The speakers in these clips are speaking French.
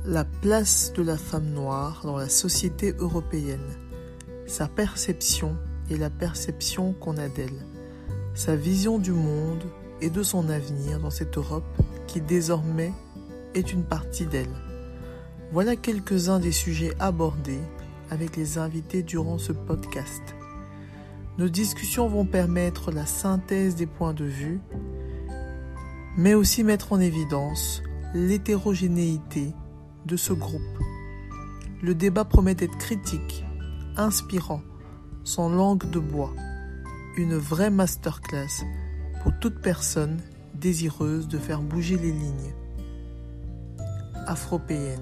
La place de la femme noire dans la société européenne, sa perception et la perception qu'on a d'elle, sa vision du monde et de son avenir dans cette Europe qui désormais est une partie d'elle. Voilà quelques-uns des sujets abordés avec les invités durant ce podcast. Nos discussions vont permettre la synthèse des points de vue, mais aussi mettre en évidence l'hétérogénéité de ce groupe. Le débat promet d'être critique, inspirant, sans langue de bois. Une vraie masterclass pour toute personne désireuse de faire bouger les lignes. Afropéenne.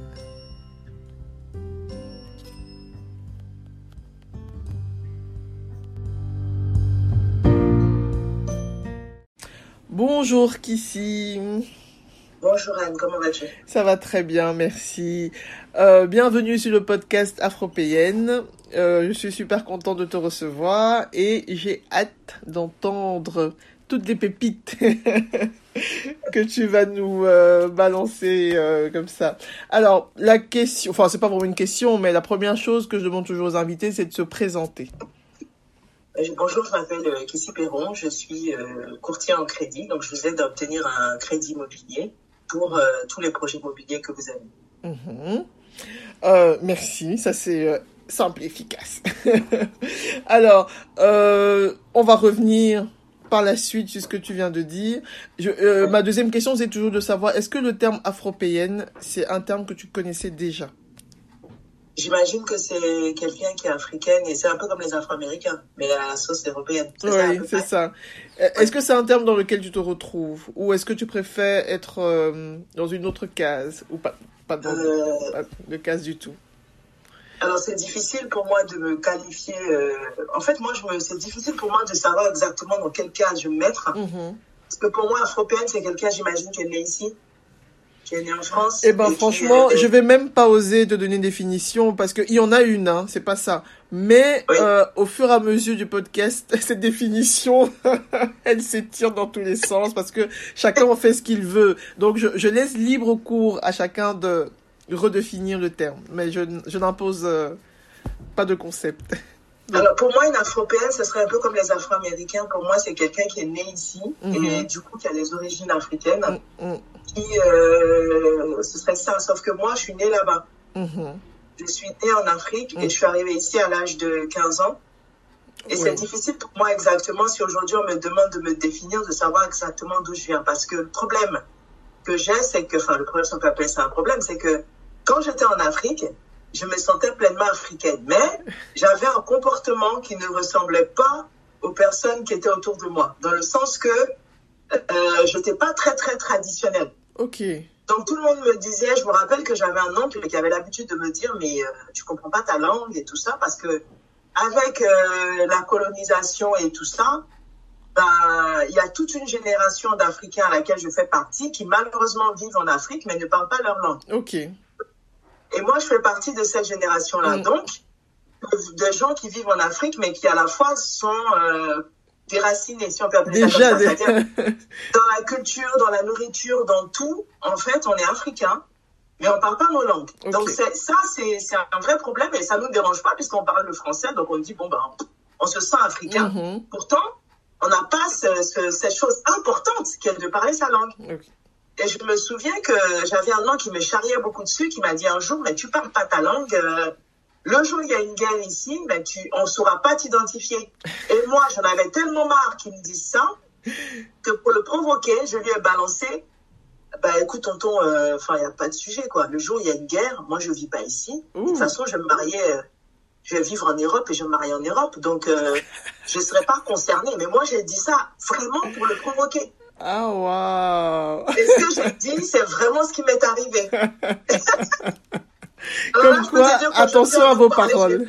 Bonjour Kissy. Bonjour Anne, comment vas-tu? Ça va très bien, merci. Bienvenue sur le podcast Afropéenne. Je suis super content de te recevoir et j'ai hâte d'entendre toutes les pépites que tu vas nous balancer comme ça. Alors, la question, enfin c'est pas vraiment une question, mais la première chose que je demande toujours aux invités, c'est de se présenter. Bonjour, je m'appelle Kissy Perron, je suis courtier en crédit, donc je vous aide à obtenir un crédit immobilier pour tous les projets immobiliers que vous avez. Merci, ça c'est simple et efficace. Alors, on va revenir par la suite sur ce que tu viens de dire. Ma deuxième question, c'est toujours de savoir, est-ce que le terme afropéenne, c'est un terme que tu connaissais déjà? J'imagine que c'est quelqu'un qui est africaine et c'est un peu comme les Afro-Américains, mais la sauce européenne. Oui, c'est ça. Est-ce que c'est un terme dans lequel tu te retrouves ou est-ce que tu préfères être dans une autre case ou pas dans de case du tout? Alors c'est difficile pour moi de me qualifier. En fait, c'est difficile pour moi de savoir exactement dans quelle case je vais me mettre. Parce que pour moi, afropéenne, c'est quelqu'un, j'imagine, qui est né ici, qui est né en France. Eh ben, franchement, je vais même pas oser te donner une définition parce qu'il y en a une, hein, c'est pas ça. Mais oui. Au fur et à mesure du podcast, cette définition, elle s'étire dans tous les sens parce que chacun en fait ce qu'il veut. Donc, je laisse libre cours à chacun de redéfinir le terme. Mais je n'impose pas de concept. Alors, pour moi, une afropéenne, ce serait un peu comme les Afro-Américains. Pour moi, c'est quelqu'un qui est né ici et du coup, qui a les origines africaines. Ce serait ça. Sauf que moi, je suis née là-bas. Je suis née en Afrique et je suis arrivée ici à l'âge de 15 ans. Et c'est difficile pour moi exactement, si aujourd'hui on me demande de me définir, de savoir exactement d'où je viens. Parce que le problème que j'ai, c'est que, enfin, le problème, si on peut appeler ça un problème, c'est que quand j'étais en Afrique, je me sentais pleinement africaine. Mais j'avais un comportement qui ne ressemblait pas aux personnes qui étaient autour de moi. Dans le sens que je n'étais pas très, très traditionnelle. Ok. Donc, tout le monde me disait, je me rappelle que j'avais un oncle qui avait l'habitude de me dire, mais tu comprends pas ta langue et tout ça, parce que avec la colonisation et tout ça, il y a toute une génération d'Africains à laquelle je fais partie qui malheureusement vivent en Afrique, mais ne parlent pas leur langue. Ok. Et moi, je fais partie de cette génération-là. Donc, des gens qui vivent en Afrique, mais qui à la fois sont déracinés, si on peut appeler ça comme ça. C'est-à-dire, dans la culture, dans la nourriture, dans tout, en fait, on est africain, mais on ne parle pas nos langues. Okay. Donc, c'est un vrai problème et ça ne nous dérange pas puisqu'on parle le français. Donc, on dit, on se sent africain. Pourtant, on n'a pas cette chose importante qui est de parler sa langue. Okay. Et je me souviens que j'avais un nom qui me charriait beaucoup dessus, qui m'a dit un jour, mais tu parles pas ta langue, le jour où il y a une guerre ici, mais on saura pas t'identifier. Et moi, j'en avais tellement marre qu'il me dise ça, que pour le provoquer, je lui ai balancé, écoute tonton, il n'y a pas de sujet, quoi. Le jour où il y a une guerre, moi je vis pas ici. De toute façon, je vais vivre en Europe et je me marie en Europe, donc je serai pas concernée. Mais moi, j'ai dit ça vraiment pour le provoquer. Ah, waouh! Et ce que j'ai dit, c'est vraiment ce qui m'est arrivé. Comme là, quoi, attention à vos paroles.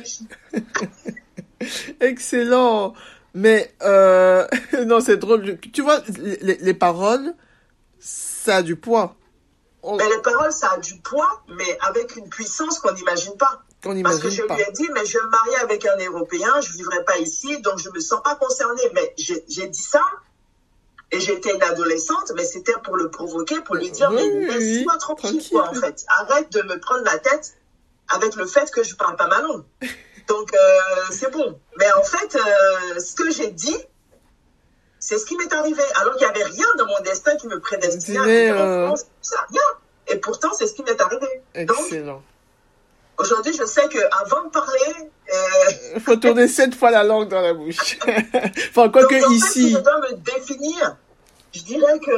Excellent. Mais, non, c'est drôle. Tu vois, les paroles, ça a du poids. Mais les paroles, ça a du poids, mais avec une puissance qu'on n'imagine pas. Parce que je lui ai dit, mais je vais me marier avec un Européen, je ne vivrai pas ici, donc je ne me sens pas concernée. Mais j'ai dit ça Et j'étais une adolescente, mais c'était pour le provoquer, pour lui dire, mais laisse-moi tranquille, quoi, en fait. Arrête de me prendre la tête avec le fait que je parle pas ma langue. Donc, c'est bon. Mais en fait, ce que j'ai dit, c'est ce qui m'est arrivé. Alors qu'il n'y avait rien dans mon destin qui me prédestinait à venir en France. Ça, rien. Et pourtant, c'est ce qui m'est arrivé. Excellent. Donc, aujourd'hui, je sais qu'avant de parler... Il faut tourner 7 fois la langue dans la bouche. Enfin, quoi que ici... Si je dois me définir, je dirais que...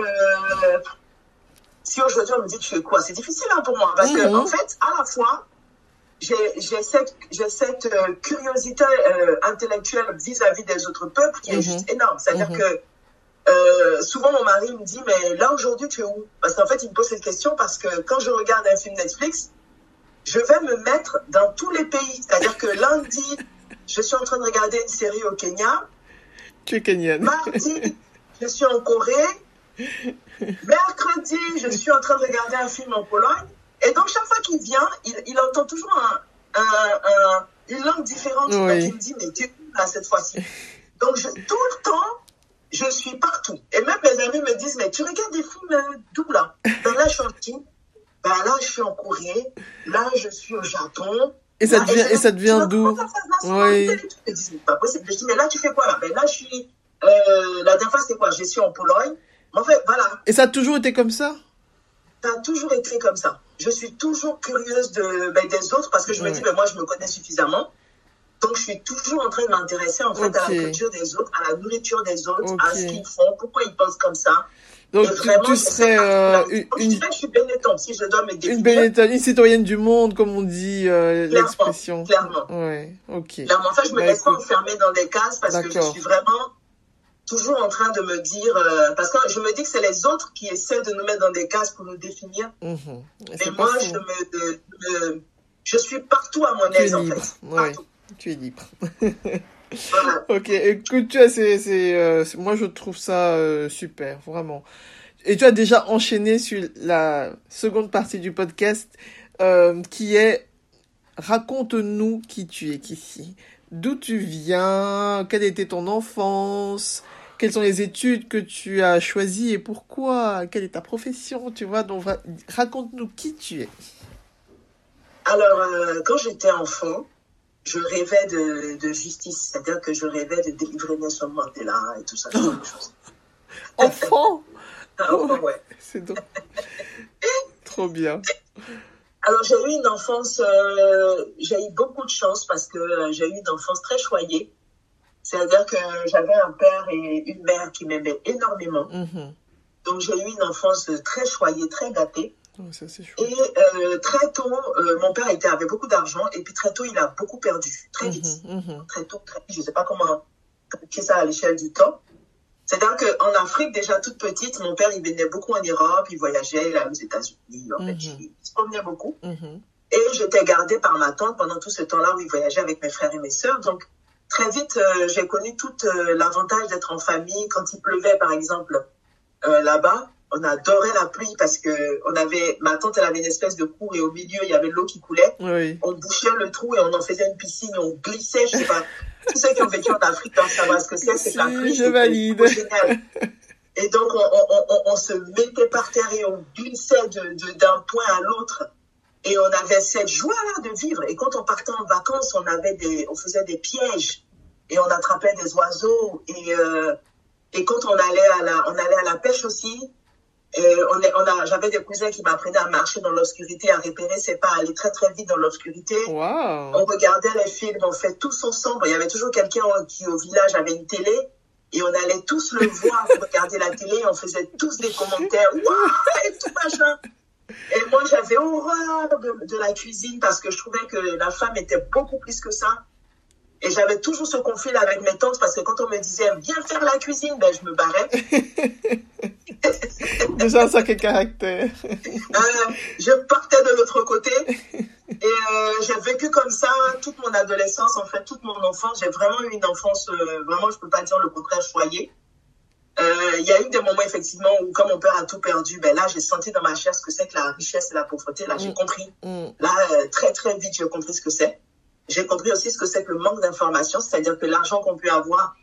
Si aujourd'hui on me dit tu fais quoi, c'est difficile pour moi. Parce que, en fait, à la fois, j'ai cette curiosité intellectuelle vis-à-vis des autres peuples qui est juste énorme. C'est-à-dire que souvent mon mari me dit, mais là aujourd'hui tu es où? Parce qu'en fait, il me pose cette question parce que quand je regarde un film Netflix, je vais me mettre dans tous les pays. C'est-à-dire que lundi, je suis en train de regarder une série au Kenya. Tu es kenyane. Mardi, je suis en Corée. Mercredi, je suis en train de regarder un film en Pologne. Et donc, chaque fois qu'il vient, il entend toujours une langue différente. Oui. Donc, il me dit, mais tu es où là cette fois-ci? Donc, tout le temps, je suis partout. Et même mes amis me disent, mais tu regardes des films d'où là? Ben là, je suis en Chine. Ben là, je suis en Corée. Là, je suis au Japon. Et ça devient d'où? Oui. Je dis, c'est pas possible. Je dis, mais là, tu fais quoi là? Ben là, je suis... la dernière fois, c'est quoi? Je suis en Pologne. En fait, voilà. Et ça a toujours été comme ça? Ça a toujours été comme ça. Je suis toujours curieuse des autres parce que je me dis, moi, je me connais suffisamment. Donc, je suis toujours en train de m'intéresser en fait à la culture des autres, à la nourriture des autres, à ce qu'ils font, pourquoi ils pensent comme ça. Donc, tu serais je dirais que je suis Benetton, si je dois me définir. Une Benetton, une citoyenne du monde, comme on dit l'expression. Clairement. Ouais, ok. Clairement, en fait, je me laisse pas enfermer dans des cases parce que je suis vraiment toujours en train de me dire, parce que je me dis que c'est les autres qui essaient de nous mettre dans des cases pour nous définir. Et moi, je suis partout à mon aise, en fait. Partout. Tu es libre. Voilà. Ok, écoute, tu vois, moi je trouve ça super, vraiment. Et tu as déjà enchaîné sur la seconde partie du podcast, qui est raconte-nous qui tu es, Kissy. D'où tu viens, quelle était ton enfance, quelles sont les études que tu as choisies et pourquoi, quelle est ta profession, tu vois, donc raconte-nous qui tu es. Alors, quand j'étais enfant, je rêvais de justice, c'est-à-dire que je rêvais de délivrer Nelson Mandela et tout ça, toutes les choses. Enfant? Enfant, ouais. C'est drôle. Trop bien. Alors, j'ai eu une enfance, j'ai eu beaucoup de chance parce que j'ai eu une enfance très choyée. C'est-à-dire que j'avais un père et une mère qui m'aimaient énormément. Donc, j'ai eu une enfance très choyée, très gâtée. Oh, ça, c'est chouette. Et très tôt, mon père avait beaucoup d'argent et puis très tôt, il a beaucoup perdu, très vite. Très tôt, je ne sais pas comment qualifier ça à l'échelle du temps. C'est-à-dire qu'en Afrique, déjà toute petite, mon père, il venait beaucoup en Europe, il voyageait, il allait aux États-Unis, en Belgique, il se promenait beaucoup. Et j'étais gardée par ma tante pendant tout ce temps-là où il voyageait avec mes frères et mes sœurs. Donc, très vite, j'ai connu tout l'avantage d'être en famille. Quand il pleuvait, par exemple, là-bas, on adorait la pluie parce que ma tante, elle avait une espèce de cour et au milieu, il y avait de l'eau qui coulait. Oui. On bouchait le trou et on en faisait une piscine et on glissait, je sais pas. Tous ceux qui ont vécu en Afrique doivent savoir ce que c'est que la pluie. Je valide. C'est génial. Et donc, on se mettait par terre et on glissait d'un point à l'autre. Et on avait cette joie-là de vivre. Et quand on partait en vacances, on faisait des pièges et on attrapait des oiseaux. Et quand on allait à la pêche aussi, j'avais des cousins qui m'apprenaient à marcher dans l'obscurité, à repérer ses pas, à aller très très vite dans l'obscurité. Wow. On regardait les films, on fait tous ensemble. Il y avait toujours quelqu'un qui au village avait une télé et on allait tous le voir regarder la télé. On faisait tous des commentaires, waouh, et tout machin. Et moi j'avais horreur de la cuisine parce que je trouvais que la femme était beaucoup plus que ça. Et j'avais toujours ce conflit avec mes tantes parce que quand on me disait viens faire la cuisine, ben je me barrais. Déjà un sacré caractère. Je partais de l'autre côté et j'ai vécu comme ça toute mon adolescence, en fait toute mon enfance. J'ai vraiment eu une enfance, vraiment je peux pas dire le contraire, choyée. Il y a eu des moments effectivement où quand mon père a tout perdu, ben là j'ai senti dans ma chair ce que c'est que la richesse et la pauvreté. Là j'ai compris. Là très très vite j'ai compris ce que c'est. J'ai compris aussi ce que c'est que le manque d'information, c'est-à-dire que l'argent qu'on peut avoir,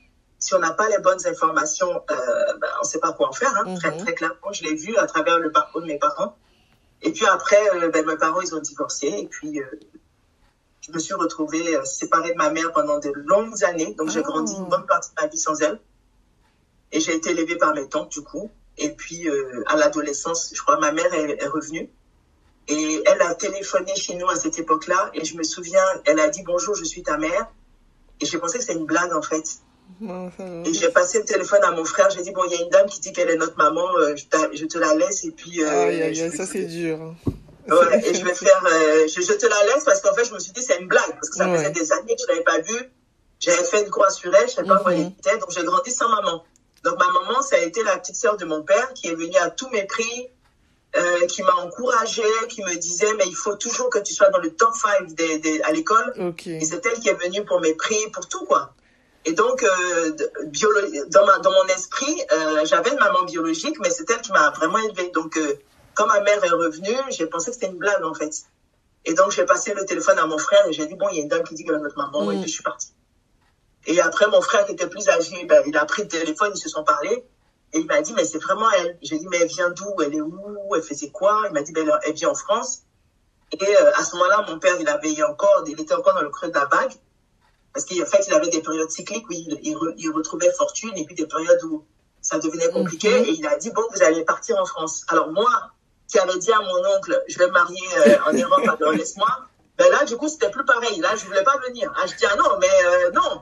si on n'a pas les bonnes informations, on ne sait pas quoi en faire. Hein. Très, très clairement, je l'ai vu à travers le parcours de mes parents. Et puis après, mes parents, ils ont divorcé. Et puis, je me suis retrouvée séparée de ma mère pendant de longues années. Donc, j'ai grandi une bonne partie de ma vie sans elle. Et j'ai été élevée par mes tantes, du coup. Et puis, à l'adolescence, je crois, ma mère est revenue. Et elle a téléphoné chez nous à cette époque-là. Et je me souviens, elle a dit « Bonjour, je suis ta mère ». Et j'ai pensé que c'était une blague, en fait. Et j'ai passé le téléphone à mon frère. J'ai dit « Bon, il y a une dame qui dit qu'elle est notre maman. Je te la laisse. » Et puis... ça, c'est dur. Ouais, et je vais faire... je te la laisse parce qu'en fait, je me suis dit c'est une blague. Parce que ça faisait des années que je ne l'avais pas vue. J'avais fait une croix sur elle. Je ne sais pas où elle était. Donc, j'ai grandi sans maman. Donc, ma maman, ça a été la petite sœur de mon père qui est venue à tous mes prix, qui m'a encouragée, qui me disait, mais il faut toujours que tu sois dans le top 5 à l'école. Okay. Et c'est elle qui est venue pour mes prix, pour tout, quoi. Et donc, dans mon esprit, j'avais une maman biologique, mais c'est elle qui m'a vraiment élevée. Donc, quand ma mère est revenue, j'ai pensé que c'était une blague, en fait. Et donc, j'ai passé le téléphone à mon frère et j'ai dit, bon, il y a une dame qui dit qu'elle est notre maman, et puis je suis partie. Et après, mon frère qui était plus âgé, il a pris le téléphone, ils se sont parlé. Et il m'a dit, mais c'est vraiment elle. J'ai dit, mais elle vient d'où? Elle est où? Elle faisait quoi? Il m'a dit, elle vient en France. Et à ce moment-là, mon père, il était encore dans le creux de la vague. Parce qu'en fait, il avait des périodes cycliques où il retrouvait fortune et puis des périodes où ça devenait compliqué. Et il a dit, bon, vous allez partir en France. Alors moi, qui avais dit à mon oncle, je vais me marier en Europe, alors laisse-moi. Ben là, du coup, c'était plus pareil. Là, je voulais pas venir. Ah, je dis, ah non, mais non.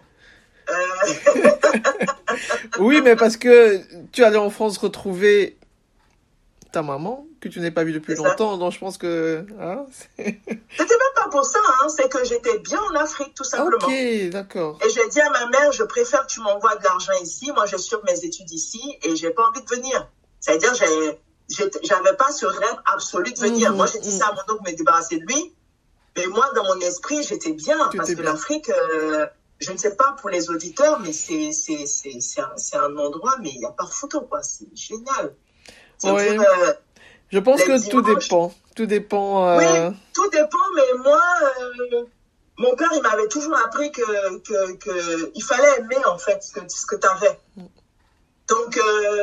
Oui, mais parce que tu allais en France retrouver ta maman, que tu n'as pas vue depuis longtemps, donc je pense que... Hein, c'était même pas pour ça, hein, c'est que j'étais bien en Afrique, tout simplement. Ok, d'accord. Et j'ai dit à ma mère, je préfère que tu m'envoies de l'argent ici, moi je suis mes études ici, et j'ai pas envie de venir. C'est-à-dire, j'avais pas ce rêve absolu de venir. Moi, j'ai dit ça à mon oncle, me débarrasser de lui, mais moi, dans mon esprit, j'étais bien, parce que l'Afrique... je ne sais pas pour les auditeurs, mais c'est un endroit, mais il n'y a pas photo, quoi. C'est génial. Oui. Je pense que tout dépend. Tout dépend. Oui, tout dépend, mais moi, mon père, il m'avait toujours appris que il fallait aimer, en fait, ce que tu avais. Donc,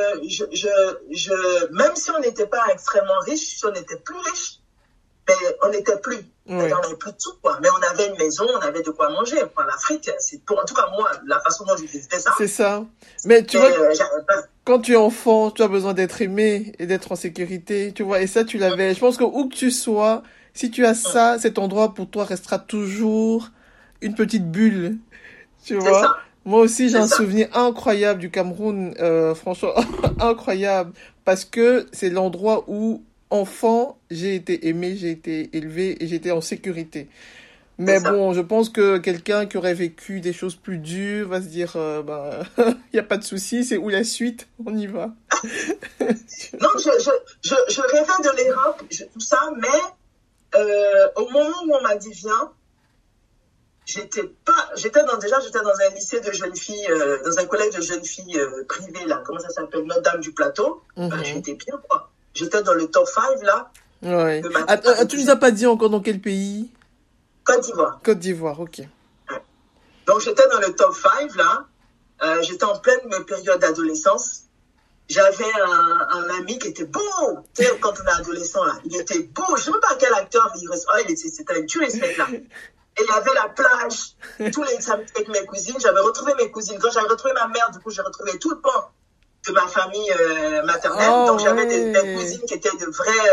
même si on n'était pas extrêmement riche, si on était plus riche, mais on n'était plus. On n'avait plus de tout, quoi. Mais on avait une maison, on avait de quoi manger. Enfin, l'Afrique, en tout cas, moi, la façon dont je vivais ça. C'est ça. Mais tu vois, quand tu es enfant, tu as besoin d'être aimé et d'être en sécurité, tu vois. Et ça, tu l'avais. Je pense que où que tu sois, si tu as ça, cet endroit pour toi restera toujours une petite bulle. Tu vois. Ça. Moi aussi, j'ai un souvenir incroyable du Cameroun, franchement, incroyable. Parce que c'est l'endroit où, enfant, j'ai été aimé, j'ai été élevé et j'étais en sécurité. Mais bon, je pense que quelqu'un qui aurait vécu des choses plus dures va se dire, il n'y a pas de souci, c'est où la suite? On y va. Non, je rêvais de l'Europe, tout ça, mais au moment où on m'a dit viens, j'étais dans un lycée de jeunes filles, dans un collège de jeunes filles privé, là, comment ça s'appelle, Notre-Dame du Plateau. J'étais bien, quoi. J'étais dans le top 5, là. Ouais. Tu nous as pas dit encore dans quel pays? Côte d'Ivoire. Côte d'Ivoire, ok. Ouais. Donc, j'étais dans le top 5, là. J'étais en pleine période d'adolescence. J'avais un ami qui était beau. Tu sais, quand on est adolescent, là, il était beau. Je sais même pas quel acteur c'était un tueur, ce mec-là. Et il y avait la plage, tous les samedis avec mes cousines. J'avais retrouvé mes cousines. Quand j'avais retrouvé ma mère, du coup, j'ai retrouvé tout le pan de ma famille maternelle. Donc, j'avais des cousines qui étaient de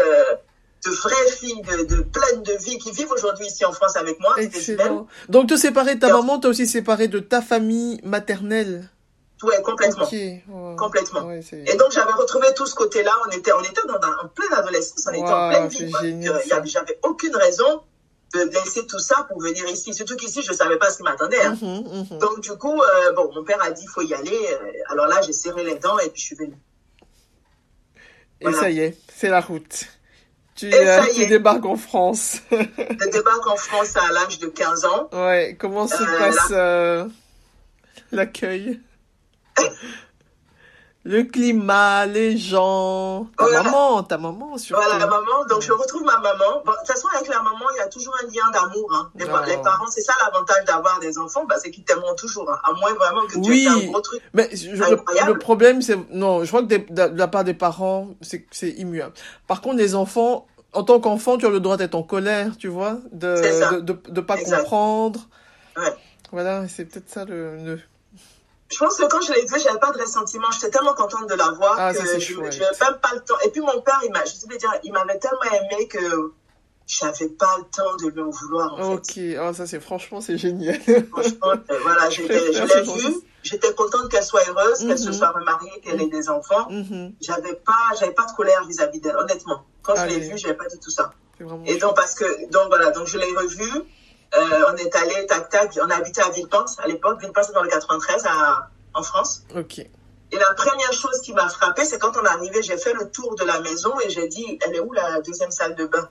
vraies filles, pleines de vie, qui vivent aujourd'hui ici en France avec moi. Excellent. Donc, te séparer de ta maman, t'as aussi séparé de ta famille maternelle. Ouais, complètement. Okay. Complètement. Ouais, et donc, j'avais retrouvé tout ce côté-là. On était en pleine adolescence, on était en pleine vie. J'avais aucune raison de laisser tout ça pour venir ici. Surtout qu'ici, je ne savais pas ce qui m'attendait. Hein. Donc, du coup, mon père a dit, il faut y aller. Alors là, j'ai serré les dents et puis je suis venue. Voilà. Et ça y est, c'est la route. Tu débarques en France. Je débarque en France à l'âge de 15 ans. Ouais, comment se passe l'accueil? Le climat, les gens, ta maman surtout. Voilà, la maman. Donc, je retrouve ma maman. Bon, de toute façon, avec la maman, il y a toujours un lien d'amour. Hein. Les parents, c'est ça l'avantage d'avoir des enfants, c'est qu'ils t'aimeront toujours. Hein. À moins vraiment que tu aies fait un gros truc. Mais le problème, c'est... Non, je crois que de la part des parents, c'est immuable. Par contre, les enfants, en tant qu'enfant, tu as le droit d'être en colère, tu vois, de pas comprendre. Ouais. Voilà, c'est peut-être ça le... Je pense que quand je l'ai vu, j'avais pas de ressentiment. J'étais tellement contente de la voir que je n'avais même pas le temps. Et puis mon père, il m'avait tellement aimé que j'avais pas le temps de lui en vouloir, en fait. Ok, ça franchement, c'est génial. Franchement, voilà, je l'ai vue. J'étais contente qu'elle soit heureuse, qu'elle se soit remariée, qu'elle ait des enfants. J'avais pas de colère vis-à-vis d'elle, honnêtement. Quand je l'ai vue, j'avais pas du tout ça. Et donc, donc je l'ai revue. On est allé, on habitait à Villepinte à l'époque. Villepinte, c'est dans le 93, en France. Ok. Et la première chose qui m'a frappée, c'est quand on est arrivé, j'ai fait le tour de la maison et j'ai dit, elle est où la deuxième salle de bain?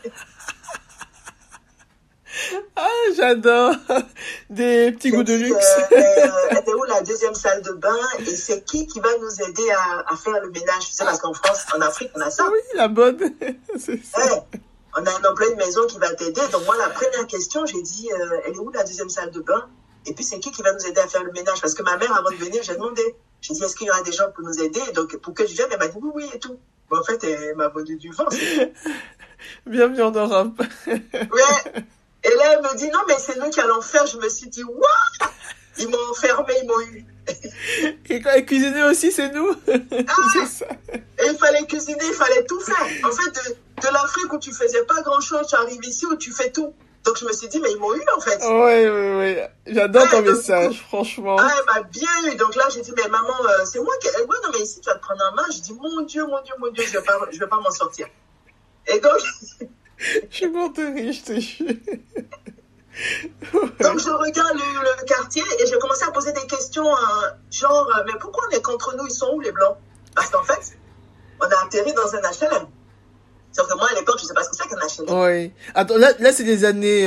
J'adore. Des petits goûts de luxe. Elle est où la deuxième salle de bain? Et c'est qui va nous aider à faire le ménage? Tu sais, parce qu'en France, en Afrique, on a ça. Oui, la bonne. C'est ça. On a un employé de maison qui va t'aider. Donc moi, la première question, j'ai dit, elle est où la deuxième salle de bain? Et puis, c'est qui va nous aider à faire le ménage? Parce que ma mère, avant de venir, j'ai demandé. J'ai dit, est-ce qu'il y aura des gens pour nous aider? Donc, pour que je vienne, elle m'a dit oui et tout. Mais en fait, elle m'a vendu du vent. Bienvenue en Europe. Ouais. Et là, elle me dit, non, mais c'est nous qui allons faire. Je me suis dit, what? Ils m'ont enfermé, ils m'ont eu. Et quand elle cuisinait aussi, c'est nous. C'est ça. Et il fallait cuisiner, il fallait tout faire. En fait, de l'Afrique où tu faisais pas grand-chose, tu arrives ici où tu fais tout. Donc, je me suis dit, mais ils m'ont eu, en fait. Oui. J'adore ton message, franchement. Elle m'a bien eu. Donc là, j'ai dit, mais maman, c'est moi qui... Ouais, non, mais ici, tu vas te prendre en main. Je dis, mon Dieu, je vais pas m'en sortir. Et donc... Je suis morte de rire, je te jure. Donc, je regarde le quartier et j'ai commencé à poser des questions, genre, mais pourquoi on est contre nous? Ils sont où, les Blancs? Parce qu'en fait, on a atterri dans un HLM. Sauf que moi, à l'époque, je ne sais pas ce que c'est qu'un HLM. Oui. Attends, là c'est des années,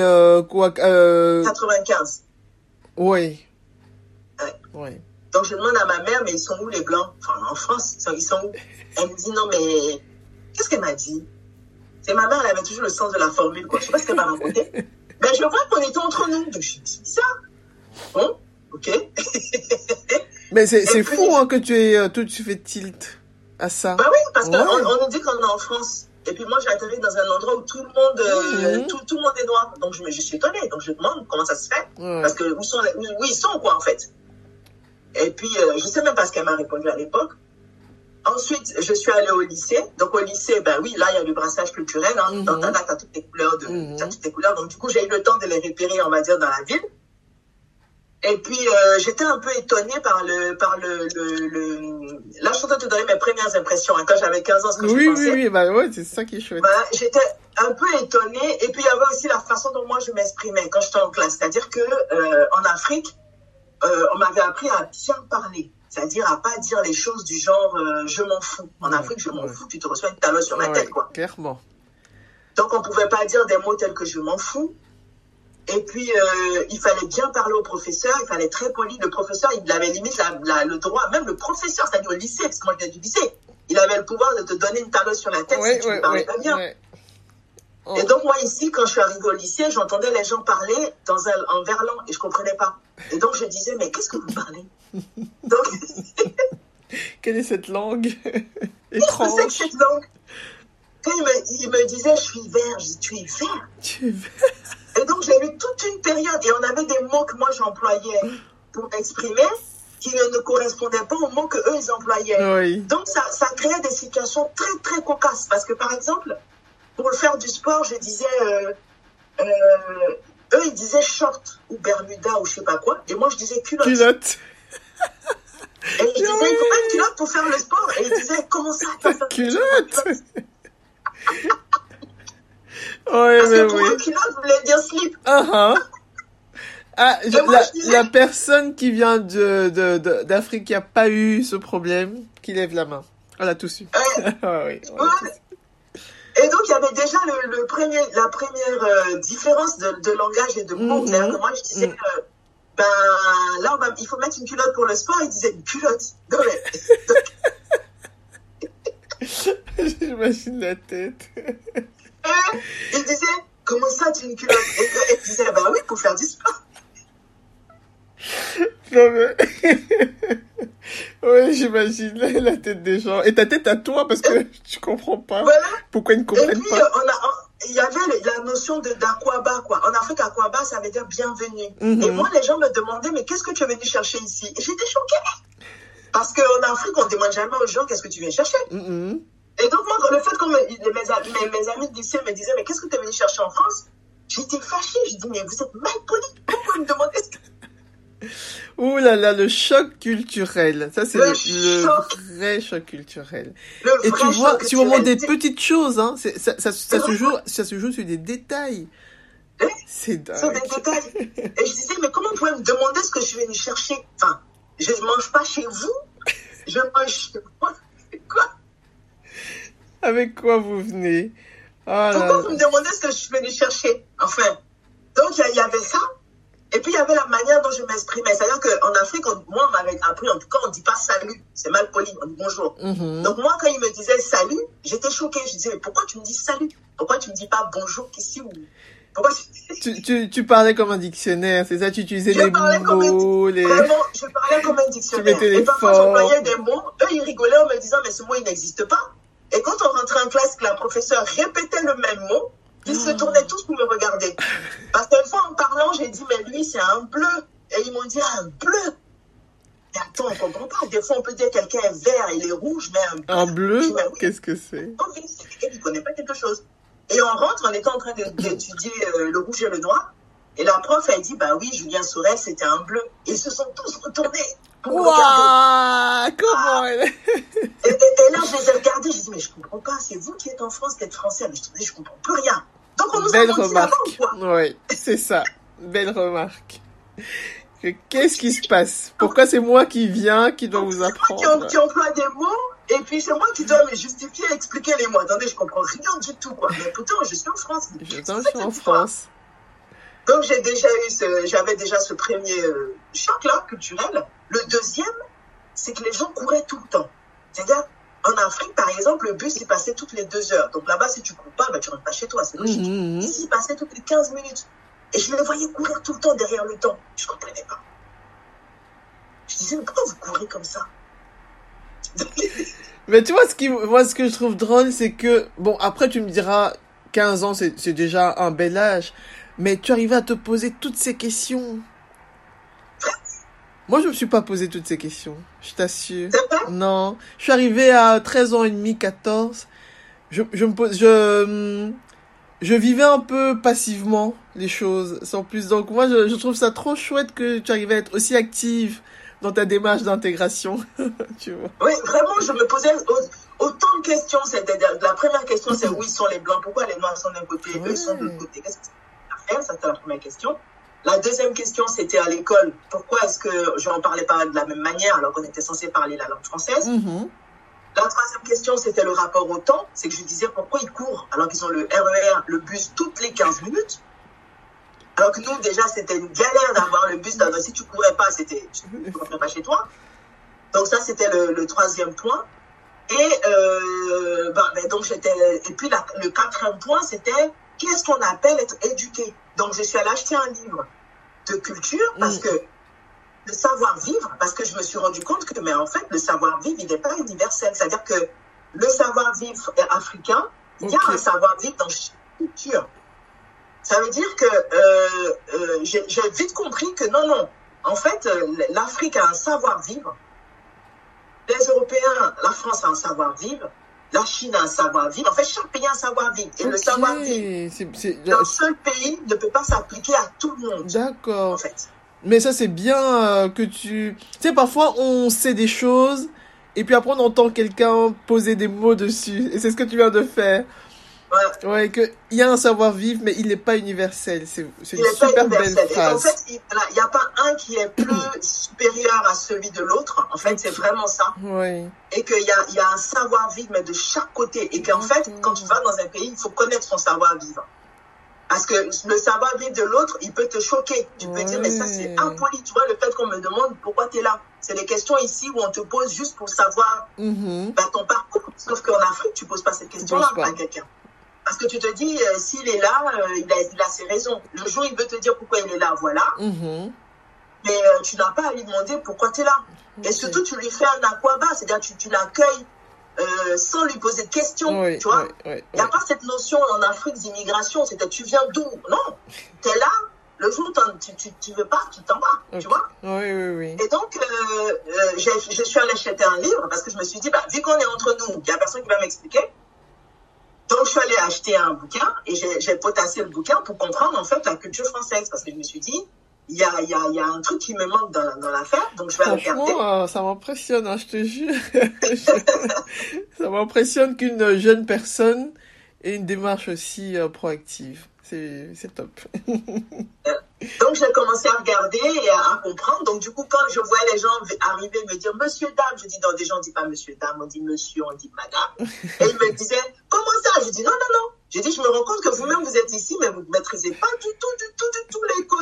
95. Oui. Ouais. Donc, je demande à ma mère, mais ils sont où, les Blancs? Enfin, en France, ils sont où? Elle me dit, non, mais qu'est-ce qu'elle m'a dit? C'est ma mère, elle avait toujours le sens de la formule, quoi. Je ne sais pas ce qu'elle m'a raconté. Ben, je vois qu'on était entre nous. Donc, je dis ça. Bon, ok. Mais c'est fou, hein, que tu fais tilt à ça. Bah oui, parce qu'on nous dit qu'on est en France. Et puis moi, j'ai atterri dans un endroit où tout le monde, tout le monde est noir. Donc, je suis étonnée. Donc, je demande comment ça se fait. Parce que où ils sont, quoi, en fait. Et puis, je sais même pas ce qu'elle m'a répondu à l'époque. Ensuite, je suis allée au lycée. Donc, au lycée, ben oui, là, il y a le brassage culturel. Hein. Dans Tana, t'as toutes les couleurs Donc, du coup, j'ai eu le temps de les repérer, on va dire, dans la ville. Et puis, j'étais un peu étonnée par le... Là, je suis en train de te donner mes premières impressions. Hein, quand j'avais 15 ans, ce que je pensais. Oui, bah ouais, c'est ça qui est chouette. Voilà, j'étais un peu étonnée. Et puis, il y avait aussi la façon dont moi, je m'exprimais quand j'étais en classe. C'est-à-dire que en Afrique, on m'avait appris à bien parler. C'est-à-dire à pas dire les choses du genre je m'en fous. En Afrique, je m'en fous, tu te reçois une taloche sur la tête, quoi. Clairement. Donc, on pouvait pas dire des mots tels que je m'en fous. Et puis, il fallait bien parler au professeur, il fallait être très poli. Le professeur, il avait limite le droit, même le professeur, c'est-à-dire au lycée, parce que moi je viens du lycée, il avait le pouvoir de te donner une taloche sur la tête si tu ne parlais pas bien. Et donc, moi, ici, quand je suis arrivée au lycée, j'entendais les gens parler en verlan et je comprenais pas. Et donc, je disais, mais qu'est-ce que vous parlez? Donc... Quelle est cette langue étrange? Qu'est-ce que c'est que cette langue? Quand il me disait, je suis vert, je dis, tu es vert? Tu es vert? Et donc, j'ai eu toute une période et on avait des mots que moi, j'employais pour m'exprimer qui ne correspondaient pas aux mots qu'eux, ils employaient. Oui. Donc, ça créait des situations très, très cocasses. Parce que, par exemple, pour le faire du sport, je disais... eux, ils disaient short ou bermuda ou je sais pas quoi. Et moi, je disais culotte. Culotte. Et je disais, il faut pas une culotte pour faire le sport. Et ils disaient, comment ça, t'as fait culotte? Parce que pour eux, culotte voulait dire slip. La personne qui vient d'Afrique qui n'a pas eu ce problème, qui lève la main. On l'a tous eu. Et donc, il y avait déjà la première différence de langage et de mots. C'est-à-dire que moi, je disais, là, il faut mettre une culotte pour le sport. Il disait une culotte. Donc, J'imagine la tête. Et il disait, comment ça, tu es une culotte? Et il disait, bah oui, pour faire du sport. Non mais... Oui, j'imagine la tête des gens. Et ta tête à toi, parce que je comprends pas. Voilà. Pourquoi ils ne comprennent pas. Et puis, il y avait la notion d'Akwaba, quoi. En Afrique, Akwaba, ça veut dire bienvenue. Et moi, les gens me demandaient, mais qu'est-ce que tu es venu chercher ici? Et j'étais choquée. Parce qu'en Afrique, on ne demande jamais aux gens qu'est-ce que tu viens chercher. Et donc, moi, le fait que mes amis de lycée me disaient, mais qu'est-ce que tu es venu chercher en France? J'étais fâchée. Je dis, mais vous êtes mal poli. Pourquoi vous me demandez ce que... Ouh là là, le choc culturel. Ça, c'est le vrai choc culturel. Et tu vois, c'est vraiment des petites choses, hein. Ça se joue sur des détails. C'est dingue. Sur des détails. Et je disais, mais comment vous pouvez me demander ce que je vais venir chercher? Enfin, je ne mange pas chez vous. Je mange chez moi. Quoi? Avec quoi vous venez? Pourquoi vous me demandez ce que je suis venu chercher? Enfin, donc il y avait ça. Et puis, il y avait la manière dont je m'exprimais. C'est-à-dire qu'en Afrique, moi, on m'avait appris, en tout cas, on ne dit pas salut. C'est mal poli, on dit bonjour. Donc, moi, quand il me disait salut, j'étais choquée. Je disais, mais pourquoi tu me dis salut? Pourquoi tu ne me dis pas bonjour ici ou... Pourquoi tu parlais comme un dictionnaire, c'est ça? Tu utilisais les mots, Vraiment, je parlais comme un dictionnaire. Et parfois, j'employais des mots. Eux, ils rigolaient en me disant, mais ce mot, il n'existe pas. Et quand on rentrait en classe, que la professeure répétait le même mot, ils se tournaient tous pour me regarder. Parce qu'une fois, en parlant, j'ai dit, mais lui, c'est un bleu. Et ils m'ont dit, un bleu. Mais attends, on ne comprend pas. Des fois, on peut dire quelqu'un est vert, il est rouge, mais un bleu. Un bleu? Oui. Qu'est-ce que c'est? Oh, oui, c'est quelqu'un qui ne connaît pas quelque chose. Et on rentre, on était en train d'étudier le rouge et le noir. Et la prof, elle dit, bah oui, Julien Sorel, c'était un bleu. Et ils se sont tous retournés pour me regarder. Comment elle... Et là, je les ai regardés, je dis, mais je comprends pas, c'est vous qui êtes en France, qui êtes français. Mais je comprends plus rien. Donc, on nous a menti avant, quoi. Oui, c'est ça. Belle remarque. Qu'est-ce qui se passe? Pourquoi c'est moi qui viens, qui dois vous apprendre? C'est moi qui emploie des mots, et puis c'est moi qui dois me justifier, expliquer les mots. Attendez, je comprends rien du tout, quoi. Mais pourtant, je suis en France. Je suis en France. Donc, j'avais déjà ce premier choc-là, culturel. Le deuxième, c'est que les gens couraient tout le temps. C'est-à-dire, en Afrique, par exemple, le bus, il passait toutes les 2 heures. Donc là-bas, si tu ne cours pas, tu ne rentres pas chez toi, c'est logique. Ici, il passait toutes les 15 minutes. Et je les voyais courir tout le temps derrière le temps. Je ne comprenais pas. Je disais, mais pourquoi vous courez comme ça? Mais tu vois, ce que je trouve drôle, c'est que, bon, après, tu me diras, 15 ans, c'est déjà un bel âge. Mais tu arrives à te poser toutes ces questions. Moi, je me suis pas posé toutes ces questions. Je t'assure. Non. Je suis arrivé à 13 ans et demi, 14. Je vivais un peu passivement les choses, sans plus. Donc, moi, je trouve ça trop chouette que tu arrives à être aussi active dans ta démarche d'intégration. Tu vois. Oui, vraiment, je me posais autant de questions. La première question, c'est où ils sont les Blancs? Pourquoi les Noirs sont d'un côté et eux, ils sont de l'autre côté? Qu'est-ce que c'est à faire? Ça, c'est la première question. La deuxième question, c'était à l'école. Pourquoi est-ce que je n'en parlais pas de la même manière alors qu'on était censé parler la langue française? La troisième question, c'était le rapport au temps. C'est que je disais pourquoi ils courent alors qu'ils ont le RER, le bus toutes les 15 minutes. Alors que nous, déjà, c'était une galère d'avoir le bus. Si tu ne courais pas, tu ne rentrais pas chez toi. Donc ça, c'était le troisième point. Et puis le quatrième point, c'était qu'est-ce qu'on appelle être éduqué. Donc je suis allée acheter un livre de culture parce que le savoir-vivre, parce que je me suis rendu compte que, mais en fait, le savoir-vivre, il n'est pas universel. C'est-à-dire que le savoir-vivre africain, il y a un savoir-vivre dans chaque culture. Ça veut dire que j'ai vite compris que non. En fait, l'Afrique a un savoir-vivre. Les Européens, la France a un savoir-vivre. La Chine a un savoir-vivre. En fait, chaque pays a un savoir-vivre. Et le savoir-vivre d'un seul pays ne peut pas s'appliquer à tout le monde. D'accord. En fait. Mais ça, c'est bien que tu... Tu sais, parfois, on sait des choses, et puis après, on entend quelqu'un poser des mots dessus. Et c'est ce que tu viens de faire. Ouais, qu'il y a un savoir-vivre, mais il n'est pas universel. C'est une super belle phrase. Et en fait, il n'y a pas un qui est plus supérieur à celui de l'autre. En fait, c'est vraiment ça. Oui. Et qu'il y a un savoir-vivre, mais de chaque côté. Et qu'en fait, quand tu vas dans un pays, il faut connaître son savoir-vivre. Parce que le savoir-vivre de l'autre, il peut te choquer. Tu peux dire, mais ça, c'est impoli. Tu vois, le fait qu'on me demande pourquoi tu es là. C'est des questions ici où on te pose juste pour savoir ton parcours. Sauf qu'en Afrique, tu poses pas cette question-là à quelqu'un. Parce que tu te dis, s'il est là, il a ses raisons. Le jour, il veut te dire pourquoi il est là, voilà. Mais tu n'as pas à lui demander pourquoi tu es là. Et surtout, tu lui fais un aquaba, c'est-à-dire tu l'accueilles sans lui poser de questions, tu vois. Il n'y a pas cette notion en Afrique d'immigration, c'est-à-dire tu viens d'où? Non, tu es là, le jour tu veux pas, tu t'en vas, tu vois. Et donc, je suis allée acheter un livre parce que je me suis dit, vu qu'on est entre nous, il n'y a personne qui va m'expliquer. Donc, je suis allée acheter un bouquin et j'ai potassé le bouquin pour comprendre en fait la culture française parce que je me suis dit, il y a un truc qui me manque dans l'affaire, donc je vais regarder. Franchement, ça m'impressionne, hein, je te jure. Ça m'impressionne qu'une jeune personne ait une démarche aussi proactive. C'est top. Donc, j'ai commencé à regarder et à comprendre. Donc, du coup, quand je voyais les gens arriver me dire « Monsieur, dame », je dis « Non, des gens ne disent pas monsieur, dame, on dit monsieur, on dit madame ». Et ils me disaient « Comment ça ?» Je dis « Non, non, non ». J'ai dit « Je me rends compte que vous-même, vous êtes ici, mais vous ne maîtrisez pas du tout les codes. »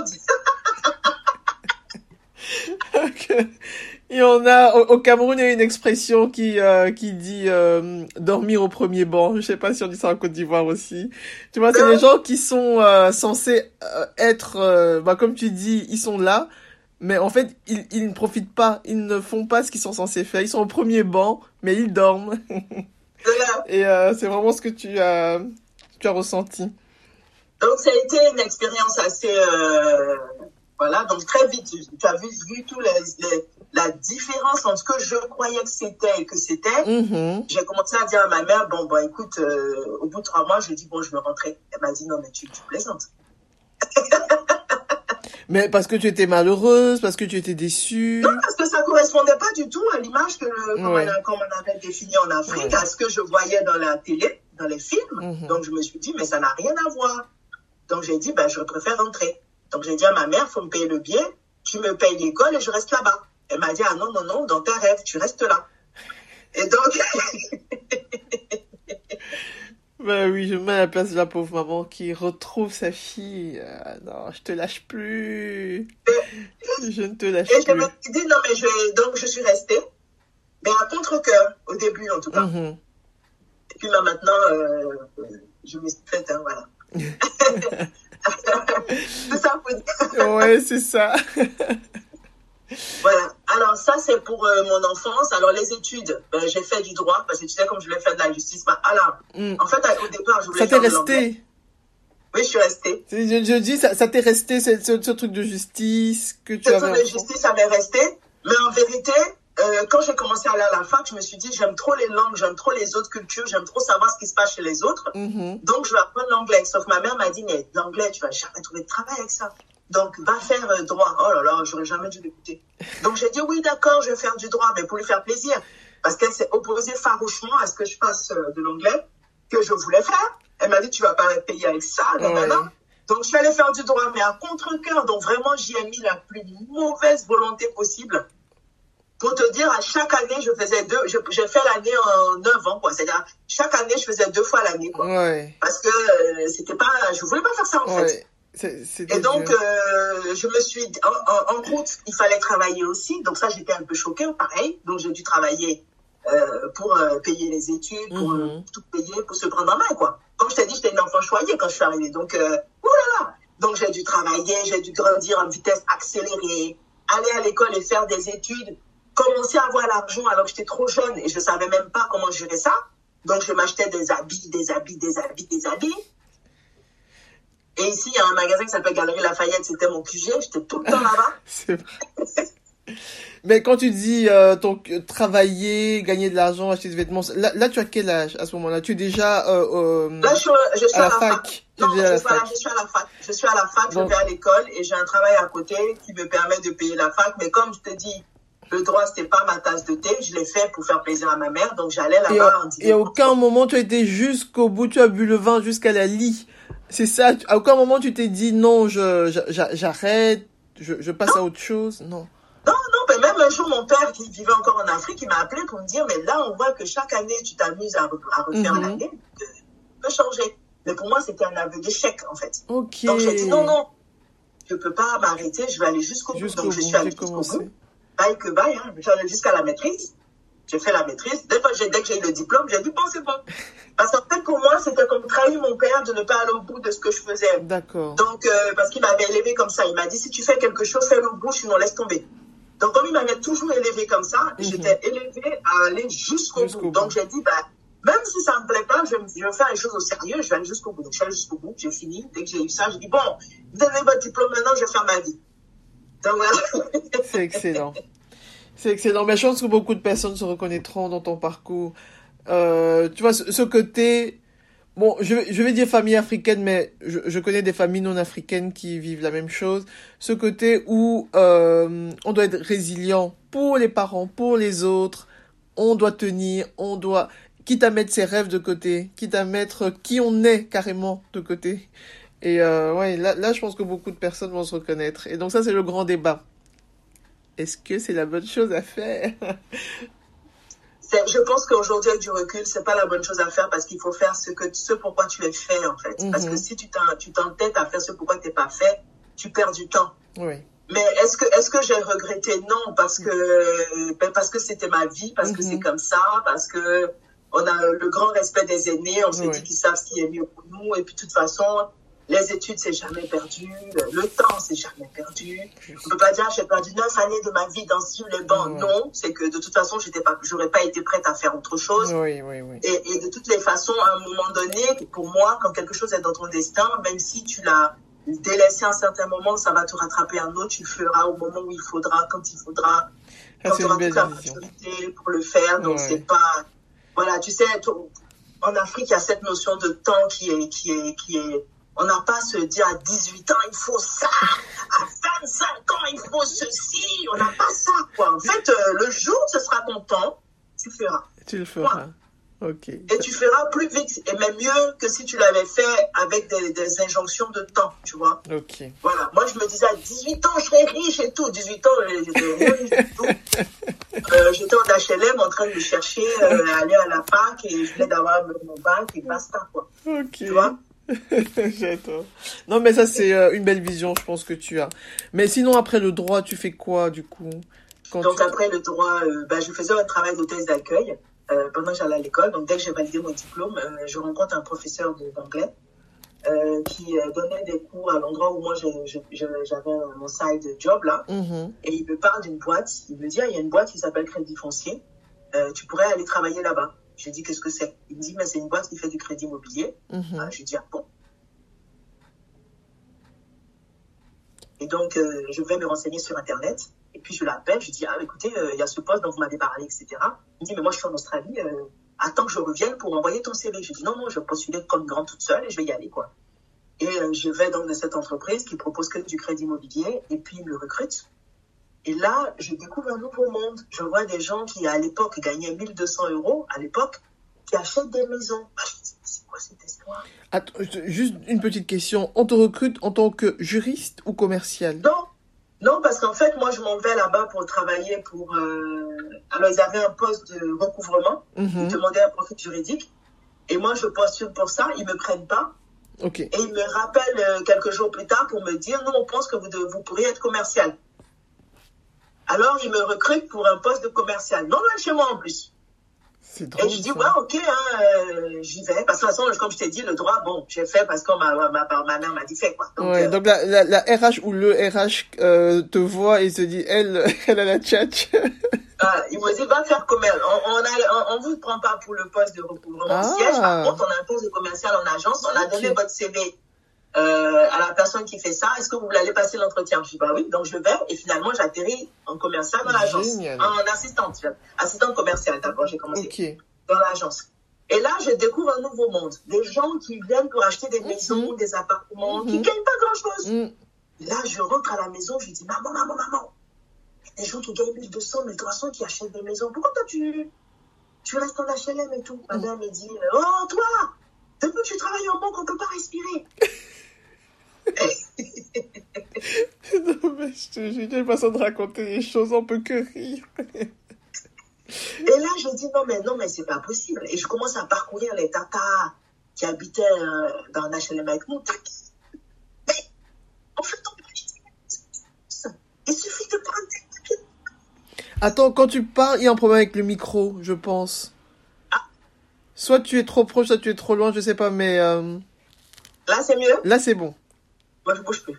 Et on a au Cameroun, il y a une expression qui dit dormir au premier banc. Je sais pas si on dit ça en Côte d'Ivoire aussi. Tu vois, c'est les gens qui sont censés être, comme tu dis, ils sont là, mais en fait ils ne profitent pas, ils ne font pas ce qu'ils sont censés faire. Ils sont au premier banc, mais ils dorment. Et c'est vraiment ce que tu as ressenti. Donc ça a été une expérience assez voilà, donc très vite, tu as vu tout la différence entre ce que je croyais que c'était et que c'était. J'ai commencé à dire à ma mère, bon, écoute, au bout de 3 mois, je dis, bon, je veux rentrer. Elle m'a dit, non, mais tu plaisantes. Mais parce que tu étais malheureuse, parce que tu étais déçue? Non, parce que ça correspondait pas du tout à l'image comme on avait défini en Afrique, à ce que je voyais dans la télé, dans les films. Donc, je me suis dit, mais ça n'a rien à voir. Donc, j'ai dit, je préfère rentrer. Donc, j'ai dit à ma mère, faut me payer le billet, tu me payes l'école et je reste là-bas. Elle m'a dit, ah non, non, non, dans tes rêves, tu restes là. Et donc... Oui, je me mets à la place de la pauvre maman qui retrouve sa fille. Non, je te lâche plus. Je ne te lâche plus. Et je me suis dit, non, mais donc je suis restée. Mais à contre-cœur, au début en tout cas. Et puis maintenant, je me suis faite, voilà. C'est ça, faut dire. Ouais, c'est ça. Voilà. Alors ça, c'est pour mon enfance. Alors les études, j'ai fait du droit parce que tu sais, comme je voulais faire de la justice. En fait, au départ, je voulais faire de l'anglais. Ça t'est resté? Oui, je suis restée. Je dis, ça t'est resté, ce truc de justice que tu avais. Ce truc de justice, ça m'est resté. Mais en vérité, quand j'ai commencé à aller à la fac, je me suis dit, j'aime trop les langues, j'aime trop les autres cultures, j'aime trop savoir ce qui se passe chez les autres. Donc, je vais apprendre l'anglais. Sauf que ma mère m'a dit, mais l'anglais, tu vas jamais trouver de travail avec ça. Donc, va faire droit. Oh là là, j'aurais jamais dû l'écouter. Donc, j'ai dit, oui, d'accord, je vais faire du droit, mais pour lui faire plaisir. Parce qu'elle s'est opposée farouchement à ce que je fasse de l'anglais que je voulais faire. Elle m'a dit, tu vas pas être payée avec ça. Donc, je suis allée faire du droit, mais à contre-cœur. Donc, vraiment, j'y ai mis la plus mauvaise volonté possible. Pour te dire, à chaque année, je faisais j'ai fait l'année en 9 ans, quoi. C'est-à-dire, chaque année, je faisais 2 fois l'année, quoi. Parce que c'était pas, je voulais pas faire ça, en fait. Et donc, je me suis dit, en route, il fallait travailler aussi. Donc ça, j'étais un peu choquée, pareil. Donc, j'ai dû travailler pour payer les études, pour tout payer, pour se prendre en main, quoi. Comme je t'ai dit, j'étais une enfant choyée quand je suis arrivée. Donc, oulala. Donc, j'ai dû travailler, j'ai dû grandir en vitesse accélérée, aller à l'école et faire des études, commencer à avoir l'argent alors que j'étais trop jeune et je savais même pas comment gérer ça. Donc, je m'achetais des habits. Et ici, il y a un magasin qui s'appelle Galerie Lafayette, c'était mon QG, j'étais tout le temps là-bas. C'est vrai. Mais quand tu dis travailler, gagner de l'argent, acheter des vêtements, là tu as quel âge à ce moment-là? Tu es déjà là, je suis à la fac. Non, je suis à la fac. Je suis à la fac, je vais à l'école et j'ai un travail à côté qui me permet de payer la fac. Mais comme je te dis, le droit, c'était pas ma tasse de thé. Je l'ai fait pour faire plaisir à ma mère. Donc, j'allais là-bas en disant... Et à aucun moment, tu as été jusqu'au bout, tu as bu le vin jusqu'à la lie. C'est ça. À aucun moment, tu t'es dit, non, j'arrête, je passe à autre chose. Non. Non, mais même un jour, mon père, qui vivait encore en Afrique, il m'a appelé pour me dire, mais là, on voit que chaque année, tu t'amuses à refaire l'année. Tu peux changer. Mais pour moi, c'était un aveu d'échec, en fait. Ok. Donc, j'ai dit, non, je peux pas m'arrêter, je vais aller jusqu'au bout. Donc, je suis allée jusqu'au bout. bye que bye, hein. J'allais jusqu'à la maîtrise. J'ai fait la maîtrise. Dès que j'ai eu le diplôme, j'ai dit, bon, c'est bon. Parce qu'en fait, pour moi, c'était comme trahir mon père de ne pas aller au bout de ce que je faisais. D'accord. Donc, parce qu'il m'avait élevé comme ça. Il m'a dit, si tu fais quelque chose, fais-le au bout, sinon laisse tomber. Donc, comme il m'avait toujours élevé comme ça, j'étais élevée à aller jusqu'au bout. Donc, j'ai dit, même si ça me plaît pas, je vais faire les choses au sérieux, je vais aller jusqu'au bout. Donc, je suis allée jusqu'au bout, j'ai fini. Dès que j'ai eu ça, j'ai dit, bon, vous donnez votre diplôme maintenant, je vais faire ma vie. Donc, voilà. C'est excellent. C'est excellent. Mais je pense que beaucoup de personnes se reconnaîtront dans ton parcours. Tu vois, ce côté... Bon, je vais dire famille africaine, mais je connais des familles non africaines qui vivent la même chose. Ce côté où on doit être résilient pour les parents, pour les autres. On doit tenir, on doit... Quitte à mettre ses rêves de côté, quitte à mettre qui on est carrément de côté. Et ouais, là, je pense que beaucoup de personnes vont se reconnaître. Et donc ça, c'est le grand débat. Est-ce que c'est la bonne chose à faire? Je pense qu'aujourd'hui, avec du recul, c'est pas la bonne chose à faire parce qu'il faut faire ce pourquoi tu es fait, en fait. Parce que si tu t'entêtes à faire ce pourquoi tu n'es pas fait, tu perds du temps. Oui. Mais est-ce que j'ai regretté? Non, parce que c'était ma vie, parce que c'est comme ça, parce que on a le grand respect des aînés, on se dit qu'ils savent ce qui est mieux pour nous, et puis de toute façon, les études, c'est jamais perdu. Le temps, c'est jamais perdu. On peut pas dire, j'ai perdu 9 années de ma vie dans les bancs. Non, c'est que de toute façon, j'aurais pas été prête à faire autre chose. Oui. Et de toutes les façons, à un moment donné, pour moi, quand quelque chose est dans ton destin, même si tu l'as délaissé à un certain moment, ça va te rattraper un autre. Tu le feras au moment où il faudra, quand il faudra. Quand tu auras toute la maturité pour le faire. Donc, c'est pas, voilà, tu sais, en Afrique, il y a cette notion de temps qui est, on n'a pas à se dire à 18 ans, il faut ça. À 25 ans, il faut ceci. On n'a pas ça, quoi. En fait, le jour où ce sera ton temps, tu feras. Tu le feras. Ok. Et tu feras plus vite et même mieux que si tu l'avais fait avec des injonctions de temps, tu vois. Ok. Voilà. Moi, je me disais à 18 ans, je serais riche et tout. 18 ans, j'étais rien riche du tout. J'étais en HLM en train de chercher, aller à la fac et je venais d'avoir mon bac et basta, quoi. Ok. Tu vois? J'adore. Non, mais ça, c'est une belle vision, je pense que tu as. Mais sinon, après le droit, tu fais quoi, du coup? Donc, après le droit, je faisais un travail d'hôtesse d'accueil pendant que j'allais à l'école. Donc, dès que j'ai validé mon diplôme, je rencontre un professeur d'anglais qui donnait des cours à l'endroit où moi, j'avais mon side job, là. Et il me parle d'une boîte. Il me dit, il y a une boîte qui s'appelle Crédit Foncier. Tu pourrais aller travailler là-bas. Je dis, qu'est-ce que c'est? Il me dit, mais c'est une boîte qui fait du crédit immobilier. Je dis, ah bon. Et donc, je vais me renseigner sur Internet. Et puis, je l'appelle. Je dis, écoutez, il y a ce poste dont vous m'avez parlé, etc. Il me dit, mais moi, je suis en Australie. Attends que je revienne pour envoyer ton CV. Je dis, non, je vais postuler comme grande toute seule et je vais y aller, quoi. Et je vais donc dans cette entreprise qui propose que du crédit immobilier. Et puis, il me recrute. Et là, je découvre un nouveau monde. Je vois des gens qui, à l'époque, gagnaient 1 200 € à l'époque, qui achètent des maisons. Je me dis, c'est quoi cette histoire? Attends, juste une petite question. On te recrute en tant que juriste ou commercial? Non, parce qu'en fait, moi, je m'en vais là-bas pour travailler pour... Alors, ils avaient un poste de recouvrement. Ils demandaient un profil juridique. Et moi, je postule pour ça. Ils ne me prennent pas. Okay. Et ils me rappellent quelques jours plus tard pour me dire, nous, on pense que vous pourriez être commercial. Alors, ils me recrutent pour un poste de commercial. Non, loin de chez moi en plus. C'est drôle, et je dis, ok, j'y vais. Parce que de toute façon, comme je t'ai dit, le droit, bon, j'ai fait parce que ma mère m'a dit fait, quoi. Donc, donc la RH ou le RH te voit et se dit, elle a la tchatch. Il me dit, va faire commerce. On vous prend pas pour le poste de recouvrement de siège. Par contre, on a un poste de commercial en agence. On a donné votre CV à la personne qui fait ça. Est-ce que vous voulez aller passer l'entretien? Je dis, oui. Donc, je vais. Et finalement, j'atterris en commercial dans l'agence. En assistante. Assistante commerciale, d'abord, j'ai commencé. Dans l'agence. Et là, je découvre un nouveau monde. Des gens qui viennent pour acheter des maisons, des appartements, qui ne gagnent pas grand-chose. Là, je rentre à la maison, je dis, maman. Des gens qui gagnent 1 200, 1 300 qui achètent des maisons. Pourquoi toi, tu restes en HLM et tout? Ma mère me dit, oh, toi, depuis que tu travailles en banque, on ne peut pas respirer. Non, mais je te jure, j'ai pas besoin de raconter les choses, on peut que rire. Et là, je dis, non, mais c'est pas possible. Et je commence à parcourir les tatas qui habitaient dans un HLM avec nous. Mais, en fait, il suffit de prendre des papiers. Attends, quand tu parles, il y a un problème avec le micro, je pense. Ah. Soit tu es trop proche, soit tu es trop loin, je sais pas, mais... Là, c'est mieux? Là, c'est bon. Moi, je bouge plus.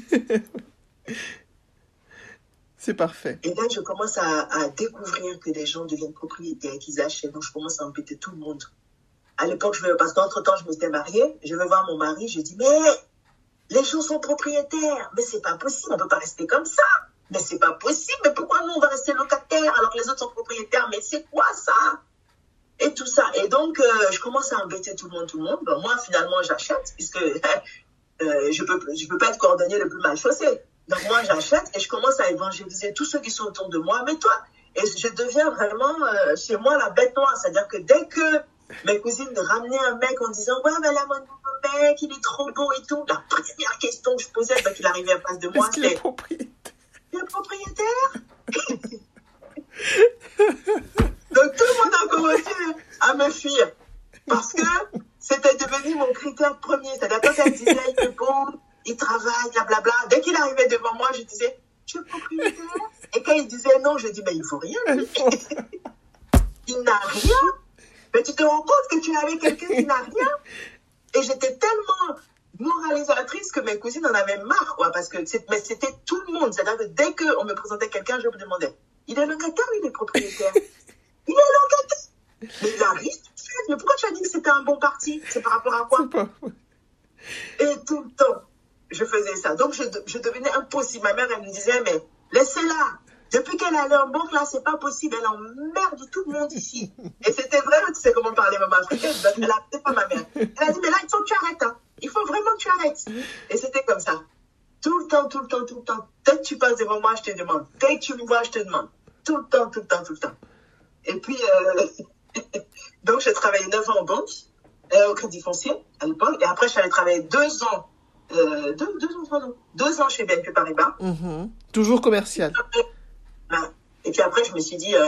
C'est parfait. Et là, je commence à découvrir que les gens deviennent propriétaires, qu'ils achètent. Donc, je commence à embêter tout le monde. À l'époque, parce qu'entre-temps, je m'étais mariée. Je vais voir mon mari. Je dis, mais les gens sont propriétaires. Mais c'est pas possible. On peut pas rester comme ça. Mais c'est pas possible. Mais pourquoi nous, on va rester locataires alors que les autres sont propriétaires? Mais c'est quoi ça? Et tout ça. Et donc, je commence à embêter tout le monde. Bon, moi, finalement, j'achète puisque je peux pas être cordonnier le plus mal chaussé. Donc, moi, j'achète et je commence à évangéliser tous ceux qui sont autour de moi. Mais toi, et je deviens vraiment, chez moi, la bête noire. C'est-à-dire que dès que mes cousines ramenaient un mec en disant, ouais, mais là, mon mec, il est trop beau et tout, la première question que je posais, dès qu'il arrivait en face de moi, c'était... Il est propriétaire? Donc, tout le monde a commencé à me fuir. Parce que c'était devenu mon critère premier. C'est-à-dire, quand elle disait, il est beau, il travaille, blablabla. Dès qu'il arrivait devant moi, je disais, tu es propriétaire? Et quand il disait non, je dis, mais il faut rien. Il n'a rien. Mais tu te rends compte que tu es avec quelqu'un qui n'a rien? Et j'étais tellement moralisatrice que mes cousines en avaient marre, quoi, parce que mais c'était tout le monde. C'est-à-dire que dès qu'on me présentait quelqu'un, je me demandais, il est locataire ou il est propriétaire? Il est locataire. Mais il arrive, mais pourquoi tu as dit que c'était un bon parti? C'est par rapport à quoi? Et tout le temps, je faisais ça. Donc, je devenais impossible. Ma mère, elle me disait, mais laissez-la. Depuis qu'elle allait en banque, là, c'est pas possible. Elle emmerde tout le monde ici. Et c'était vrai, tu sais comment parler maman africaine. Elle a pas ma mère. Elle a dit, mais là, il faut que tu arrêtes. Hein. Il faut vraiment que tu arrêtes. Et c'était comme ça. Tout le temps. Dès que tu passes devant moi, je te demande. Dès que tu me vois, je te demande. Tout le temps. Et puis, donc, j'ai travaillé 9 ans en banque, au Crédit Foncier, à l'époque. Et après, je suis allée travailler 2 ans. 2 ans chez BNP Paribas. Toujours commercial. Et puis après, je me suis dit,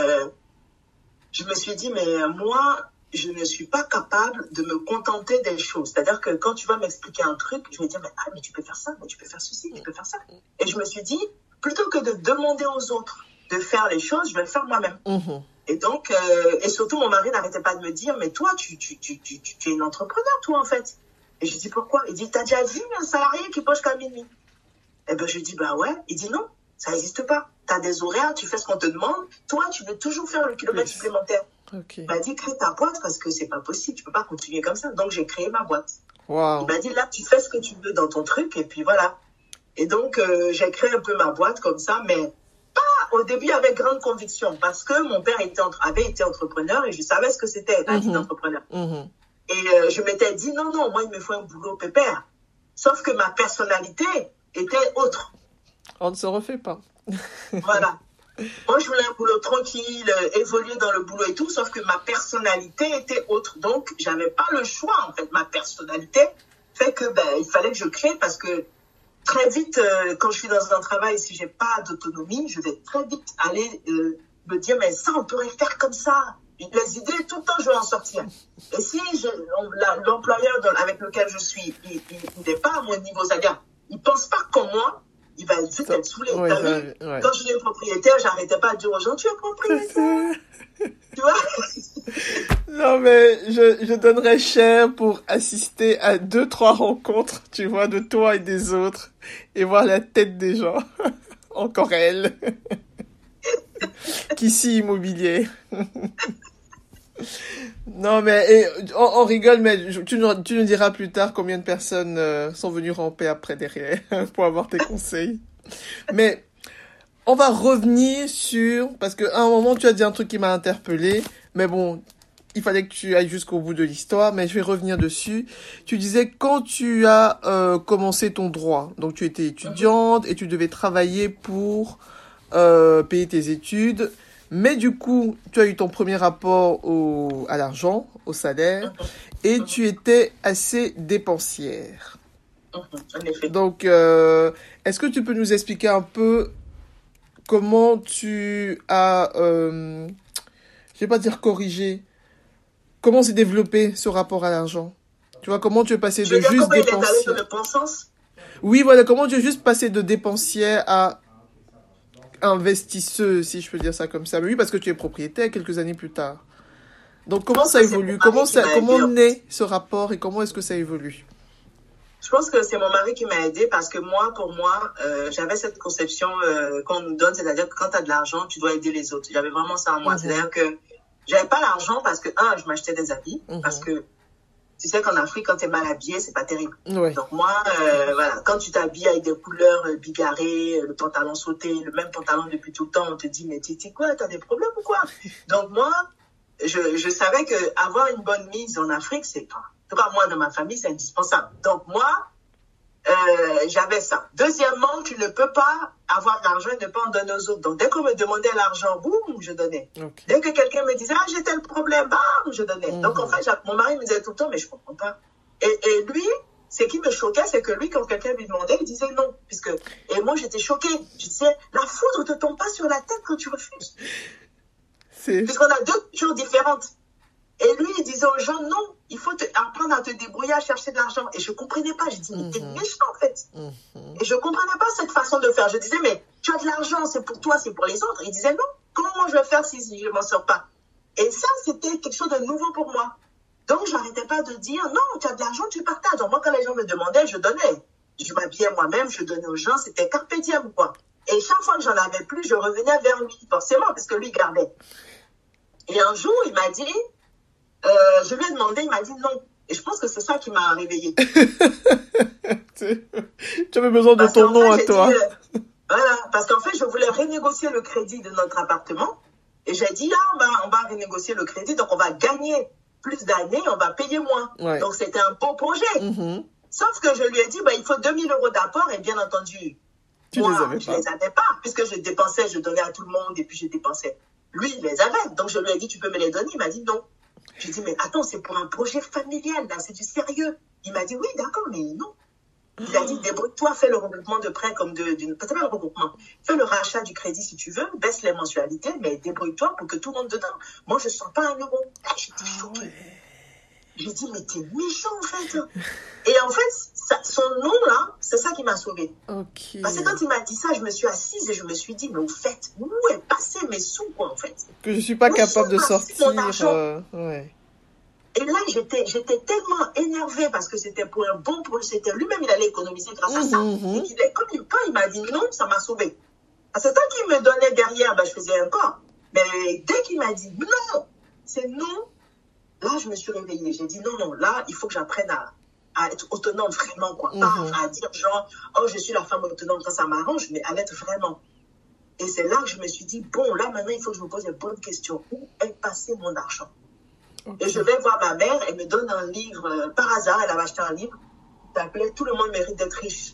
mais moi, je ne suis pas capable de me contenter des choses. C'est-à-dire que quand tu vas m'expliquer un truc, je vais dire, mais tu peux faire ça, mais tu peux faire ceci, tu peux faire ça. Et je me suis dit, plutôt que de demander aux autres de faire les choses, je vais le faire moi-même. Et donc, et surtout, mon mari n'arrêtait pas de me dire, mais toi, tu es une entrepreneur, toi, en fait. Et je dis, pourquoi? Il dit, t'as déjà vu un salarié qui poche qu'à minuit? Et ben, je dis, bah ouais. Il dit, non, ça n'existe pas. T'as des horaires, tu fais ce qu'on te demande. Toi, tu veux toujours faire le kilomètre supplémentaire. Il m'a dit, crée ta boîte parce que c'est pas possible. Tu peux pas continuer comme ça. Donc, j'ai créé ma boîte. Wow. Il m'a dit, là, tu fais ce que tu veux dans ton truc et puis voilà. Et donc, j'ai créé un peu ma boîte comme ça, mais pas au début avec grande conviction parce que mon père avait été entrepreneur et je savais ce que c'était la vie d'entrepreneur. Et je m'étais dit, non, moi, il me faut un boulot pépère. Sauf que ma personnalité était autre. On ne se refait pas. Voilà. Moi, je voulais un boulot tranquille, évoluer dans le boulot et tout, sauf que ma personnalité était autre. Donc, j'avais pas le choix, en fait. Ma personnalité fait que, il fallait que je crée parce que très vite, quand je suis dans un travail, si j'ai pas d'autonomie, je vais très vite aller me dire, mais ça, on pourrait faire comme ça. Les idées, tout le temps, je vais en sortir. Et si l'employeur avec lequel je suis, il n'est pas à mon niveau, c'est-à-dire, il pense pas comme moi, il va vite être saoulé. Quand je suis propriétaire, j'arrêtais pas de dire aux gens, tu es propriétaire. Tu vois? Non, mais je donnerais cher pour assister à 2-3 rencontres, tu vois, de toi et des autres, et voir la tête des gens. Encore elle. Qu'ici, immobilier. Non, mais on rigole, mais tu nous diras plus tard combien de personnes sont venues ramper après derrière pour avoir tes conseils. Mais on va revenir parce qu'à un moment, tu as dit un truc qui m'a interpellé, mais bon, il fallait que tu ailles jusqu'au bout de l'histoire, mais je vais revenir dessus. Tu disais quand tu as commencé ton droit, donc tu étais étudiante et tu devais travailler pour payer tes études. Mais du coup, tu as eu ton premier rapport à l'argent, au salaire, et tu étais assez dépensière. En effet. Donc, est-ce que tu peux nous expliquer un peu comment tu as, je vais pas dire corrigé, comment s'est développé ce rapport à l'argent? Tu vois, comment tu es passé de juste dépensière. Oui, voilà, comment tu es juste passé de dépensière à investisseuse, si je peux dire ça comme ça. Mais oui, parce que tu es propriétaire quelques années plus tard. Donc, comment ça évolue? Comment naît ce rapport et comment est-ce que ça évolue? Je pense que c'est mon mari qui m'a aidé parce que pour moi, j'avais cette conception qu'on nous donne, c'est-à-dire que quand tu as de l'argent, tu dois aider les autres. J'avais vraiment ça en moi. C'est-à-dire que j'avais pas l'argent parce que, je m'achetais des habits, parce que tu sais qu'en Afrique, quand tu es mal habillé, c'est pas terrible. Ouais. Donc moi, voilà, quand tu t'habilles avec des couleurs bigarrées, le pantalon sauté, le même pantalon depuis tout le temps, on te dit, mais t'es quoi, t'as des problèmes ou quoi? Donc moi, je savais que avoir une bonne mise en Afrique, c'est pas... En tout cas, moi, dans ma famille, c'est indispensable. Donc moi, j'avais ça. Deuxièmement, tu ne peux pas avoir de l'argent et ne pas en donner aux autres. Donc, dès qu'on me demandait l'argent, boum, je donnais. Okay. Dès que quelqu'un me disait, j'ai tel problème, bam, je donnais. Donc, en fait, mon mari me disait tout le temps, mais je comprends pas. Et lui, ce qui me choquait, c'est que lui, quand quelqu'un lui demandait, il disait non. Et moi, j'étais choquée. Je disais, la foudre ne te tombe pas sur la tête quand tu refuses. Puisqu'on a deux cultures différentes. Et lui, il disait aux gens, non, il faut apprendre à te débrouiller, à chercher de l'argent. Et je comprenais pas. Je dis, mais t'es méchant, en fait. Et je comprenais pas cette façon de faire. Je disais, mais tu as de l'argent, c'est pour toi, c'est pour les autres. Il disait, non, comment moi je vais faire si je m'en sors pas? Et ça, c'était quelque chose de nouveau pour moi. Donc, j'arrêtais pas de dire, non, tu as de l'argent, tu partages. Donc, moi, quand les gens me demandaient, je donnais. Je m'habillais moi-même, je donnais aux gens, c'était carpe diem, quoi. Et chaque fois que j'en avais plus, je revenais vers lui, forcément, parce que lui gardait. Et un jour, il m'a dit, je lui ai demandé, il m'a dit non. Et je pense que c'est ça qui m'a réveillée. Tu avais besoin de ton nom à toi. Voilà, parce qu'en fait, je voulais renégocier le crédit de notre appartement. Et j'ai dit, on va renégocier le crédit, donc on va gagner plus d'années, on va payer moins. Ouais. Donc c'était un beau projet. Sauf que je lui ai dit, il faut 2000 € d'apport, et bien entendu, moi, je les avais pas, puisque je dépensais, je donnais à tout le monde, et puis je dépensais. Lui, il les avait. Donc je lui ai dit, tu peux me les donner? Il m'a dit non. J'ai dit, mais attends, c'est pour un projet familial, là, c'est du sérieux. Il m'a dit, oui, d'accord, mais non. Il a dit, débrouille-toi, fais le regroupement de prêt comme peut-être pas le regroupement. Fais le rachat du crédit si tu veux, baisse les mensualités, mais débrouille-toi pour que tout le monde dedans. Moi, je sens pas 1 euro. Là, j'étais choquée. Ouais. J'ai dit, mais t'es méchant, en fait. Et en fait, son nom, là, c'est ça qui m'a sauvée. Okay. Parce que quand il m'a dit ça, je me suis assise et je me suis dit, mais au fait, où est passé mes sous, quoi, en fait? Que je suis pas capable de sortir. Ouais. Et là, j'étais tellement énervée parce que c'était pour un bon projet. Lui-même, il allait économiser grâce à ça. Et quand il m'a dit non, ça m'a sauvée. Parce que tant qu'il me donnait derrière, je faisais encore. Mais dès qu'il m'a dit non, c'est non, là, je me suis réveillée. J'ai dit non, là, il faut que j'apprenne à être autonome vraiment, quoi. Pas à dire genre, je suis la femme autonome, ça m'arrange, mais à l'être vraiment. Et c'est là que je me suis dit, bon, là, maintenant, il faut que je me pose une bonne question. Où est passé mon argent? Okay. Et je vais voir ma mère, elle me donne un livre, par hasard, elle avait acheté un livre, qui s'appelait Tout le monde mérite d'être riche.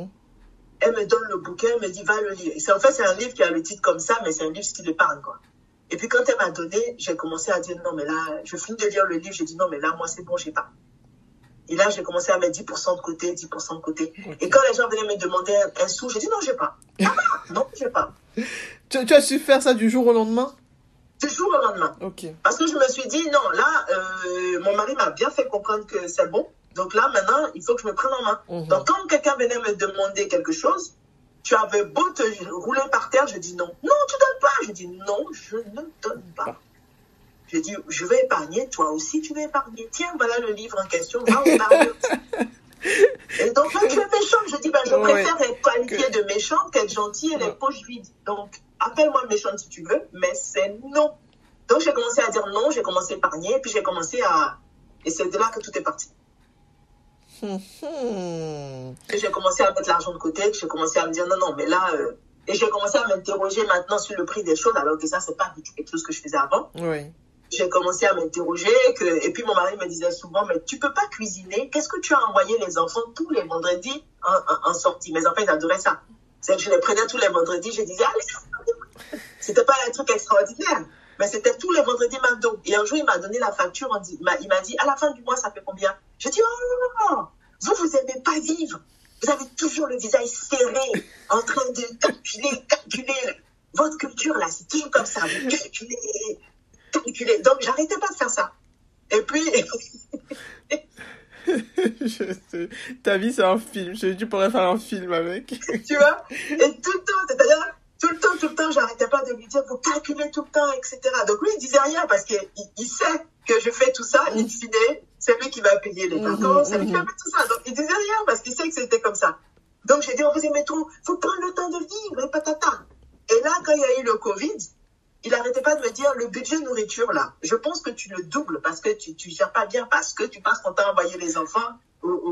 Elle me donne le bouquin, elle me dit, va le lire. Et c'est un livre qui a le titre comme ça, mais c'est un livre style épargne, quoi. Et puis quand elle m'a donné, j'ai commencé à dire, non, mais là, je finis de lire le livre, j'ai dit, non, mais là, moi, c'est bon, j'ai pas. Et là, j'ai commencé à mettre 10% de côté, 10% de côté. Okay. Et quand les gens venaient me demander un sou, j'ai dit, non, j'ai pas. Non, j'ai pas. Tu as su faire ça du jour au lendemain? Du jour au lendemain. Okay. Parce que je me suis dit, non, là, mon mari m'a bien fait comprendre que c'est bon. Donc là, maintenant, il faut que je me prenne en main. Donc quand quelqu'un venait me demander quelque chose, tu avais beau te rouler par terre, je dis non. Non, tu donnes pas. Je dis non, je ne donne pas. Je dis, je vais épargner, toi aussi tu vas épargner. Tiens, voilà le livre en question, va épargner. Et donc là, tu es méchant. Je dis, je préfère être qualifiée de méchante qu'être gentille et les poches vides. Donc, appelle-moi méchante si tu veux, mais c'est non. Donc, j'ai commencé à dire non, j'ai commencé à épargner, puis j'ai commencé à... Et c'est de là que tout est parti. Et j'ai commencé à mettre l'argent de côté, j'ai commencé à me dire non, mais là... Et j'ai commencé à m'interroger maintenant sur le prix des choses, alors que ça, c'est pas du tout quelque chose que je faisais avant. Oui. J'ai commencé à m'interroger, et puis mon mari me disait souvent, mais tu peux pas cuisiner, qu'est-ce que tu as envoyé les enfants tous les vendredis en sortie? Mes enfants, ils adoraient ça. C'est que je les prenais tous les vendredis, je disais, allez, c'était pas un truc extraordinaire, mais c'était tous les vendredis McDo. Et un jour, il m'a donné la facture, il m'a dit, à la fin du mois, ça fait combien? Je dis, oh, vous aimez pas vivre. Vous avez toujours le visage serré, en train de calculer. Votre culture, là, c'est toujours comme ça, vous calculez. Donc, j'arrêtais pas de faire ça. Et puis... Je sais. Ta vie, c'est un film. Tu pourrais faire un film avec. Tu vois? Et tout le temps, c'est-à-dire, tout le temps, j'arrêtais pas de lui dire, vous calculez tout le temps, etc. Donc lui, il disait rien parce qu'il sait que je fais tout ça, in fine, c'est lui qui va payer les vacances, c'est lui qui va faire tout ça. Donc il disait rien parce qu'il sait que c'était comme ça. Donc j'ai dit, on faisait métro, faut prendre le temps de vivre, et patata. Et là, quand il y a eu le Covid, il arrêtait pas de me dire, le budget nourriture, là, je pense que tu le doubles parce que tu gères pas bien, parce que tu penses qu'on t'a envoyé les enfants au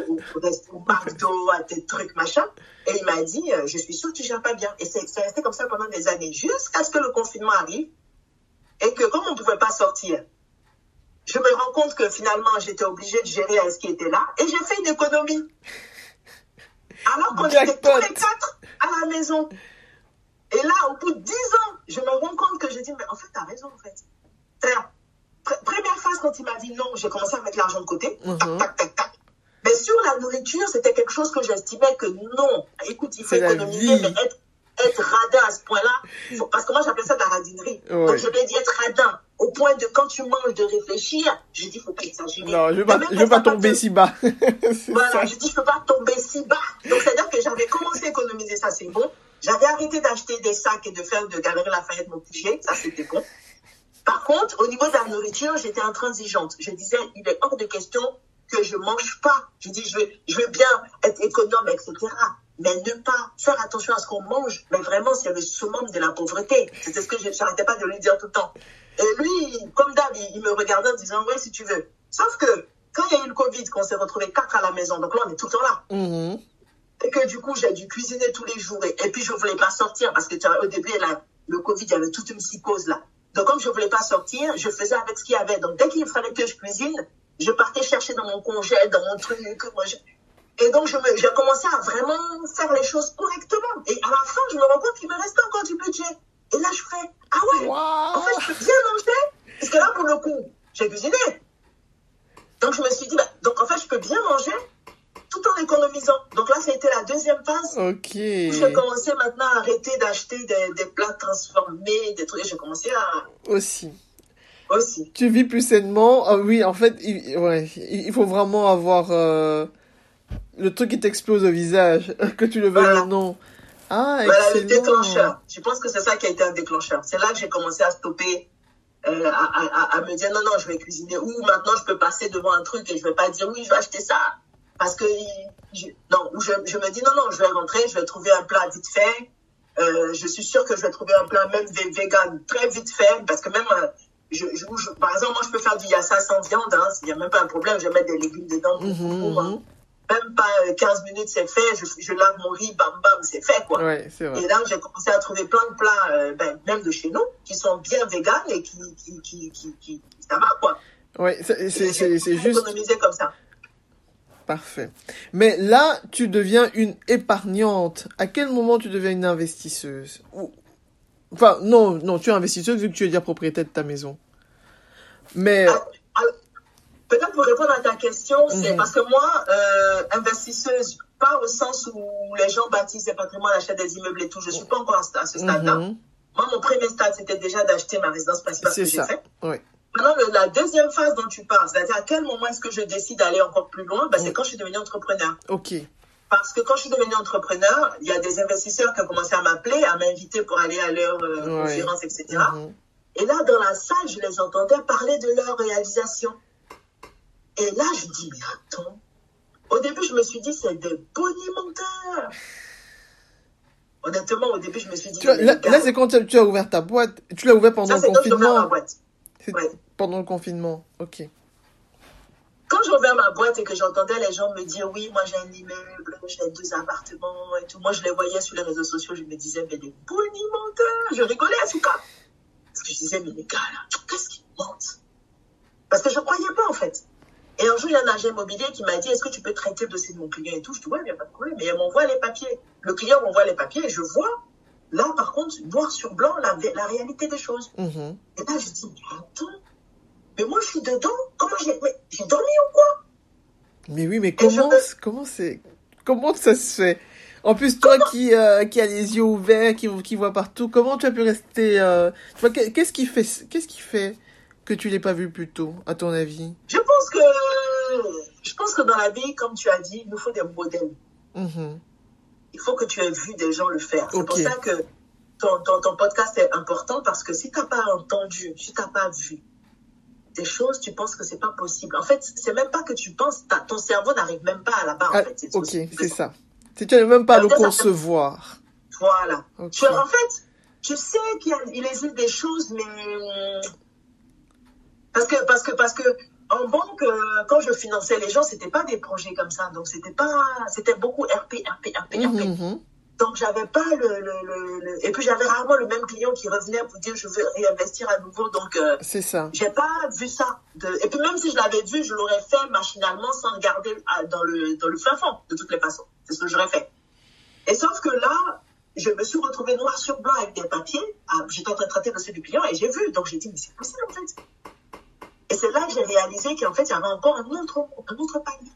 McDo, à tes trucs, machin. Et il m'a dit, je suis sûre que tu gères pas bien. Et c'est resté comme ça pendant des années, jusqu'à ce que le confinement arrive et que comme on pouvait pas sortir, je me rends compte que finalement, j'étais obligée de gérer à ce qui était là et j'ai fait une économie. Alors qu'on était tous les 4 à la maison. Et là, au bout de 10 ans, je me rends compte que j'ai dit, mais en fait, t'as raison, en fait. Première phase, quand il m'a dit non, j'ai commencé à mettre l'argent de côté. Tac, tac, tac, tac. Mais sur la nourriture, c'était quelque chose que j'estimais que non. Écoute, il faut économiser, mais être radin à ce point-là. Parce que moi, j'appelais ça de la radinerie. Ouais. Donc, je lui ai dit être radin. Au point de, quand tu manges, de réfléchir. J'ai dit, il ne faut pas exagérer. Non, je ne veux pas tomber si bas. Voilà, j'ai dit, je ne peux pas tomber si bas. Donc, c'est-à-dire que j'avais commencé à économiser, ça, c'est bon. J'avais arrêté d'acheter des sacs et de faire de Galeries Lafayette mon budget. Ça, c'était bon. Par contre, au niveau de la nourriture, j'étais intransigeante. Je disais, il est hors de question que je mange pas. Je dis, je veux bien être économe, etc. Mais ne pas faire attention à ce qu'on mange. Mais vraiment, c'est le summum de la pauvreté. C'était ce que j'arrêtais pas de lui dire tout le temps. Et lui, comme d'hab, il me regardait en disant, ouais, si tu veux. Sauf que, quand il y a eu le Covid, qu'on s'est retrouvés 4 à la maison, donc là, on est tout le temps là. Et que du coup, j'ai dû cuisiner tous les jours. Et puis, je voulais pas sortir parce que au début, le Covid, il y avait toute une psychose là. Donc, comme je voulais pas sortir, je faisais avec ce qu'il y avait. Donc, dès qu'il fallait que je cuisine, je partais chercher dans mon congé, dans mon truc. Et donc, j'ai commencé à vraiment faire les choses correctement. Et à la fin, je me rends compte qu'il me restait encore du budget. Et là, je fais, ah ouais, en fait, je peux bien manger. Parce que là, pour le coup, j'ai cuisiné. Donc, je me suis dit, donc en fait, je peux bien manger tout en économisant. Donc là, ça a été la deuxième phase. Ok. Où j'ai commencé maintenant à arrêter d'acheter des plats transformés, des trucs. J'ai commencé à... Aussi. Tu vis plus sainement. Ah, oui, en fait, il faut vraiment avoir le truc qui t'explose au visage, que tu le veuilles ou non. Ah, voilà, le déclencheur. Je pense que c'est ça qui a été un déclencheur. C'est là que j'ai commencé à stopper, à me dire non, je vais cuisiner. Ou maintenant, je peux passer devant un truc et je vais pas dire oui, je vais acheter ça. Parce que je me dis non, je vais rentrer, je vais trouver un plat vite fait. Je suis sûre que je vais trouver un plat même vegan très vite fait. Parce que même... par exemple, moi, je peux faire du yassa sans viande, hein, il n'y a même pas un problème, je vais mettre des légumes dedans. Même pas 15 minutes, c'est fait, je lave mon riz, bam, bam, c'est fait, quoi. Ouais, c'est vrai. Et là, j'ai commencé à trouver plein de plats, même de chez nous, qui sont bien véganes et qui ça va, quoi. Ouais, c'est juste... économiser comme ça. Parfait. Mais là, tu deviens une épargnante. À quel moment tu deviens une investisseuse? Enfin, non, tu es investisseuse vu que tu es déjà propriétaire de ta maison. Mais... Peut-être pour répondre à ta question, c'est parce que moi, investisseuse, pas au sens où les gens bâtissent des patrimoines, achètent des immeubles et tout, je suis pas encore à ce stade-là. Moi, mon premier stade, c'était déjà d'acheter ma résidence principale que j'ai fait. Oui. Maintenant, la deuxième phase dont tu parles, c'est-à-dire à quel moment est-ce que je décide d'aller encore plus loin, c'est quand je suis devenue entrepreneur. Ok. Parce que quand je suis devenue entrepreneur, il y a des investisseurs qui ont commencé à m'appeler, à m'inviter pour aller à leurs conférences, etc. Et là, dans la salle, je les entendais parler de leur réalisation. Et là, je dis, mais attends. Au début, je me suis dit, c'est des bonimenteurs. Honnêtement, au début, je me suis dit... Là, c'est quand tu as ouvert ta boîte. Tu l'as ouvert pendant le confinement. Ça, c'est quand j'ai ouvert ma boîte. Ouais. Pendant le confinement, ok. Quand j'ai ouvert ma boîte et que j'entendais les gens me dire, oui, moi j'ai un immeuble, j'ai 2 appartements et tout. Moi, je les voyais sur les réseaux sociaux, je me disais, mais des bonimenteurs. Je rigolais à tout cas. Parce que je disais, mais les gars, là, qu'est-ce qu'ils mentent? Parce que je ne croyais pas, en fait. Et un jour, il y a un agent immobilier qui m'a dit, est-ce que tu peux traiter le dossier de mon client et tout? Je dis, ouais, il n'y a pas de problème. Mais elle m'envoie les papiers. Le client m'envoie les papiers et je vois, là, par contre, noir sur blanc, la réalité des choses. Et là, je dis, mais attends, mais moi, je suis dedans. Comment j'ai dormi ou quoi? Mais oui, mais comment ça se fait? En plus, toi qui a les yeux ouverts, qui voit partout, comment tu as pu rester... Tu vois, qu'est-ce qui fait que tu l'aies pas vu plus tôt, à ton avis? Je pense que dans la vie, comme tu as dit, il nous faut des modèles. Il faut que tu aies vu des gens le faire. C'est pour ça que ton podcast est important parce que si tu n'as pas entendu, si tu n'as pas vu des choses, tu penses que c'est pas possible. En fait, c'est même pas que tu penses, ton cerveau n'arrive même pas à la barre, en fait. Ok, c'est ça. Tu n'arrives même pas à le concevoir. Voilà. Okay. En fait, tu sais qu'il existe des choses, mais parce que en banque, quand je finançais les gens, c'était pas des projets comme ça. Donc c'était beaucoup RP. Donc j'avais pas et puis j'avais rarement le même client qui revenait pour dire je veux réinvestir à nouveau. Donc c'est ça. J'ai pas vu ça. Et puis même si je l'avais vu, je l'aurais fait machinalement sans regarder dans le fin fond, de toutes les façons. C'est ce que j'aurais fait. Et sauf que là, je me suis retrouvée noir sur blanc avec des papiers. J'étais en train de traiter le dossier du client et j'ai vu. Donc j'ai dit mais c'est possible en fait. Et c'est là que j'ai réalisé qu'en fait il y avait encore un autre palier.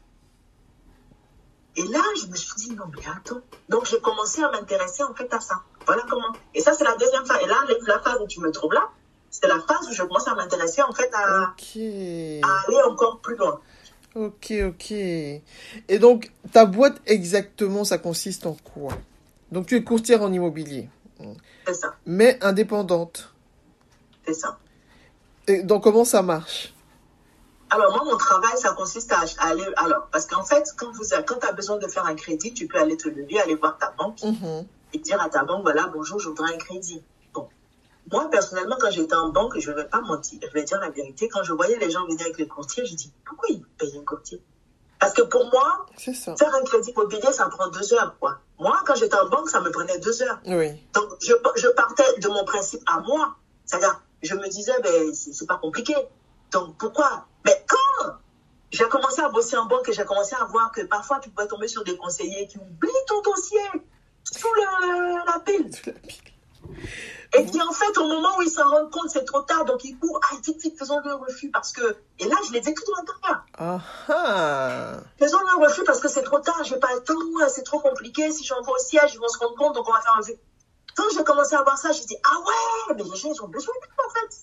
Et là, je me suis dit, non, mais attends. Donc, j'ai commencé à m'intéresser, en fait, à ça. Voilà comment. Et ça, c'est la deuxième phase. Et là, la phase où tu me trouves là, c'est la phase où je commence à m'intéresser, en fait, à aller encore plus loin. Ok. Et donc, ta boîte, exactement, ça consiste en quoi? Donc, tu es courtière en immobilier. C'est ça. Mais indépendante. C'est ça. Et donc, comment ça marche? Alors, moi, mon travail, ça consiste à aller... Alors, parce qu'en fait, quand tu as besoin de faire un crédit, tu peux aller te lever, aller voir ta banque et dire à ta banque, voilà, bonjour, je voudrais un crédit. Bon. Moi, personnellement, quand j'étais en banque, je ne vais pas mentir, je vais dire la vérité. Quand je voyais les gens venir avec le courtier, je dis, pourquoi ils payent un courtier? Parce que pour moi, faire un crédit immobilier, ça prend 2 heures, quoi. Moi, quand j'étais en banque, ça me prenait 2 heures. Oui. Donc, je partais de mon principe à moi. C'est-à-dire, je me disais, ben, c'est pas compliqué. Donc, pourquoi? Mais quand j'ai commencé à bosser en banque et j'ai commencé à voir que parfois tu pouvais tomber sur des conseillers qui oublient ton dossier sous la pile. Et qui en fait, au moment où ils s'en rendent compte, c'est trop tard. Donc ils courent, vite, faisons le refus parce que... Et là, je les ai tout à l'intérieur. Faisons le refus parce que c'est trop tard, j'ai pas le temps, c'est trop compliqué. Si j'envoie au siège, ils vont se rendre compte, donc on va faire un refus. Quand j'ai commencé à voir ça, j'ai dit, ah ouais, mais les gens, ils ont besoin de ça en fait.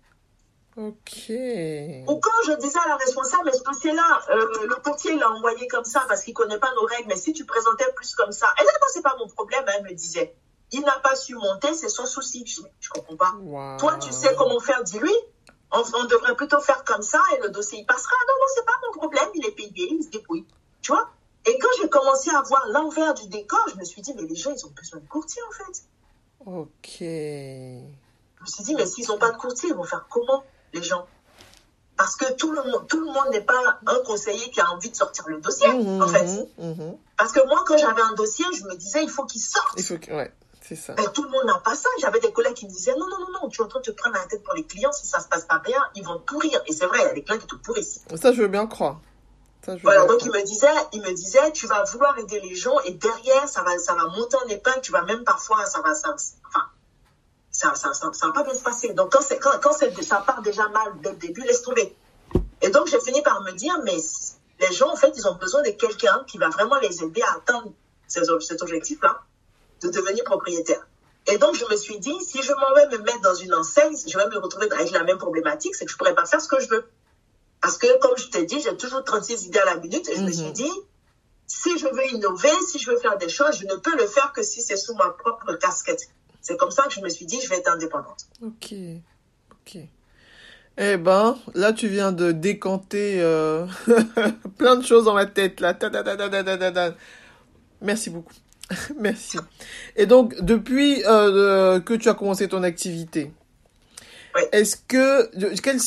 Ok. Ou quand je disais à la responsable, mais ce dossier-là, le courtier l'a envoyé comme ça parce qu'il ne connaît pas nos règles, mais si tu présentais plus comme ça, elle dit, non, c'est pas mon problème, elle me disait. Il n'a pas su monter, c'est son souci. Je comprends pas. Wow. Toi, tu sais comment faire, dis-lui. On devrait plutôt faire comme ça et le dossier, il passera. Non, c'est pas mon problème, il est payé, il se débrouille. Tu vois? Et quand j'ai commencé à voir l'envers du décor, je me suis dit, mais les gens, ils ont besoin de courtier, en fait. Ok. Je me suis dit, mais s'ils n'ont pas de courtier, ils vont faire comment, les gens? Parce que tout le monde n'est pas un conseiller qui a envie de sortir le dossier, en fait. Parce que moi, quand j'avais un dossier, je me disais, il faut qu'il sorte. Ouais, c'est ça. Mais tout le monde n'a pas ça. J'avais des collègues qui me disaient, non, tu es en train de te prendre la tête pour les clients. Si ça se passe pas bien, ils vont pourrir. Et c'est vrai, il y a des clients qui te pourrissent. Ça, je veux bien croire. Voilà, donc il me disait, tu vas vouloir aider les gens et derrière, ça va monter en épingle. Tu vas même parfois, ça va pas bien se passer. Donc, quand ça part déjà mal dès le début, laisse tomber. Et donc, j'ai fini par me dire, mais les gens, en fait, ils ont besoin de quelqu'un qui va vraiment les aider à atteindre cet objectif-là, de devenir propriétaire. Et donc, je me suis dit, si je m'en vais me mettre dans une enseigne, je vais me retrouver avec la même problématique, c'est que je pourrais pas faire ce que je veux. Parce que, comme je t'ai dit, j'ai toujours 36 idées à la minute et je me suis dit, si je veux innover, si je veux faire des choses, je ne peux le faire que si c'est sous ma propre casquette. C'est comme ça que je me suis dit, je vais être indépendante. Ok. Eh ben, là, tu viens de décanter plein de choses dans ma tête, là. Merci beaucoup. Merci. Et donc, depuis que tu as commencé ton activité, oui. Quels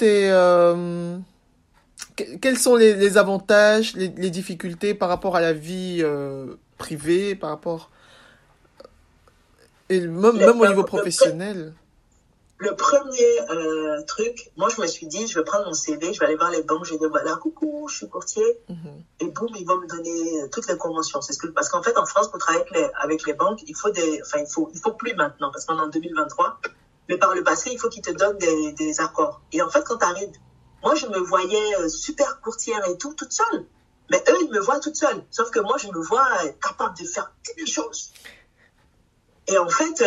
sont les avantages, les difficultés par rapport à la vie privée, par rapport... Et même au niveau professionnel. Le premier truc, moi je me suis dit, je vais prendre mon CV, je vais aller voir les banques, je vais dire voilà, coucou, je suis courtier, et boum, ils vont me donner toutes les conventions. Parce qu'en fait, en France, pour travailler avec les banques, il faut plus maintenant, parce qu'on est en 2023, mais par le passé, il faut qu'ils te donnent des accords. Et en fait, quand tu arrives, moi je me voyais super courtière et tout, toute seule. Mais eux, ils me voient toute seule. Sauf que moi, je me vois capable de faire des choses. Et en fait...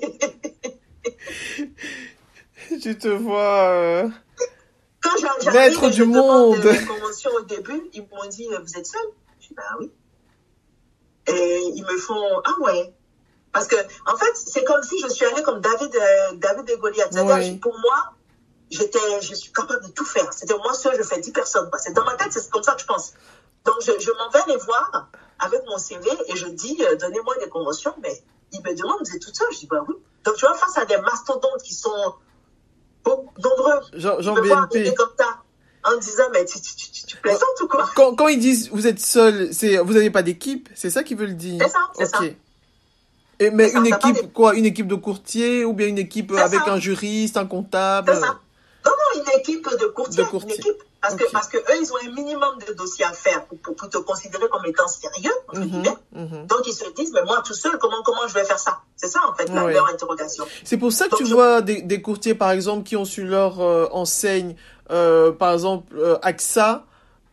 Tu te vois quand maître du monde. Les conventions au début, ils m'ont dit, vous êtes seul? Je dis, bah oui. Et ils me font, ah ouais. Parce que, en fait, c'est comme si je suis allée comme David et Goliath. C'est-à-dire, pour moi, je suis capable de tout faire. C'est-à-dire, moi seul, je fais 10 personnes. C'est dans ma tête, c'est comme ça que je pense. Donc, je m'en vais les voir avec mon CV et je dis, donnez-moi des conventions, mais ils me demandent, vous êtes toute seule? Je dis, bah oui. Donc, tu vois, face à des mastodontes qui sont nombreux, Jean me voir arriver comme ça, en disant, mais tu plaisantes ou quoi? Quand ils disent, vous êtes seul, vous n'avez pas d'équipe, c'est ça qu'ils veulent dire? C'est ça. Mais une équipe, quoi? Une équipe de courtier ou bien une équipe avec un juriste, un comptable? C'est ça. Non, une équipe de courtier. Une équipe. Parce que eux, ils ont un minimum de dossiers à faire pour te considérer comme étant sérieux, entre guillemets. Donc, ils se disent, mais moi, tout seul, comment je vais faire ça? C'est ça, en fait, leur interrogation. C'est pour ça que tu vois des courtiers, par exemple, qui ont sur leur enseigne, par exemple, AXA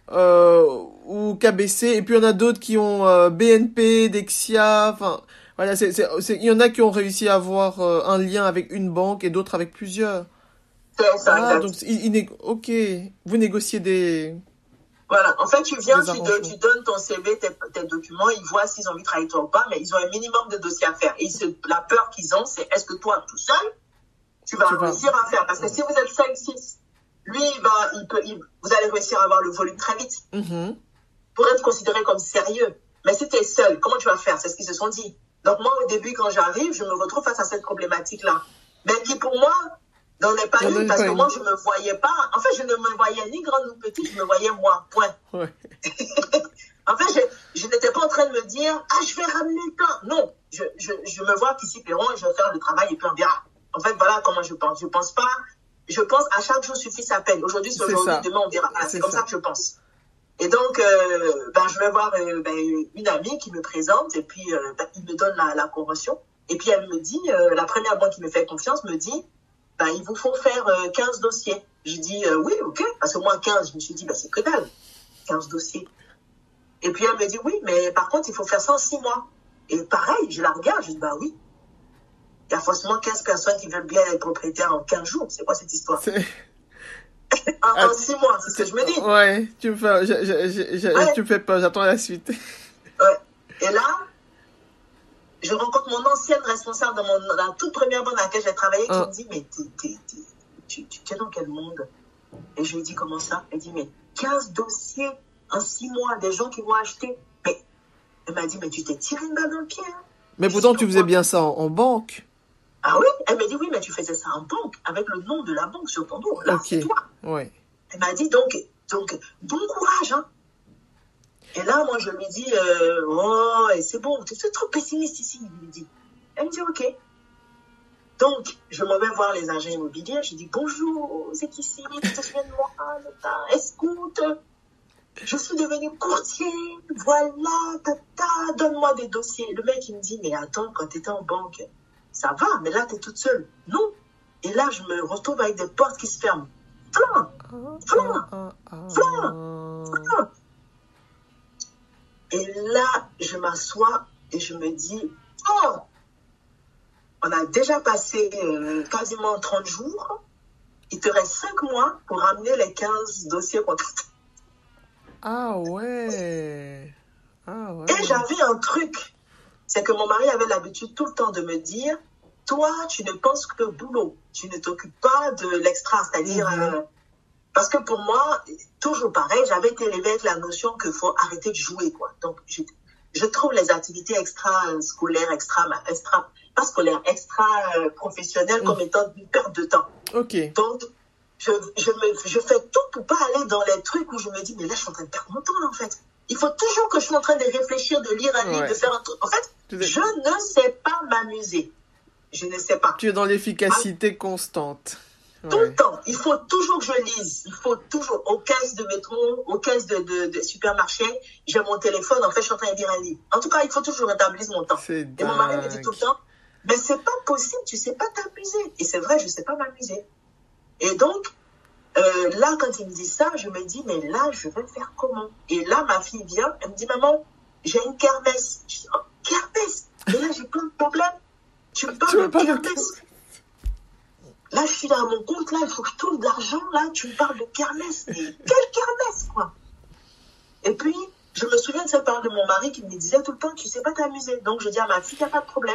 ou KBC, et puis il y en a d'autres qui ont BNP, Dexia, enfin, voilà, il y en a qui ont réussi à avoir un lien avec une banque et d'autres avec plusieurs. C'est ça, donc, ok, vous négociez des... Voilà, en fait, tu viens, tu donnes ton CV, tes documents, ils voient s'ils ont envie de travailler avec toi ou pas, mais ils ont un minimum de dossiers à faire. Et la peur qu'ils ont, c'est est-ce que toi, tout seul, tu vas réussir à faire? Parce que si vous êtes 5-6, lui, vous allez réussir à avoir le volume très vite pour être considéré comme sérieux. Mais si tu es seul, comment tu vas faire? C'est ce qu'ils se sont dit. Donc moi, au début, quand j'arrive, je me retrouve face à cette problématique-là. Mais qui, pour moi, n'en est pas une, parce que moi, je me voyais pas. En fait, je ne me voyais ni grande ni petite, je me voyais moi, point. Ouais. En fait, je n'étais pas en train de me dire, je vais ramener plein. Non, je me vois qu'ici, Perron, je vais faire le travail et puis on verra. En fait, voilà comment je pense. Je pense à chaque jour suffit sa peine. Aujourd'hui, c'est aujourd'hui, demain, on verra. Voilà, c'est comme ça que je pense. Et donc, je vais voir une amie qui me présente et puis il me donne la convention. Et puis, elle me dit, la première banque qui me fait confiance me dit, il vous faut faire 15 dossiers. Je dis, oui, ok. Parce que moi, 15, je me suis dit, c'est que dalle. 15 dossiers. Et puis, elle me dit, oui, mais par contre, il faut faire ça en 6 mois. Et pareil, je la regarde, je dis, oui. Il y a forcément 15 personnes qui veulent bien être propriétaires en 15 jours. C'est quoi cette histoire? en 6 mois, c'est ce que je me dis. Ouais, tu me fais peur, j'attends la suite. Ouais. Et là, je rencontre mon ancienne responsable dans la toute première banque dans laquelle j'ai travaillé qui me dit, mais tu es dans quel monde? Et je lui dis, comment ça? Elle dit, mais 15 dossiers en 6 mois, des gens qui vont acheter. Mais elle m'a dit, mais tu t'es tiré une balle dans le pied. Hein. Mais pourtant, tu faisais bien ça en banque. Ah oui? Elle m'a dit, oui, mais tu faisais ça en banque, avec le nom de la banque sur ton dos. Là, c'est toi. Ouais. Elle m'a dit, donc, bon courage, hein. Et là, moi, je lui dis, c'est bon, tu es trop pessimiste ici, il me dit. Elle me dit, ok. Donc, je m'en vais voir les agents immobiliers, je dis, bonjour, c'est qui ici, tu te souviens de moi, écoute, je suis devenue courtier, voilà, donne-moi des dossiers. Le mec, il me dit, mais attends, quand tu étais en banque, ça va, mais là, tu es toute seule. Non. Et là, je me retrouve avec des portes qui se ferment. Flan. Et là, je m'assois et je me dis, on a déjà passé quasiment 30 jours. Il te reste 5 mois pour ramener les 15 dossiers qu'on t'a. Ah ouais. Et j'avais un truc. C'est que mon mari avait l'habitude tout le temps de me dire, toi, tu ne penses que boulot. Tu ne t'occupes pas de l'extra. C'est-à-dire... parce que pour moi, toujours pareil, j'avais été élevée avec la notion qu'il faut arrêter de jouer, quoi. Donc, je trouve les activités extra-scolaires, pas scolaires, extra-professionnelles comme étant une perte de temps. Ok. Donc, je fais tout pour pas aller dans les trucs où je me dis, mais là, je suis en train de perdre mon temps, là, en fait. Il faut toujours que je sois en train de réfléchir, de lire un livre, de faire un truc. En fait, je ne sais pas m'amuser. Je ne sais pas. Tu es dans l'efficacité constante. Tout le temps. Il faut toujours que je lise. Il faut toujours, aux caisses de métro, aux caisses de supermarché, j'ai mon téléphone. En fait, je suis en train de lire un livre. En tout cas, il faut toujours que je rétablisse mon temps. Et mon mari me dit tout le temps, mais c'est pas possible, tu sais pas t'amuser. Et c'est vrai, je sais pas m'amuser. Et donc, là, quand il me dit ça, je me dis, mais là, je vais faire comment? Et là, ma fille vient, elle me dit, maman, j'ai une kermesse. Je dis, oh, kermesse? Et là, j'ai plein de problèmes. Tu me parles de kermesse? Là, je suis à mon compte, là, il faut que je trouve de l'argent, là, tu me parles de kermesse. Mais quelle kermesse, quoi? Et puis, je me souviens de cette parole de mon mari qui me disait tout le temps, tu sais pas t'amuser. Donc, je dis à ma fille, il n'y a pas de problème.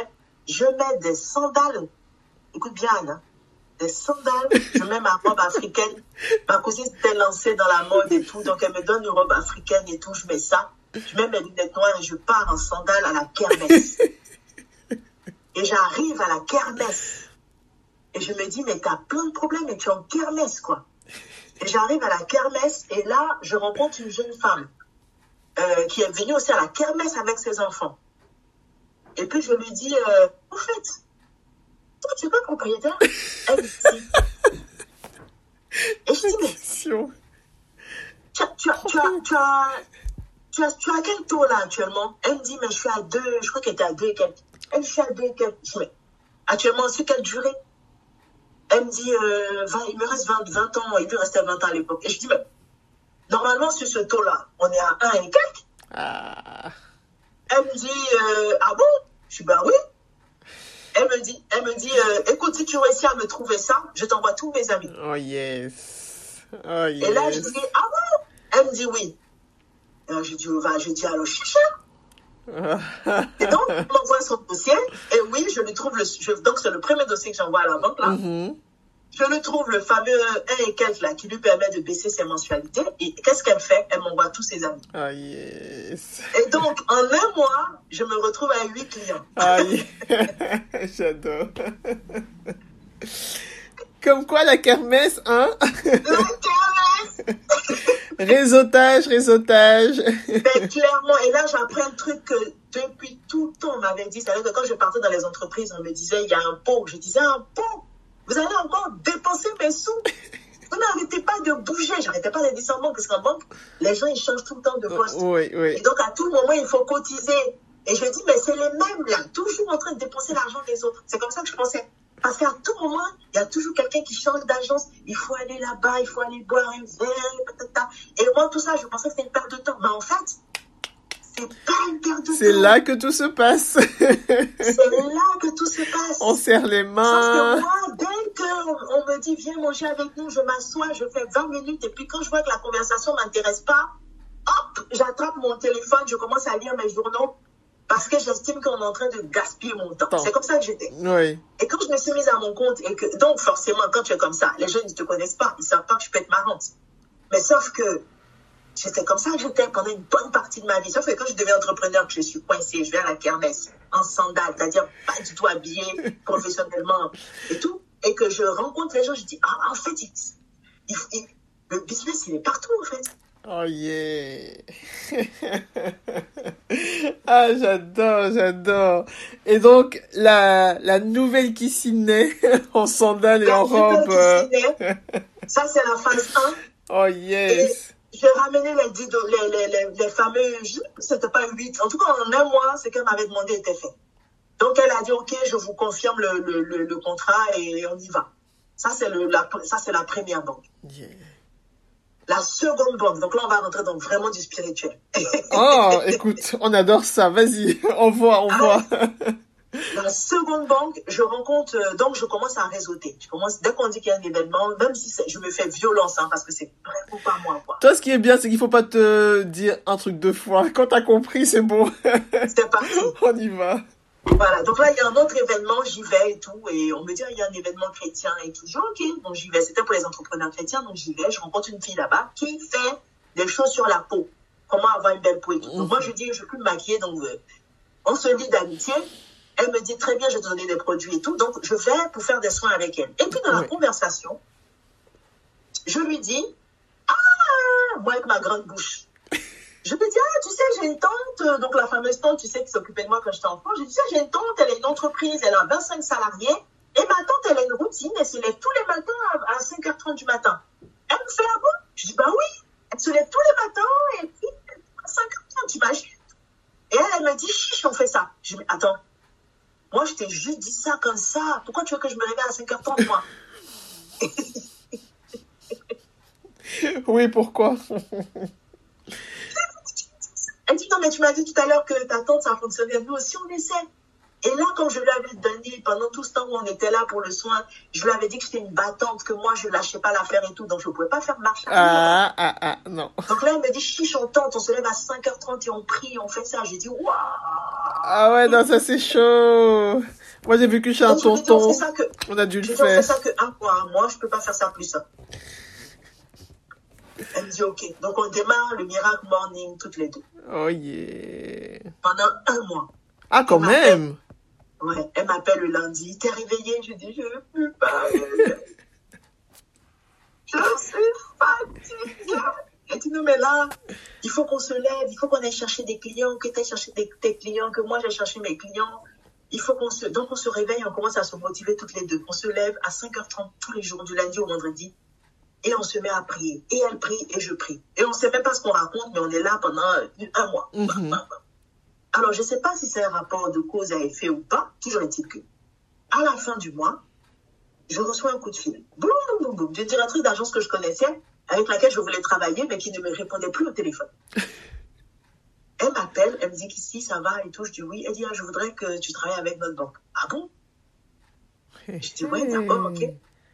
Je mets des sandales. Écoute bien, Anna. Des sandales, je mets ma robe africaine. Ma cousine s'était lancée dans la mode et tout, donc elle me donne une robe africaine et tout, je mets ça. Je mets mes lunettes noires et je pars en sandales à la kermesse. Et j'arrive à la kermesse. Et je me dis, mais t'as plein de problèmes et tu es en kermesse, quoi. Et j'arrive à la kermesse et là, je rencontre une jeune femme qui est venue aussi à la kermesse avec ses enfants. Et puis je lui dis, en fait, toi, tu n'es pas propriétaire? Elle me dit. Et je dis, mais tu as quel taux là actuellement? Elle me dit, mais je suis à 2, je crois qu'elle était à 2 et quelques. Elle me dit, je suis à 2 et quelques. Je dis, mais actuellement, c'est quelle durée? Elle me dit, il me reste 20 ans, il lui restait 20 ans à l'époque. Et je dis, mais normalement, sur ce taux-là, on est à 1 et quelques. Elle me dit, ah bon? Je dis, bah oui. Elle me dit, écoute, si tu réussis à me trouver ça, je t'envoie tous mes amis. Oh yes. Et là, je dis, ah bon? Elle me dit oui. Je dis, alors, chicha. Et donc, elle m'envoie son dossier. Et oui, je lui trouve donc, c'est le premier dossier que j'envoie à la banque, là. Mm-hmm. Je lui trouve le fameux 1 et quelques, là, qui lui permet de baisser ses mensualités. Et qu'est-ce qu'elle fait? Elle m'envoie tous ses amis. Ah, yes. Et donc, en un mois, je me retrouve à 8 clients. Ah, yes. J'adore. Comme quoi, la kermesse, hein? La kermesse. Réseautage. Mais clairement, et là, j'apprends un truc que depuis tout le temps, on m'avait dit. C'est-à-dire que quand je partais dans les entreprises, on me disait, il y a un pot. Je disais, un pot? Vous allez encore dépenser mes sous? Vous n'arrêtez pas de bouger. J'arrêtais pas de dire en banque, parce qu'en banque, les gens, ils changent tout le temps de poste. Oui. Et donc, à tout moment, il faut cotiser. Et je dis, mais c'est les mêmes, là, toujours en train de dépenser l'argent des autres. C'est comme ça que je pensais. Parce qu'à tout moment, il y a toujours quelqu'un qui change d'agence. Il faut aller là-bas, il faut aller boire un verre, et moi, tout ça, je pensais que c'était une perte de temps. Mais en fait, c'est pas une perte de temps. C'est là que tout se passe. C'est là que tout se passe. On serre les mains. Sauf que moi, dès qu'on me dit, viens manger avec nous, je m'assois, je fais 20 minutes, et puis quand je vois que la conversation ne m'intéresse pas, hop, j'attrape mon téléphone, je commence à lire mes journaux, parce que j'estime qu'on est en train de gaspiller mon temps. C'est comme ça que j'étais. Oui. Et quand je me suis mise à mon compte, et que, donc forcément, quand tu es comme ça, les gens ne te connaissent pas, ils ne savent pas que je peux être marrante. Mais sauf que c'était comme ça que j'étais pendant une bonne partie de ma vie. Sauf que quand je deviens entrepreneur, que je suis coincée, je vais à la kermesse, en sandales, c'est-à-dire pas du tout habillée professionnellement et tout, et que je rencontre les gens, je dis, ah, en fait, le business, il est partout, en fait. Oh yeah. Ah, j'adore. Et donc, la nouvelle qui s'y naît, en sandales et en robe. Ça, c'est la phase 1. Oh yes. Et j'ai ramené les fameux, c'était pas 8. En tout cas, en un mois, ce qu'elle m'avait demandé était fait. Donc, elle a dit, OK, je vous confirme le contrat et on y va. Ça, c'est la première banque. Yeah. La seconde banque, donc là, on va rentrer dans vraiment du spirituel. Oh, écoute, on adore ça. Vas-y, on voit. La seconde banque, je rencontre, donc je commence à réseauter. Dès qu'on dit qu'il y a un événement, même si je me fais violence, hein, parce que c'est vraiment pas moi, quoi. Toi, ce qui est bien, c'est qu'il faut pas te dire un truc 2 fois. Quand t'as compris, c'est bon. C'est parti. On y va. Voilà, donc là, il y a un autre événement, j'y vais et tout, et on me dit, il y a un événement chrétien et tout. Je dis, OK, donc j'y vais. C'était pour les entrepreneurs chrétiens, donc j'y vais. Je rencontre une fille là-bas qui fait des choses sur la peau. Comment avoir une belle peau et tout. Donc moi, je dis, je peux me maquiller, donc on se lie d'amitié. Elle me dit, très bien, je vais te donner des produits et tout. Donc, je vais pour faire des soins avec elle. Et puis, dans la conversation, je lui dis, ah, moi avec ma grande bouche. Je lui dis, ah, tu sais, j'ai une tante, donc la fameuse tante, tu sais, qui s'occupait de moi quand j'étais enfant. Je lui dis, j'ai une tante, elle a une entreprise, elle a 25 salariés. Et ma tante, elle a une routine, elle se lève tous les matins à 5h30 du matin. Elle me fait, ah bon? Je dis, bah oui, elle se lève tous les matins et puis à 5h30, t'imagines? Et elle me dit, chiche, on fait ça. Je dis, mais attends. Moi, je t'ai juste dit ça comme ça. Pourquoi tu veux que je me réveille à 5h30, moi? Oui, pourquoi? Elle dit, non, mais tu m'as dit tout à l'heure que ta tante, ça fonctionnait. Nous aussi, on essaie. Et là, quand je lui avais donné, pendant tout ce temps où on était là pour le soin, je lui avais dit que j'étais une battante, que moi, je ne lâchais pas l'affaire et tout. Donc, je ne pouvais pas faire marche arrière. Non. Donc là, elle me dit, chiche, on tente, on se lève à 5h30 et on prie, on fait ça. J'ai dit, waouh! Ah ouais, non, ça c'est chaud. Moi, j'ai vécu chez un tonton. On a dû le faire. On fait ça qu'un mois. Moi, je peux pas faire ça plus. Ça. Elle me dit, OK. Donc, on démarre le Miracle Morning toutes les deux. Oh yeah. Pendant un mois. Ah, quand même. Ouais, elle m'appelle le lundi. T'es réveillée? Je dis, je ne peux pas. Je suis fatiguée. Elle dit, non, mais là, il faut qu'on se lève. Il faut qu'on aille chercher des clients. Que tu ailles chercher tes clients. Que moi, j'aille chercher mes clients. Il faut qu'on se... Donc, on se réveille. On commence à se motiver toutes les deux. On se lève à 5h30 tous les jours, du lundi au vendredi. Et on se met à prier. Et elle prie et je prie. Et on ne sait même pas ce qu'on raconte, mais on est là pendant un mois. Alors, je ne sais pas si c'est un rapport de cause à effet ou pas. Toujours est-il que, à la fin du mois, je reçois un coup de fil. Boum, boum, boum, boum. D'une directrice d'agence que je connaissais, avec laquelle je voulais travailler, mais qui ne me répondait plus au téléphone. Elle m'appelle, elle me dit qu'ici, ça va et tout. Je dis oui. Elle dit, je voudrais que tu travailles avec notre banque. Ah bon? Je dis, ouais, d'accord, OK.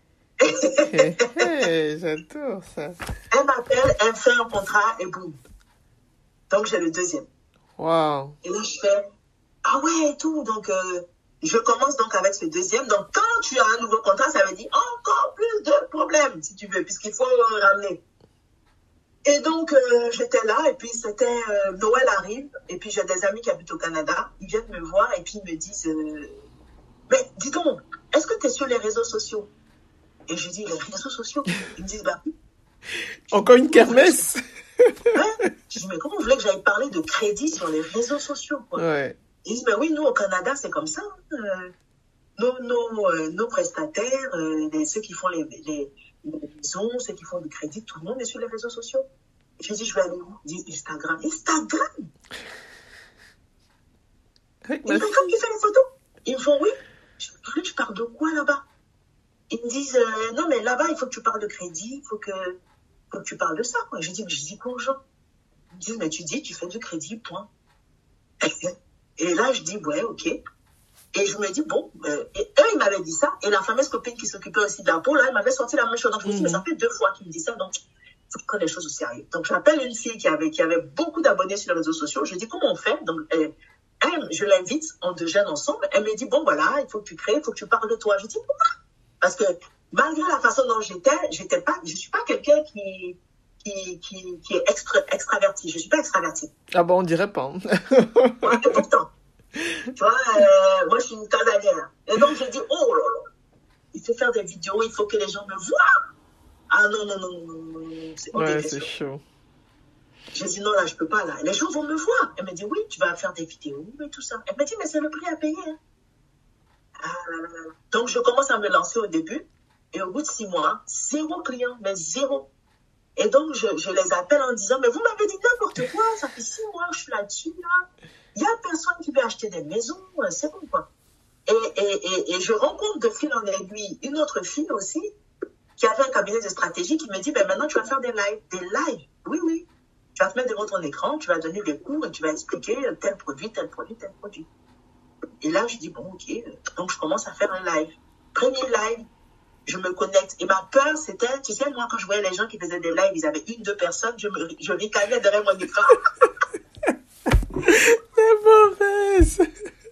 J'adore ça. Elle m'appelle, elle fait un contrat et boum. Donc, j'ai le deuxième. Wow. Et là, je fais, ah ouais, et tout. Donc, je commence donc avec ce deuxième. Donc, quand tu as un nouveau contrat, ça veut dire encore plus de problèmes, si tu veux, puisqu'il faut ramener. Et donc, j'étais là, et puis c'était Noël arrive, et puis j'ai des amis qui habitent au Canada. Ils viennent me voir, et puis ils me disent, mais dis donc, est-ce que tu es sur les réseaux sociaux? Et je dis, les réseaux sociaux? Ils me disent, bah oui. Encore une kermesse? Ouais. Je dis, mais comment vous voulez que j'aille parler de crédit sur les réseaux sociaux, quoi? Ouais. Ils disent, mais oui, nous, au Canada, c'est comme ça. Nos prestataires, ceux qui font les maisons, ceux qui font du crédit, tout le monde est sur les réseaux sociaux. Et je dis, je vais aller où? Ils disent, Instagram. Instagram? Instagram qui fait les photos? Ils me font, oui. Je dis, tu parles de quoi là-bas? Ils me disent, non, mais là-bas, il faut que tu parles de crédit, il faut que tu parles de ça, quoi. Je dis quoi aux gens? Ils me disent, mais tu dis, tu fais du crédit, point. Et là, je dis, ouais, OK. Et je me dis, bon, et eux, ils m'avaient dit ça, et la fameuse copine qui s'occupait aussi de la peau, là, elle m'avait sorti la même chose. Donc, je me dis, mais ça fait 2 fois qu'il me dit ça, donc il faut que je prenne les choses au sérieux. Donc, j'appelle une fille qui avait beaucoup d'abonnés sur les réseaux sociaux. Je dis, comment on fait? Donc, je l'invite, on déjeune ensemble. Elle me dit, bon, voilà, il faut que tu crées, il faut que tu parles de toi. Je dis, pourquoi? Parce que malgré la façon dont je suis pas quelqu'un qui est extraverti. Je suis pas extraverti. Ah bon, on dirait pas. Ouais, et pourtant. Tu vois, moi, je suis une casanière. Et donc, je dis, oh là là, il faut faire des vidéos, il faut que les gens me voient. Ah non, c'est ouais, c'est chaud. Je dis, non, là, je peux pas, là. Les gens vont me voir. Elle me dit, oui, tu vas faire des vidéos, et tout ça. Elle me dit, mais c'est le prix à payer. Hein. Ah là là là. Donc, je commence à me lancer au début. Et au bout de 6 mois, 0 client, mais 0. Et donc, je les appelle en disant, mais vous m'avez dit n'importe quoi, ça fait 6 mois que je suis là-dessus, là. Il n'y a personne qui veut acheter des maisons, c'est bon, quoi. Et je rencontre de fil en aiguille une autre fille aussi, qui avait un cabinet de stratégie, qui me dit, ben maintenant, tu vas faire des lives. Des lives? Oui, oui. Tu vas te mettre devant ton écran, tu vas donner des cours et tu vas expliquer tel produit, tel produit, tel produit. Et là, je dis, bon, OK. Donc, je commence à faire un live. Premier live, je me connecte. Et ma peur, c'était, tu sais, moi, quand je voyais les gens qui faisaient des lives, ils avaient 1-2 personnes, je ricanais derrière mon écran. C'est mauvaise.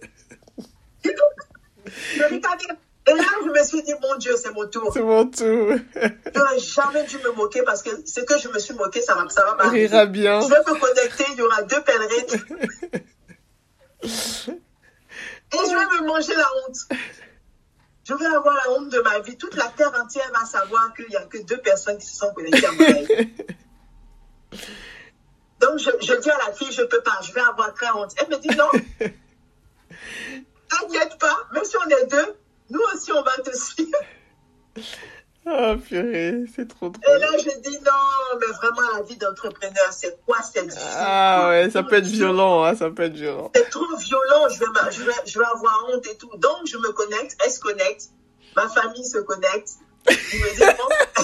Je ricanais. Et là, je me suis dit, mon Dieu, c'est mon tour. C'est mon tour. Je n'aurais jamais dû me moquer parce que ce que je me suis moqué, ça va m'arriver. Rira bien. Je vais me connecter, il y aura 2 pèlerins. Et je vais me manger la honte. Je vais avoir la honte de ma vie. Toute la terre entière va savoir qu'il n'y a que 2 personnes qui se sont connectées à mon live. Donc, je dis à la fille, je ne peux pas, je vais avoir très honte. Elle me dit non. T'inquiète pas, même si on est 2, nous aussi, on va te suivre. Ah, purée, c'est trop drôle. Et là, je dis non, mais vraiment, la vie d'entrepreneur, c'est quoi cette vie? Ah ouais, ça peut être violent, hein, ça peut être violent. C'est trop violent, je vais avoir honte et tout. Donc, je me connecte, elle se connecte, ma famille se connecte. Ils me disent bon.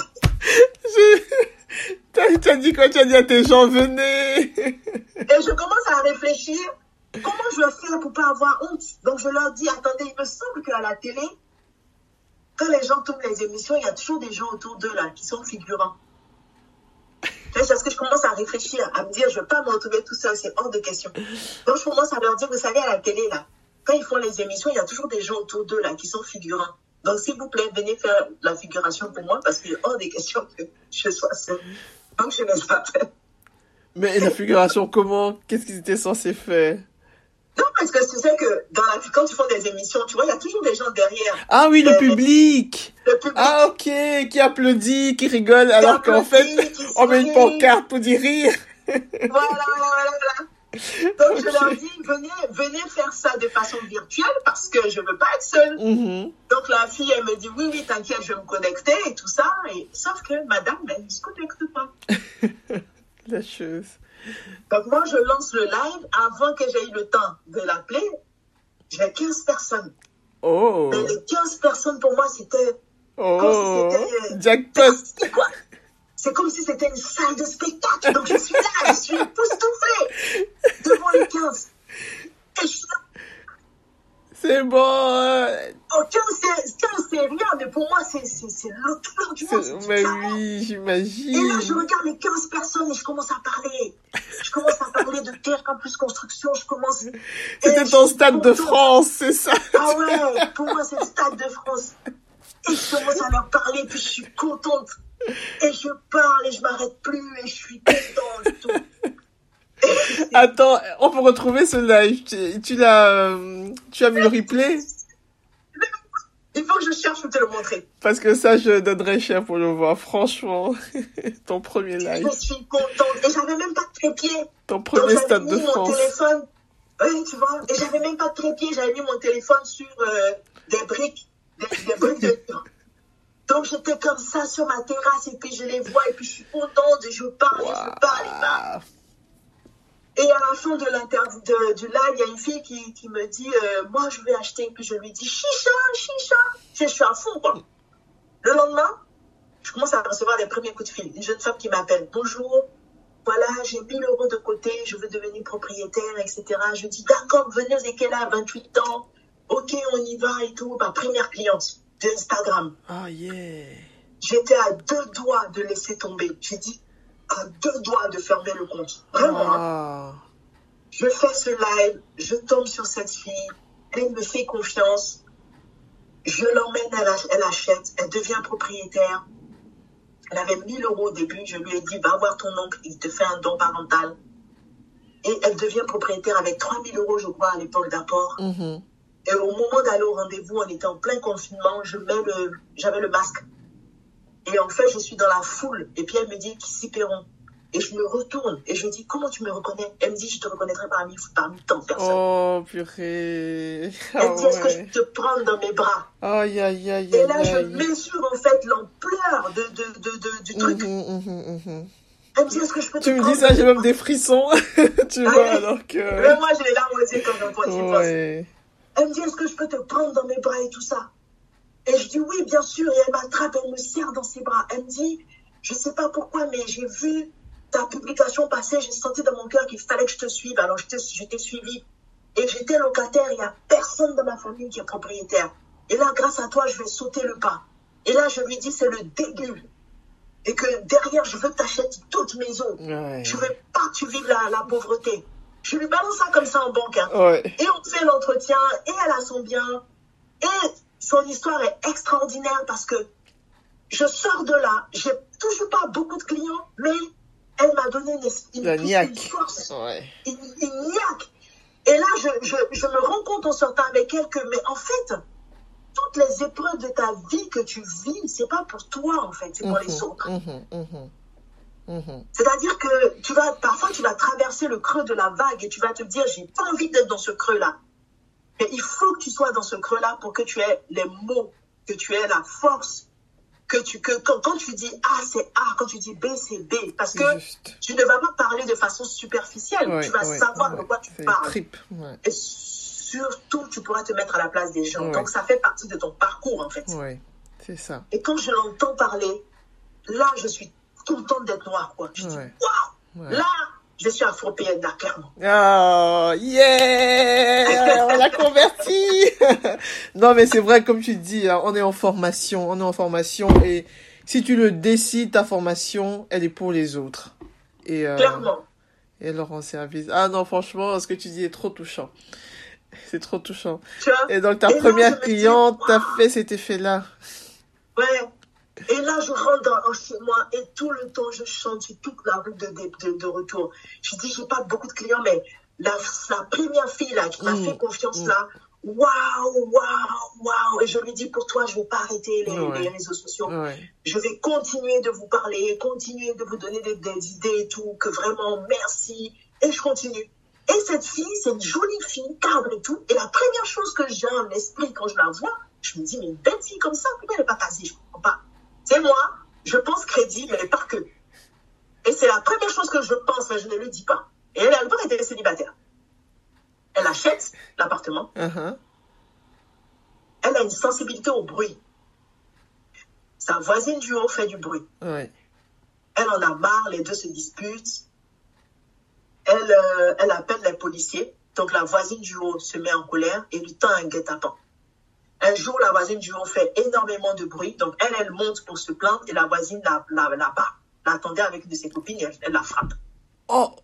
Tu as dit quoi? Tu as dit à tes gens, venez. Et je commence à réfléchir, comment je vais faire pour pas avoir honte? Donc, je leur dis, attendez, il me semble qu'à la télé, quand les gens tournent les émissions, il y a toujours des gens autour d'eux là qui sont figurants. C'est parce que je commence à réfléchir, à me dire, je ne vais pas me retrouver tout seul, c'est hors de question. Donc, je commence à leur dire, vous savez, à la télé, là, quand ils font les émissions, il y a toujours des gens autour d'eux là qui sont figurants. Donc, s'il vous plaît, venez faire la figuration pour moi parce qu'il est hors des questions que je sois seule. Donc, je n'ai pas fait. Mais la figuration, comment? Qu'est-ce qu'ils étaient censés faire? Non, parce que tu sais que quand ils font des émissions, tu vois, il y a toujours des gens derrière. Ah oui, le public. Le public. Ah ok, qui applaudit, qui rigole, alors qu'en fait, on met une pancarte pour dire rire. Voilà. Donc, je leur dis, venez faire ça de façon virtuelle parce que je veux pas être seule. Mm-hmm. Donc, la fille, elle me dit, oui, t'inquiète, je vais me connecter et tout ça. Sauf que madame, elle ne se connecte pas. La chose. Donc, moi, je lance le live. Avant que j'aie eu le temps de l'appeler, j'ai 15 personnes. Oh. Mais les 15 personnes, pour moi, c'était... Oh, c'était jackpot. C'est comme si c'était une salle de spectacle. Donc, je suis là, je suis époustouflée devant les 15. Et je suis là. C'est bon. Oh, 15, c'est rien, mais pour moi, c'est l'autre du monde. Mais oui, j'imagine. Et là, je regarde les 15 personnes et je commence à parler. Je commence à parler de Terre Campus Construction. C'était ton stade de France, c'est ça? Ah ouais, pour moi, c'est le stade de France. Et je commence à leur parler, puis je suis contente. Et je parle et je m'arrête plus et je suis contente et tout. Attends, on peut retrouver ce live. Tu as mis le replay? Il faut que je cherche pour te le montrer. Parce que ça, je donnerais cher pour le voir, franchement. Ton premier live. Je suis contente. Et j'avais même pas de trépied. Ton premier stade de France. Mon téléphone. Oui, tu vois. Et j'avais même pas de trépied. J'avais mis mon téléphone sur des briques. Des briques de... Donc, j'étais comme ça sur ma terrasse et puis je les vois et puis je suis contente et je parle et je parle. Et à la fin de l'interview du live, il y a une fille qui me dit moi, je vais acheter. Et puis je lui dis chicha. Je suis à fond, quoi. Le lendemain, je commence à recevoir les premiers coups de fil. Une jeune femme qui m'appelle. Bonjour, voilà, j'ai 1 000 € de côté, je veux devenir propriétaire, etc. Je dis d'accord, venez, vous êtes quelle âge, 28 ans. Ok, on y va et tout. Ma première cliente d'Instagram. Oh yeah. J'étais à 2 doigts de laisser tomber. J'ai dit à 2 doigts de fermer le compte. Vraiment. Je fais ce live, je tombe sur cette fille, elle me fait confiance. Je l'emmène, elle achète, elle devient propriétaire. Elle avait 1 000 € au début. Je lui ai dit, va voir ton oncle, il te fait un don parental. Et elle devient propriétaire avec 3 000 €, je crois, à l'époque d'apport. Mm-hmm. Et au moment d'aller au rendez-vous, on était en plein confinement, j'avais le masque. Et en fait, je suis dans la foule. Et puis elle me dit, Kissy Perron. Et je me retourne et je dis, comment tu me reconnais? Elle me dit, je te reconnaîtrai parmi tant de personnes. Oh, purée. Elle me dit, est-ce que je peux te prendre dans mes bras? Aïe. Et là, je mesure en fait l'ampleur du truc. Elle me dit, est-ce que je peux te prendre? Tu me dis ça, j'ai même des frissons. Tu vois, alors que... Même moi, j'ai les larmes aux yeux quand tu penses. Ouais. Elle me dit, est-ce que je peux te prendre dans mes bras et tout ça? Et je dis, oui, bien sûr. Et elle m'attrape, elle me serre dans ses bras. Elle me dit, je sais pas pourquoi, mais j'ai vu ta publication passer, j'ai senti dans mon cœur qu'il fallait que je te suive. Alors, je t'ai suivi. Et j'étais locataire, il n'y a personne dans ma famille qui est propriétaire. Et là, grâce à toi, je vais sauter le pas. Et là, je lui dis, c'est le début. Et que derrière, je veux que tu achètes toute maison. Ouais. Je veux pas que tu vives la pauvreté. Je lui balance ça comme ça en banque. Hein. Ouais. Et on fait l'entretien, et elle a son bien. Et son histoire est extraordinaire parce que je sors de là, j'ai toujours pas beaucoup de clients, mais elle m'a donné une force, une niaque. Et là, je me rends compte en sortant avec elle que, mais en fait, toutes les épreuves de ta vie que tu vis, c'est pas pour toi, en fait, c'est pour les autres. C'est-à-dire que parfois, tu vas traverser le creux de la vague et tu vas te dire, j'ai pas envie d'être dans ce creux-là. Mais il faut que tu sois dans ce creux-là pour que tu aies les mots, que tu aies la force, quand tu dis A, c'est A, quand tu dis B, c'est B. Parce que tu ne vas pas parler de façon superficielle. Tu vas savoir de quoi tu parles. Et surtout, tu pourras te mettre à la place des gens. Donc, ça fait partie de ton parcours, en fait. Oui, c'est ça. Et quand je l'entends parler, là, je suis contente d'être noire, quoi. Je dis, waouh, là, je suis afro-péenne, là, clairement. Oh, yeah! On l'a converti! Non, mais c'est vrai, comme tu dis, hein, on est en formation, et si tu le décides, ta formation, elle est pour les autres. Et, clairement. Et leur rend service. Ah non, franchement, ce que tu dis est trop touchant. C'est trop touchant. Tu vois? Et donc, ta première cliente t'a fait cet effet-là. Ouais. Et là, je rentre chez moi et tout le temps, je chante sur toute la route de retour. Je dis, j'ai pas beaucoup de clients, mais la première fille là qui m'a fait confiance là, waouh, waouh, waouh. Et je lui dis, pour toi, je vais pas arrêter les réseaux sociaux. Je vais continuer de vous parler, continuer de vous donner des idées et tout, que vraiment, merci. Et je continue. Et cette fille, c'est une jolie fille, cadre et tout. Et la première chose que j'ai en esprit quand je la vois, je me dis, mais une belle fille comme ça, pourquoi elle n'est pas casée? Je comprends pas. C'est moi, je pense crédit, mais pas que. Et c'est la première chose que je pense, mais je ne le dis pas. Et elle, à l'époque, était célibataire. Elle achète l'appartement. Elle a une sensibilité au bruit. Sa voisine du haut fait du bruit. Elle en a marre, les deux se disputent. Elle appelle les policiers. Donc la voisine du haut se met en colère et lui tend un guet-apens. Un jour, la voisine du haut fait énormément de bruit. Donc, elle monte pour se plaindre et la voisine l'attendait avec une de ses copines et elle la frappe. Oh!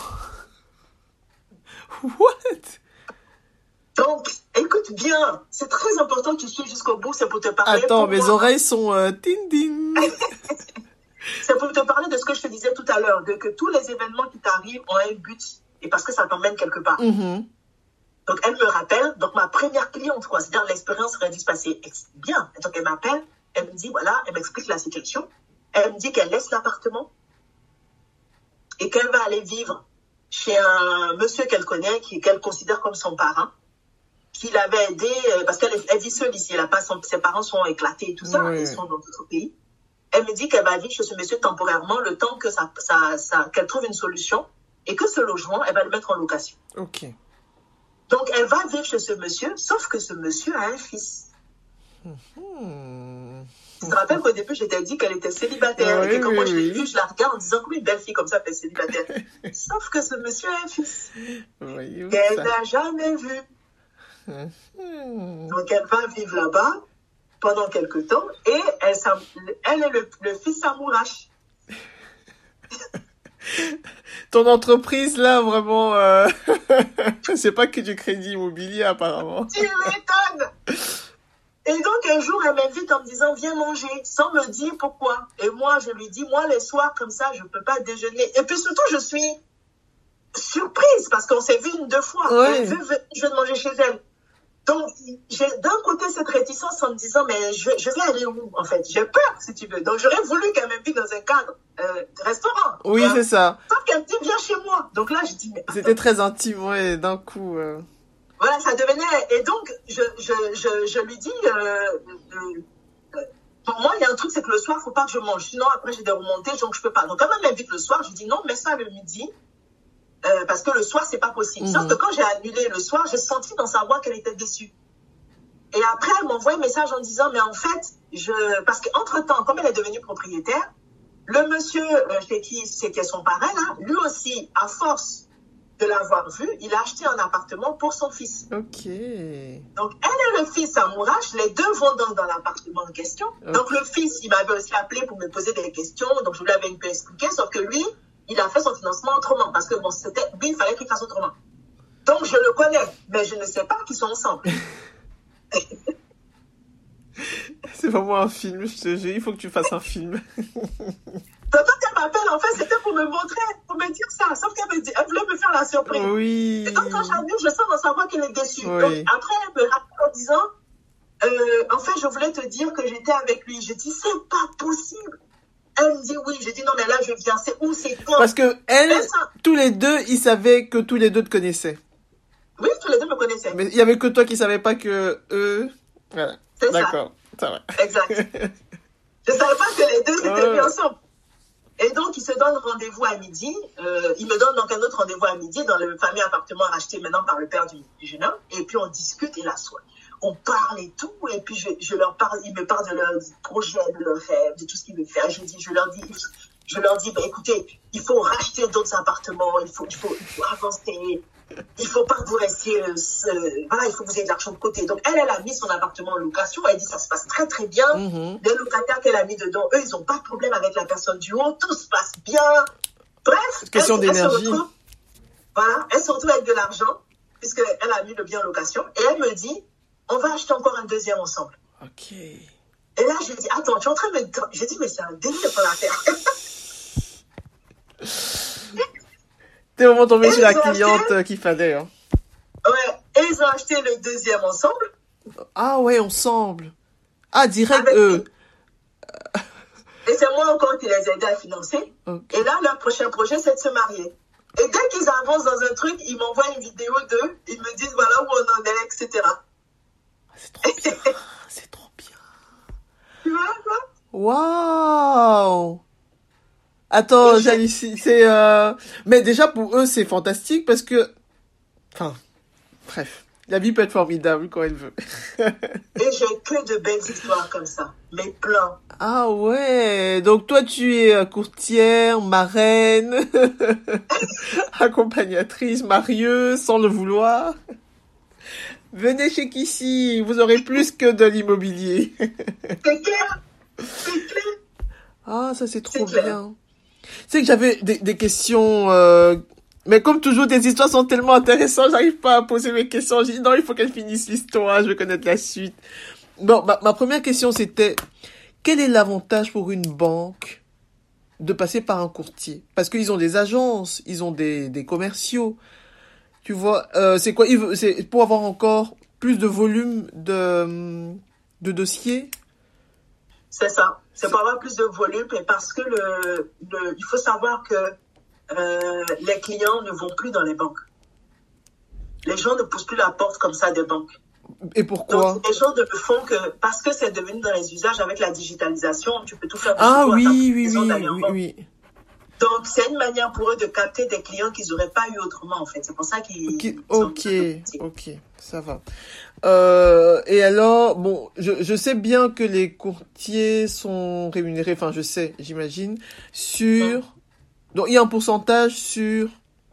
What? Donc, écoute bien. C'est très important que tu suives jusqu'au bout. C'est pour te parler. Attends, mes oreilles sont tin-din. C'est pour te parler de ce que je te disais tout à l'heure. Que tous les événements qui t'arrivent ont un but et parce que ça t'emmène quelque part. Donc, elle me rappelle, donc ma première cliente, quoi. C'est-à-dire, l'expérience aurait dû se passer bien. Donc, elle m'appelle, elle me dit, voilà, elle m'explique la situation. Elle me dit qu'elle laisse l'appartement et qu'elle va aller vivre chez un monsieur qu'elle connaît, qu'elle considère comme son parent, qui l'avait aidé, parce qu'elle vit seule ici. Elle a pas ses parents sont éclatés et tout ça, ils sont dans d'autres pays. Elle me dit qu'elle va vivre chez ce monsieur temporairement, le temps que qu'elle trouve une solution et que ce logement, elle va le mettre en location. Ok. Donc, elle va vivre chez ce monsieur, sauf que ce monsieur a un fils. Tu te rappelles qu'au début, je t'ai dit qu'elle était célibataire et que quand moi je l'ai vue, je la regarde en disant comment une belle fille comme ça fait célibataire. Sauf que ce monsieur a un fils qu'elle n'a jamais vu. Donc, elle va vivre là-bas pendant quelques temps et elle est le fils Samourache. Ton entreprise, là, vraiment, c'est pas que du crédit immobilier, apparemment. Tu m'étonnes! Et donc, un jour, elle m'invite en me disant, viens manger, sans me dire pourquoi. Et moi, je lui dis, moi, les soirs, comme ça, je peux pas déjeuner. Et puis, surtout, je suis surprise, parce qu'on s'est vu 2 fois. Je vais manger chez elle. Donc, j'ai d'un côté cette réticence en me disant, mais je vais aller où, en fait? J'ai peur, si tu veux. Donc, j'aurais voulu qu'elle m'invite dans un cadre de restaurant. Oui, c'est ça. Sauf qu'elle me dit, viens chez moi. Donc là, je dis, mais... C'était très intime, ouais, d'un coup. Voilà, ça devenait... Et donc, je lui dis... pour moi, il y a un truc, c'est que le soir, il ne faut pas que je mange. Sinon, après, j'ai des remontées, donc je ne peux pas. Donc, quand elle m'invite le soir, je dis non, mais ça le midi. Parce que le soir, c'est pas possible. Sauf que quand j'ai annulé le soir, j'ai senti dans sa voix qu'elle était déçue. Et après, elle m'envoie un message en disant, mais en fait, parce qu'entre-temps, comme elle est devenue propriétaire, le monsieur chez qui c'était son parrain, là, lui aussi, à force de l'avoir vu, il a acheté un appartement pour son fils. Ok. Donc, elle et le fils Amourache, les deux vont dans l'appartement en question. Okay. Donc, le fils, il m'avait aussi appelé pour me poser des questions. Donc, je lui avais un peu expliqué, sauf que lui, il a fait son financement autrement. Parce que, bon, lui, il fallait qu'il fasse autrement. Donc, je le connais, mais je ne sais pas qu'ils sont ensemble. C'est vraiment un film, je te jure. Il faut que tu fasses un film. Quand elle m'appelle, en fait, c'était pour me montrer, pour me dire ça. Sauf qu'elle voulait me faire la surprise. Oui. Et donc, quand j'arrive, je sens dans sa voix qu'elle est déçue. Oui. Donc, après, elle me rappelle en disant, en fait, je voulais te dire que j'étais avec lui. Je dis, c'est pas possible. Elle me dit oui. Je dis, non, mais là, je viens. C'est où, c'est quand? Parce que tous les deux, ils savaient que tous les deux te connaissaient. Oui, tous les deux me connaissaient. Mais il y avait que toi qui savais pas que eux... Voilà. C'est ça. D'accord. Ça va. Exact. Je savais pas que les deux s'étaient mis ensemble. Et donc, ils se donnent rendez-vous à midi. Ils me donnent donc un autre rendez-vous à midi dans le fameux appartement racheté maintenant par le père du jeune homme. Et puis, on discute et là, on parle et tout. Et puis, je leur parle, ils me parlent de leur projet, de leur rêve, de tout ce qu'ils veulent faire. Je leur dis, bah, écoutez, il faut racheter d'autres appartements, il faut avancer. Il faut pas que vous restiez, voilà, il faut que vous ayez de l'argent de côté. Donc, elle a mis son appartement en location. Elle dit, ça se passe très, très bien. Les locataires qu'elle a mis dedans, eux, ils ont pas de problème avec la personne du haut. Tout se passe bien. Bref. Question d'énergie. Voilà. Elle se retrouve avec de l'argent. puisqu'elle a mis le bien en location. Et elle me dit, on va acheter encore un deuxième ensemble. Ok. Et là, je lui dis, attends, tu es en train de me... J'ai dit, mais c'est un délire pour la faire. T'es vraiment tombé sur la cliente qu'il fallait. Hein. Ouais, et ils ont acheté le deuxième ensemble. Ah ouais, ensemble. Ah, direct, Et c'est moi encore qui les ai aidés à financer. Okay. Et là, leur prochain projet, c'est de se marier. Et dès qu'ils avancent dans un truc, ils m'envoient une vidéo d'eux, ils me disent voilà où on en est, etc. C'est trop bien. C'est trop bien. Tu vois, quoi? Waouh! Attends, Jalicie, c'est... Mais déjà, pour eux, c'est fantastique parce que... Enfin, bref. La vie peut être formidable quand elle veut. Et j'ai que de belles histoires comme ça. Mais plein. Ah ouais. Donc toi, tu es courtière, marraine, accompagnatrice, marieuse, sans le vouloir. Venez chez Kissy, vous aurez plus que de l'immobilier. C'est clair. C'est clair. Ah, ça c'est trop bien. C'est que j'avais des questions... Mais comme toujours, tes histoires sont tellement intéressantes, j'arrive pas à poser mes questions. Je dis non, il faut qu'elle finisse l'histoire, je veux connaître la suite. Bon, ma première question c'était, quel est l'avantage pour une banque de passer par un courtier? Parce qu'ils ont des agences, ils ont des commerciaux. Tu vois, c'est quoi? C'est pour avoir encore plus de volume de dossiers? C'est ça. C'est pour avoir plus de volume et parce que il faut savoir que les clients ne vont plus dans les banques. Les gens ne poussent plus la porte comme ça des banques. Et pourquoi? Donc, les gens ne le font que parce que c'est devenu dans les usages avec la digitalisation, tu peux tout faire. Ah oui. Donc, c'est une manière pour eux de capter des clients qu'ils n'auraient pas eu autrement, en fait. C'est pour ça qu'ils... Ok, ça va. Et alors, bon, je sais bien que les courtiers sont rémunérés, enfin, j'imagine, sur... Donc, il y a un pourcentage sur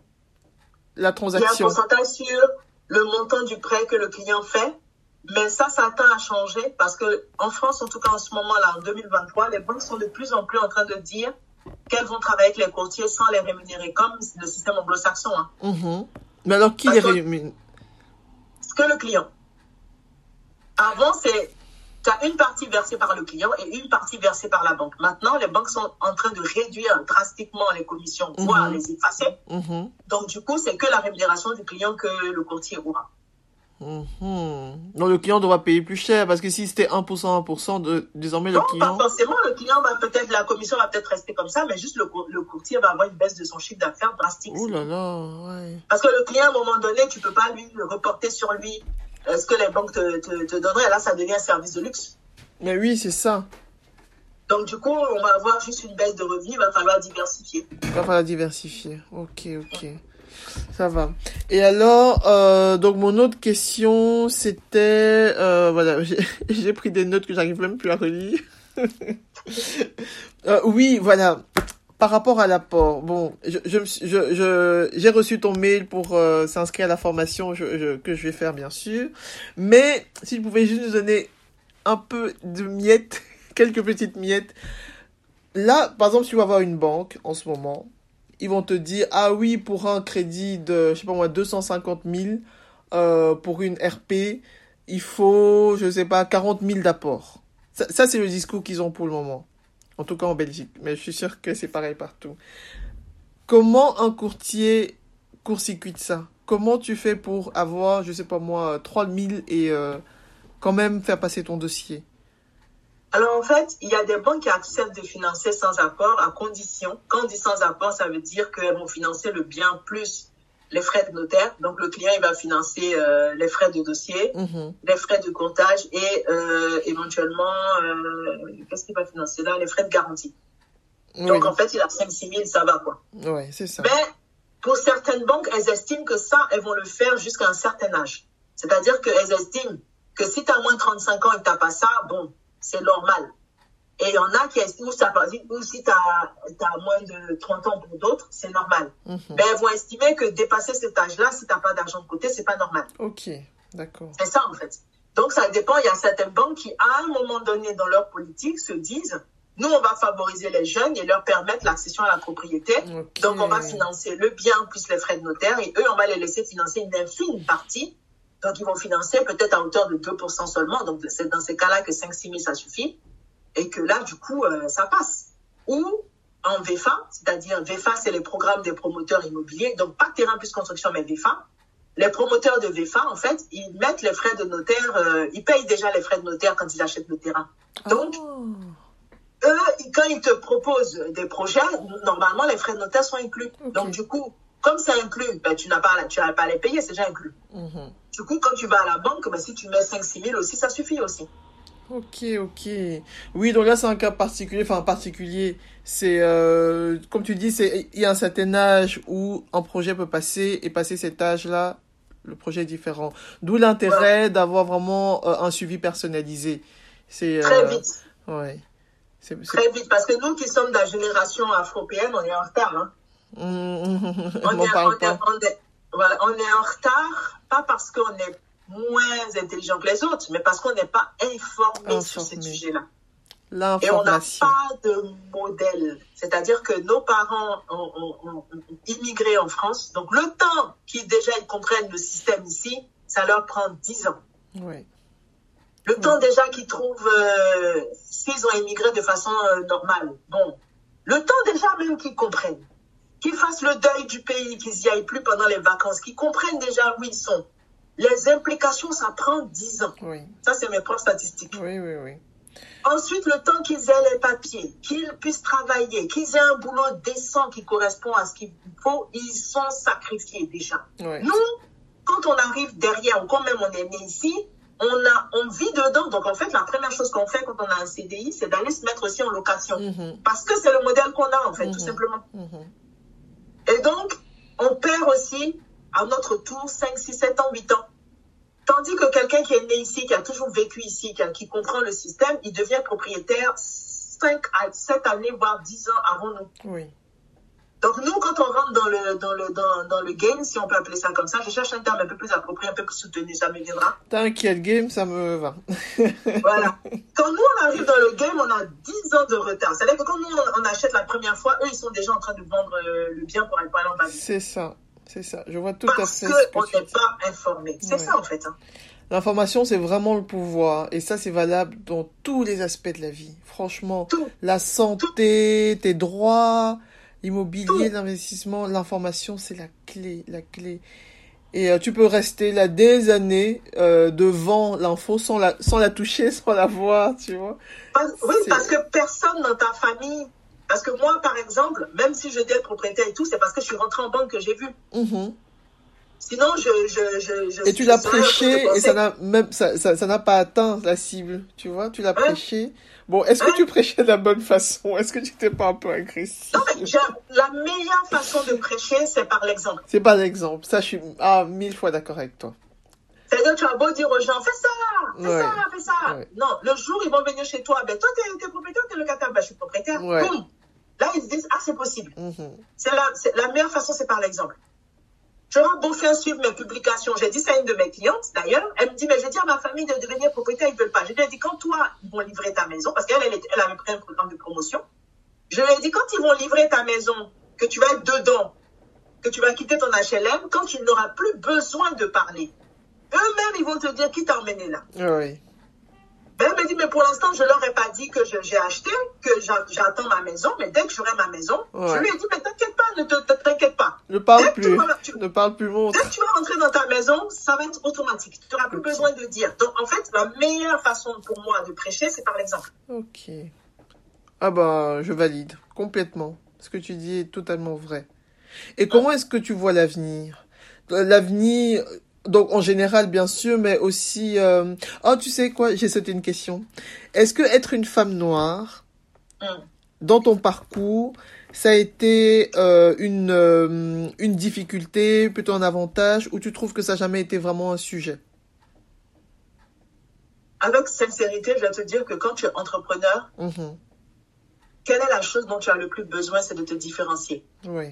la transaction. Il y a un pourcentage sur le montant du prêt que le client fait, mais ça tend à changer parce que en France, en tout cas en ce moment-là, en 2023, les banques sont de plus en plus en train de dire qu'elles vont travailler avec les courtiers sans les rémunérer comme le système anglo-saxon. Hein. Mm-hmm. Mais alors, qui les rémunère? C'est que le client. Avant, tu as une partie versée par le client et une partie versée par la banque. Maintenant, les banques sont en train de réduire drastiquement les commissions, voire les effacer. Mm-hmm. Donc, du coup, c'est que la rémunération du client que le courtier aura. Mm-hmm. Donc, le client devra payer plus cher parce que si c'était 1%, désormais le client... Non, pas forcément. Le client la commission va peut-être rester comme ça, mais juste le courtier va avoir une baisse de son chiffre d'affaires drastique. Oh là là, ouais. Parce que le client, à un moment donné, tu peux pas lui reporter sur lui ce que les banques te donneraient. Là, ça devient un service de luxe. Mais oui, c'est ça. Donc, du coup, on va avoir juste une baisse de revenus. Il va falloir diversifier. Ok. Ça va. Et alors, donc mon autre question, c'était... voilà, j'ai pris des notes que j'arrive même plus à relire. Oui, voilà. Par rapport à l'apport, bon, j'ai reçu ton mail pour s'inscrire à la formation que je vais faire, bien sûr. Mais si je pouvais juste nous donner un peu de miettes, quelques petites miettes. Là, par exemple, si tu vas avoir une banque en ce moment, ils vont te dire, ah oui, pour un crédit de, je sais pas moi, 250 000 pour une RP, il faut, je sais pas, 40 000 d'apport. Ça, c'est le discours qu'ils ont pour le moment. En tout cas en Belgique. Mais je suis sûr que c'est pareil partout. Comment un courtier court-circuite ça? Comment tu fais pour avoir, je sais pas moi, 3 000 et quand même faire passer ton dossier? Alors, en fait, il y a des banques qui acceptent de financer sans apport à condition. Quand on dit sans apport, ça veut dire qu'elles vont financer le bien plus les frais de notaire. Donc, le client, il va financer les frais de dossier, les frais de comptage et éventuellement, qu'est-ce qu'il va financer là? Les frais de garantie. Oui. Donc, en fait, il a 5-6 000, ça va, quoi. Ouais, c'est ça. Mais pour certaines banques, elles estiment que ça, elles vont le faire jusqu'à un certain âge. C'est-à-dire qu'elles estiment que si tu as moins de 35 ans et que tu n'as pas ça, bon, c'est normal. Et il y en a qui estiment, ou si tu as moins de 30 ans pour d'autres, c'est normal. Mais elles vont estimer que dépasser cet âge-là, si tu n'as pas d'argent de côté, c'est pas normal. Ok, d'accord. C'est ça, en fait. Donc, ça dépend. Il y a certaines banques qui, à un moment donné dans leur politique, se disent, Nous, on va favoriser les jeunes et leur permettre l'accession à la propriété. Okay. Donc, on va financer le bien plus les frais de notaire et eux, on va les laisser financer une infime partie. Donc, ils vont financer peut-être à hauteur de 2% seulement. Donc, c'est dans ces cas-là que 5-6 000, ça suffit. Et que là, du coup, ça passe. Ou en VFA, c'est-à-dire VFA, c'est les programmes des promoteurs immobiliers. Donc, pas terrain plus construction, mais VFA. Les promoteurs de VFA, en fait, ils mettent les frais de notaire, ils payent déjà les frais de notaire quand ils achètent le terrain. Donc, eux, quand ils te proposent des projets, normalement, les frais de notaire sont inclus. Okay. Donc, du coup, comme c'est inclus, ben, tu n'as pas à les payer, c'est déjà inclus. Du coup, quand tu vas à la banque, ben, si tu mets 5-6 000 aussi, ça suffit aussi. Ok. Oui, donc là, c'est un cas particulier. C'est, comme tu dis, il y a un certain âge où un projet peut passer, et passer cet âge-là, le projet est différent. D'où l'intérêt d'avoir vraiment un suivi personnalisé. C'est, très vite. Ouais. Très vite, parce que nous qui sommes de la génération afro-péenne, on est en retard. Hein. On est en retard, pas parce qu'on est moins intelligent que les autres, mais parce qu'on n'est pas informé sur ces sujets-là. Et on n'a pas de modèle. C'est-à-dire que nos parents ont immigré en France. Donc, le temps qu'ils comprennent le système ici, ça leur prend 10 ans. Oui. Le temps déjà qu'ils trouvent, s'ils ont immigré de façon normale. Bon, le temps déjà même qu'ils comprennent, qu'ils fassent le deuil du pays, qu'ils n'y aillent plus pendant les vacances, qu'ils comprennent déjà où ils sont. Les implications, ça prend 10 ans. Oui. Ça, c'est mes propres statistiques. Oui. Ensuite, le temps qu'ils aient les papiers, qu'ils puissent travailler, qu'ils aient un boulot décent qui correspond à ce qu'il faut, ils sont sacrifiés déjà. Oui. Nous, quand on arrive derrière, ou quand même on est né ici, on vit dedans. Donc, en fait, la première chose qu'on fait quand on a un CDI, c'est d'aller se mettre aussi en location. Parce que c'est le modèle qu'on a, en fait, tout simplement. Et donc, on perd aussi, à notre tour, 5, 6, 7 ans, 8 ans. Tandis que quelqu'un qui est né ici, qui a toujours vécu ici, qui comprend le système, il devient propriétaire 5 à 7 années, voire 10 ans avant nous. Oui. Donc, nous, quand on rentre dans le game, si on peut appeler ça comme ça, je cherche un terme un peu plus approprié, un peu plus soutenu, ça me viendra. T'inquiète, game, ça me va. Voilà. Quand nous, on arrive dans le game, on a 10 ans de retard. C'est-à-dire que quand nous, on achète la première fois, eux, ils sont déjà en train de vendre le bien pour aller en bas. C'est ça. Je vois tout à fait. Parce qu'on n'est pas informé. C'est ça, en fait. Hein. L'information, c'est vraiment le pouvoir. Et ça, c'est valable dans tous les aspects de la vie. Franchement, la santé, tes droits, l'immobilier, l'investissement, l'information, c'est la clé. Et tu peux rester là des années devant l'info sans la toucher, sans la voir, tu vois. Parce que personne dans ta famille... Parce que moi, par exemple, même si je dis être propriétaire et tout, c'est parce que je suis rentrée en banque que j'ai vu. Sinon, et tu l'as prêché et ça n'a pas atteint la cible, tu vois. Tu l'as prêché. Bon, est-ce que tu prêchais de la bonne façon? Est-ce que tu n'étais pas un peu agressif? Non, mais la meilleure façon de prêcher, c'est par l'exemple. C'est par l'exemple. Ça, je suis 1000 fois d'accord avec toi. C'est-à-dire, tu as beau dire aux gens, fais ça. Ouais. Non, le jour, ils vont venir chez toi. Ben, toi, t'es propriétaire, t'es locataire. Ben, je suis propriétaire. Ouais. Boum. Là, ils se disent, c'est possible. C'est la meilleure façon, c'est par l'exemple. J'aurais beau faire suivre mes publications. J'ai dit ça à une de mes clientes, d'ailleurs. Elle me dit, mais je dis à ma famille de devenir propriétaire, ils ne veulent pas. Je lui ai dit, quand toi, ils vont livrer ta maison, parce qu'elle avait pris un programme de promotion. Je lui ai dit, quand ils vont livrer ta maison, que tu vas être dedans, que tu vas quitter ton HLM, quand tu n'auras plus besoin de parler, eux-mêmes, ils vont te dire qui t'a emmené là. Oui. Ben, elle me dit, mais pour l'instant, je leur ai pas dit que j'ai acheté, que j'attends ma maison, mais dès que j'aurai ma maison, je lui ai dit, mais t'inquiète pas, ne t'inquiète pas. Ne parle plus. Ne parle plus, montre. Dès que tu vas rentrer dans ta maison, ça va être automatique. Tu n'auras plus besoin de dire. Donc, en fait, la meilleure façon pour moi de prêcher, c'est par l'exemple. Ok. Ah bah, je valide complètement. Ce que tu dis est totalement vrai. Et comment est-ce que tu vois l'avenir? L'avenir... Donc, en général, bien sûr, mais aussi... tu sais quoi? J'ai sauté une question. Est-ce que être une femme noire, dans ton parcours, ça a été une difficulté, plutôt un avantage, ou tu trouves que ça n'a jamais été vraiment un sujet? Avec sincérité, je vais te dire que quand tu es entrepreneur, quelle est la chose dont tu as le plus besoin? C'est de te différencier. Oui.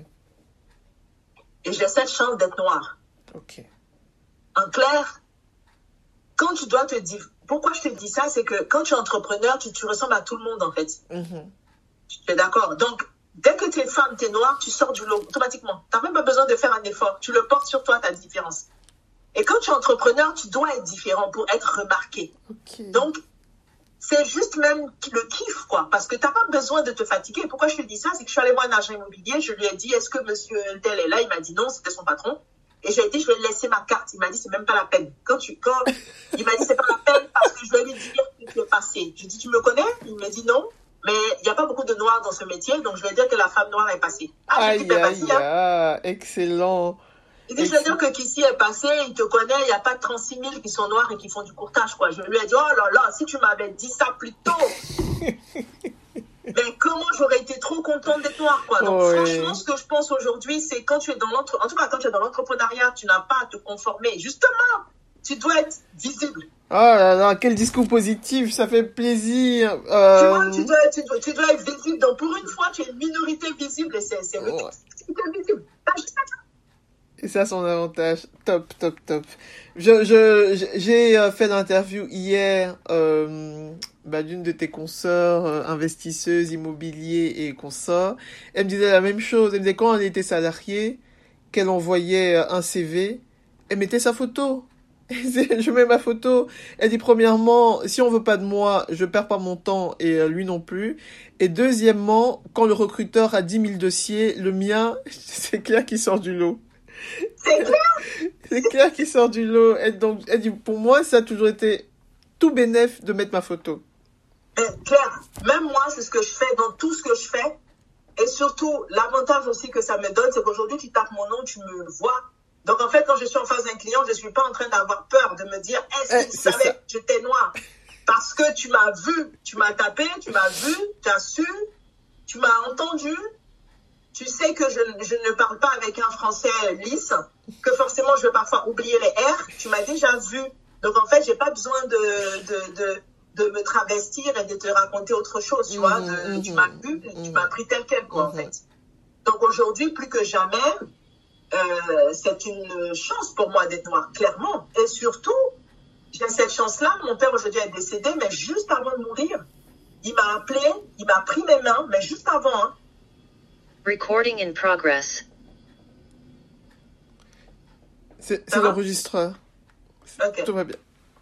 Et j'ai cette chance d'être noire. Ok. En clair, quand tu dois te dire, pourquoi je te dis ça, c'est que quand tu es entrepreneur, tu ressembles à tout le monde, en fait. Tu es d'accord? Donc, dès que tu es femme, tu es noire, tu sors du lot automatiquement. Tu n'as même pas besoin de faire un effort. Tu le portes sur toi, ta différence. Et quand tu es entrepreneur, tu dois être différent pour être remarqué. Donc, c'est juste même le kiff, quoi. Parce que tu n'as pas besoin de te fatiguer. Pourquoi je te dis ça? C'est que je suis allée voir un agent immobilier. Je lui ai dit, est-ce que monsieur tel est là? Il m'a dit non, c'était son patron. Et je lui ai dit, je vais laisser ma carte. Il m'a dit, c'est même pas la peine. Il m'a dit, c'est pas la peine parce que je vais lui dire que tu es passé. Je lui ai dit, tu me connais? Il m'a dit non. Mais il n'y a pas beaucoup de noirs dans ce métier, donc je vais dire que la femme noire est passée. Excellent. Il dit, je veux dire que qu'ici est passé, il te connaît, il n'y a pas 36 000 qui sont noirs et qui font du courtage, quoi. Je lui ai dit, oh là là, si tu m'avais dit ça plus tôt. Mais comment j'aurais été trop contente d'être noire, quoi. Donc, franchement, ce que je pense aujourd'hui, c'est quand tu es dans l'entrepreneuriat, tu n'as pas à te conformer. Justement, tu dois être visible. Oh là là, quel discours positif, ça fait plaisir. Tu vois, tu dois être visible. Donc, pour une fois, tu es une minorité visible et c'est visible. Et ça, son avantage. Top. J'ai fait l'interview hier d'une de tes consoeurs investisseuses, immobilier et consorts. Elle me disait la même chose. Elle me disait quand elle était salariée, qu'elle envoyait un CV, elle mettait sa photo. Je mets ma photo. Elle dit premièrement, si on veut pas de moi, je perds pas mon temps et lui non plus. Et deuxièmement, quand le recruteur a 10 000 dossiers, le mien, c'est clair qu'il sort du lot. C'est clair. C'est clair qu'il sort du lot. Et donc, elle dit pour moi, ça a toujours été tout bénef de mettre ma photo. Claire, même moi, c'est ce que je fais dans tout ce que je fais. Et surtout, l'avantage aussi que ça me donne, c'est qu'aujourd'hui, tu tapes mon nom, tu me vois. Donc, en fait, quand je suis en face d'un client, je ne suis pas en train d'avoir peur de me dire, est-ce qu'il savait que j'étais noire? Parce que tu m'as vu, tu m'as tapé, tu m'as vu, tu as su, tu m'as entendu. Tu sais que je ne parle pas avec un français lisse, que forcément, je vais parfois oublier les R. Tu m'as déjà vu. Donc, en fait, je n'ai pas besoin de me travestir et de te raconter autre chose, tu vois. Tu m'as vu, tu m'as pris tel quel, quoi, en fait. Donc, aujourd'hui, plus que jamais, c'est une chance pour moi d'être noire, clairement. Et surtout, j'ai cette chance-là. Mon père aujourd'hui est décédé, mais juste avant de mourir, il m'a appelé, il m'a pris mes mains, mais juste avant. Hein. Recording in progress. C'est l'enregistreur. Okay. Tout va bien.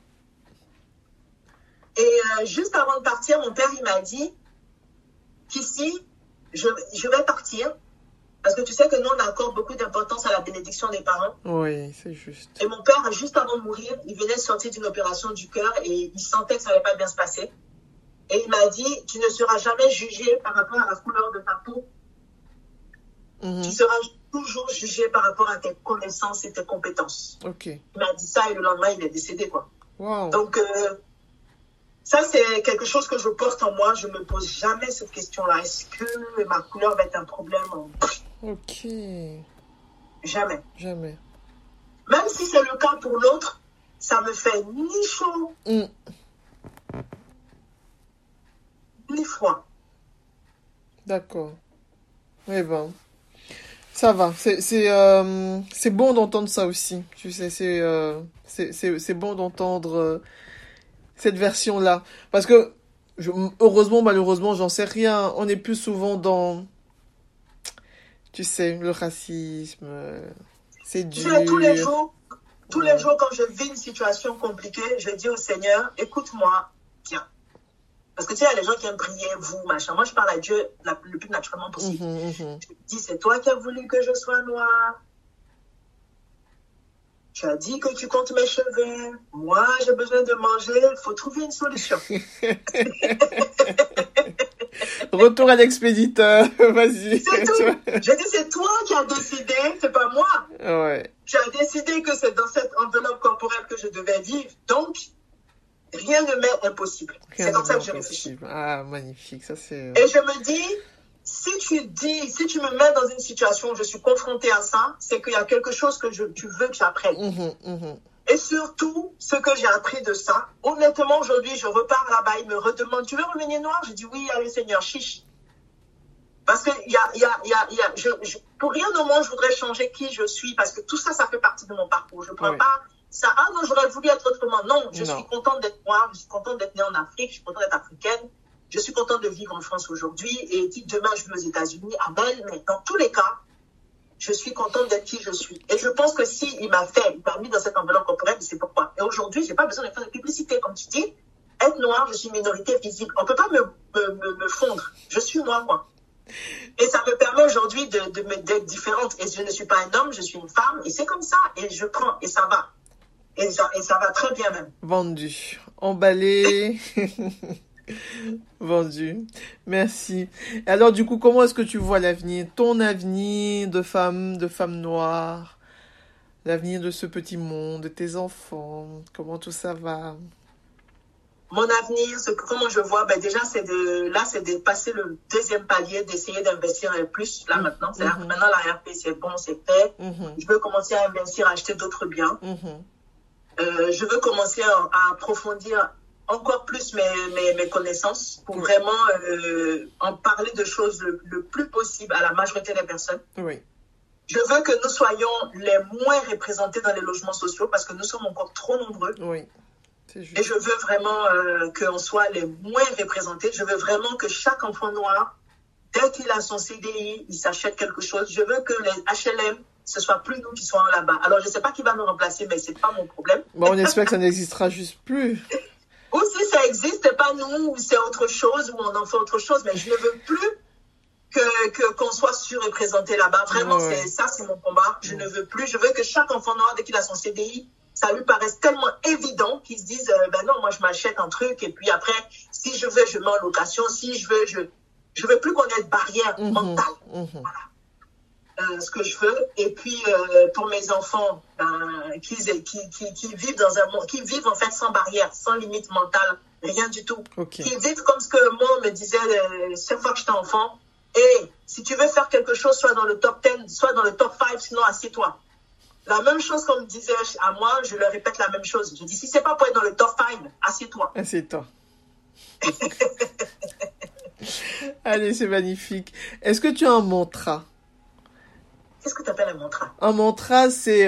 Et juste avant de partir, mon père, il m'a dit qu'ici, je vais partir. Parce que tu sais que nous, on accorde beaucoup d'importance à la bénédiction des parents. Oui, c'est juste. Et mon père, juste avant de mourir, il venait de sortir d'une opération du cœur et il sentait que ça n'allait pas bien se passer. Et il m'a dit, tu ne seras jamais jugé par rapport à la couleur de ta peau. Tu seras toujours jugé par rapport à tes connaissances et tes compétences. Ok. Il m'a dit ça et le lendemain, il est décédé, quoi. Wow. Donc, ça, c'est quelque chose que je porte en moi. Je ne me pose jamais cette question-là. Est-ce que ma couleur va être un problème? Ok. Jamais. Jamais. Même si c'est le cas pour l'autre, ça me fait ni chaud, ni froid. D'accord. Eh ben, ça va. C'est bon d'entendre ça aussi. Tu sais, c'est bon d'entendre cette version-là. Parce que, heureusement, malheureusement, j'en sais rien. On est plus souvent dans, tu sais, le racisme. C'est dur. Tu sais, tous les jours, quand je vis une situation compliquée, je dis au Seigneur, écoute-moi, tiens. Parce que tu sais, il y a des gens qui aiment prier, vous, machin. Moi, je parle à Dieu le plus naturellement possible. Je dis, c'est toi qui as voulu que je sois noire. Tu as dit que tu comptes mes cheveux. Moi, j'ai besoin de manger. Il faut trouver une solution. Retour à l'expéditeur. Vas-y. C'est tout. J'ai dit, c'est toi qui as décidé, c'est pas moi. Ouais. Tu as décidé que c'est dans cette enveloppe corporelle que je devais vivre. Donc, rien ne m'est impossible. C'est comme ça que je réfléchis. Ah, magnifique. Ça, c'est... Et je me dis, si tu me mets dans une situation où je suis confrontée à ça, c'est qu'il y a quelque chose que tu veux que j'apprenne. Et surtout, ce que j'ai appris de ça, honnêtement, aujourd'hui, je repars là-bas, il me redemande, tu veux revenir noir? Je dis oui, allez Seigneur, chiche. Parce que pour rien au monde, je voudrais changer qui je suis, parce que tout ça, ça fait partie de mon parcours. Je ne prends pas ça, ah non, j'aurais voulu être autrement. Non, je Non. suis contente d'être noire, je suis contente d'être née en Afrique, je suis contente d'être africaine, je suis contente de vivre en France aujourd'hui, et si demain je vais aux États-Unis, amen, mais dans tous les cas, je suis contente d'être qui je suis. Et je pense que si il m'a mis dans cette enveloppe corporelle, c'est pourquoi. Et aujourd'hui, j'ai pas besoin de faire de publicité, comme tu dis. Être noire, je suis minorité visible. On peut pas me fondre. Je suis moi. Et ça me permet aujourd'hui d'être différente. Et je ne suis pas un homme, je suis une femme, et c'est comme ça. Et je prends, et ça va. Et ça va très bien même. Vendu. Emballé. Vendu. Merci. Et alors, du coup, comment est-ce que tu vois l'avenir? Ton avenir de femme noire? L'avenir de ce petit monde, de tes enfants? Comment tout ça va? Mon avenir, comment je vois, ben déjà, c'est de passer le deuxième palier, d'essayer d'investir plus, là, maintenant. C'est-à-dire que maintenant, la RP, c'est bon, c'est fait. Je veux commencer à investir, à acheter d'autres biens. Je veux commencer à approfondir encore plus mes connaissances pour vraiment en parler de choses le plus possible à la majorité des personnes. Oui. Je veux que nous soyons les moins représentés dans les logements sociaux parce que nous sommes encore trop nombreux. Oui, c'est juste. Et je veux vraiment qu'on soit les moins représentés. Je veux vraiment que chaque enfant noir, dès qu'il a son CDI, il s'achète quelque chose. Je veux que les HLM, ce soit plus nous qui soyons là-bas. Alors, je ne sais pas qui va me remplacer, mais ce n'est pas mon problème. Bon, on espère que ça n'existera juste plus. Ou si ça existe, c'est pas nous, ou c'est autre chose, ou on en fait autre chose, mais je ne veux plus qu'on soit surreprésenté là-bas. Vraiment, c'est mon combat. Je ne veux plus. Je veux que chaque enfant noir, dès qu'il a son CDI, ça lui paraisse tellement évident qu'ils se disent, ben non, moi, je m'achète un truc, et puis après, si je veux, je mets en location. Si je veux, je veux plus qu'on ait de barrière mentale. Voilà. Ce que je veux. Et puis, pour mes enfants, qui vivent dans un monde, qui vivent en fait sans barrière, sans limite mentale, rien du tout. Okay. Qui vivent comme ce que moi me disait chaque fois que j'étais enfant. Et si tu veux faire quelque chose, soit dans le top 10, soit dans le top 5, sinon assieds-toi. La même chose qu'on me disait à moi, je leur répète la même chose. Je dis, si c'est pas pour être dans le top 5, assieds-toi. Assieds-toi. Allez, c'est magnifique. Est-ce que tu as un mantra? Qu'est-ce que tu appelles un mantra? Un mantra, c'est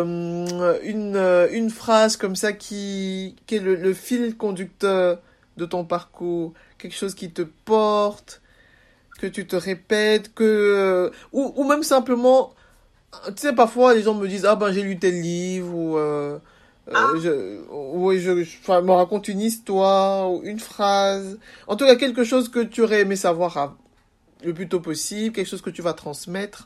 une phrase comme ça qui est le fil conducteur de ton parcours. Quelque chose qui te porte, que tu te répètes, ou même simplement, tu sais, parfois les gens me disent, ah ben j'ai lu tel livre, ou je me raconte une histoire, ou une phrase. En tout cas, quelque chose que tu aurais aimé savoir le plus tôt possible, quelque chose que tu vas transmettre.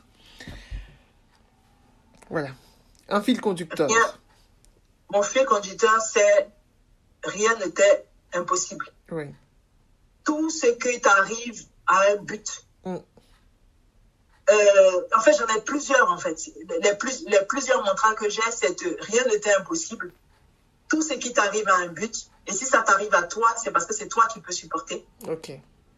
Voilà. Un fil conducteur. Mon fil conducteur, c'est rien n'était impossible. Oui. Tout ce qui t'arrive a un but. En fait, j'en ai plusieurs, en fait. Les plusieurs mantras que j'ai, c'est rien n'était impossible. Tout ce qui t'arrive a un but. Et si ça t'arrive à toi, c'est parce que c'est toi qui peux supporter. Ok.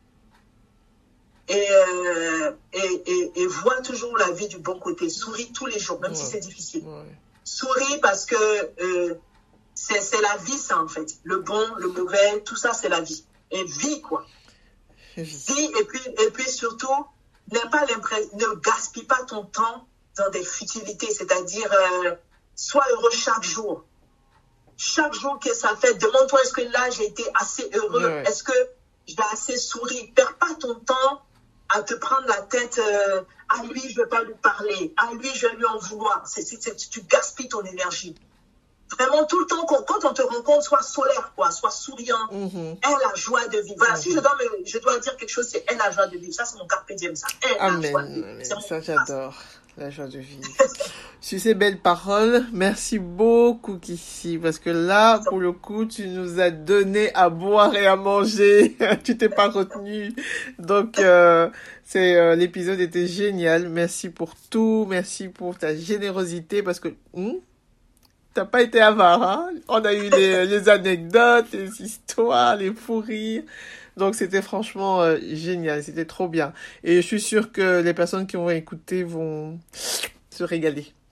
Et vois toujours la vie du bon côté. Souris tous les jours, même si c'est difficile. Souris parce que c'est la vie, ça, en fait. Le bon, le mauvais, tout ça, c'est la vie. Et vis, quoi. Vis, et puis surtout, ne gaspille pas ton temps dans des futilités. C'est-à-dire, sois heureux chaque jour. Chaque jour que ça fait, demande-toi, est-ce que là, j'ai été assez heureux? Ouais. Est-ce que j'ai assez souri? Perds pas ton temps à te prendre la tête, à lui, je ne vais pas lui parler, à lui, je vais lui en vouloir. Tu gaspilles ton énergie. Vraiment, tout le temps, quand on te rencontre, sois solaire, quoi, sois souriant, aie la joie de vivre. Voilà, si je dois dire quelque chose, c'est aie la joie de vivre. Ça, c'est mon carpe diem, ça. Amen. La joie de vivre. Ça, j'adore. La joie de vivre. Sur ces belles paroles, merci beaucoup, Kissy, parce que là, pour le coup, tu nous as donné à boire et à manger. Tu t'es pas retenu. Donc, l'épisode était génial. Merci pour tout. Merci pour ta générosité, parce que, t'as pas été avare, hein? On a eu les anecdotes, les histoires, les fous rires. Donc, c'était franchement génial. C'était trop bien. Et je suis sûre que les personnes qui vont écouter vont se régaler.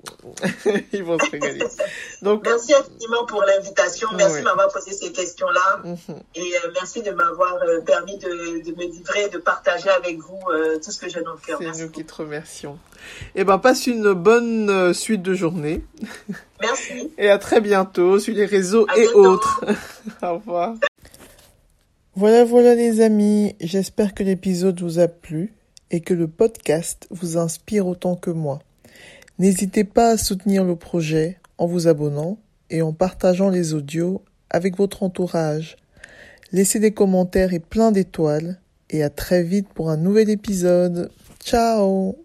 Ils vont se régaler. Donc, merci infiniment pour l'invitation. Merci de m'avoir posé ces questions-là. Et merci de m'avoir permis de me livrer, de partager avec vous tout ce que j'ai dans le cœur. C'est nous qui te remercions. Passe une bonne suite de journée. Merci. Et à très bientôt sur les réseaux et autres. Au revoir. Voilà les amis. J'espère que l'épisode vous a plu et que le podcast vous inspire autant que moi. N'hésitez pas à soutenir le projet en vous abonnant et en partageant les audios avec votre entourage. Laissez des commentaires et plein d'étoiles et à très vite pour un nouvel épisode. Ciao!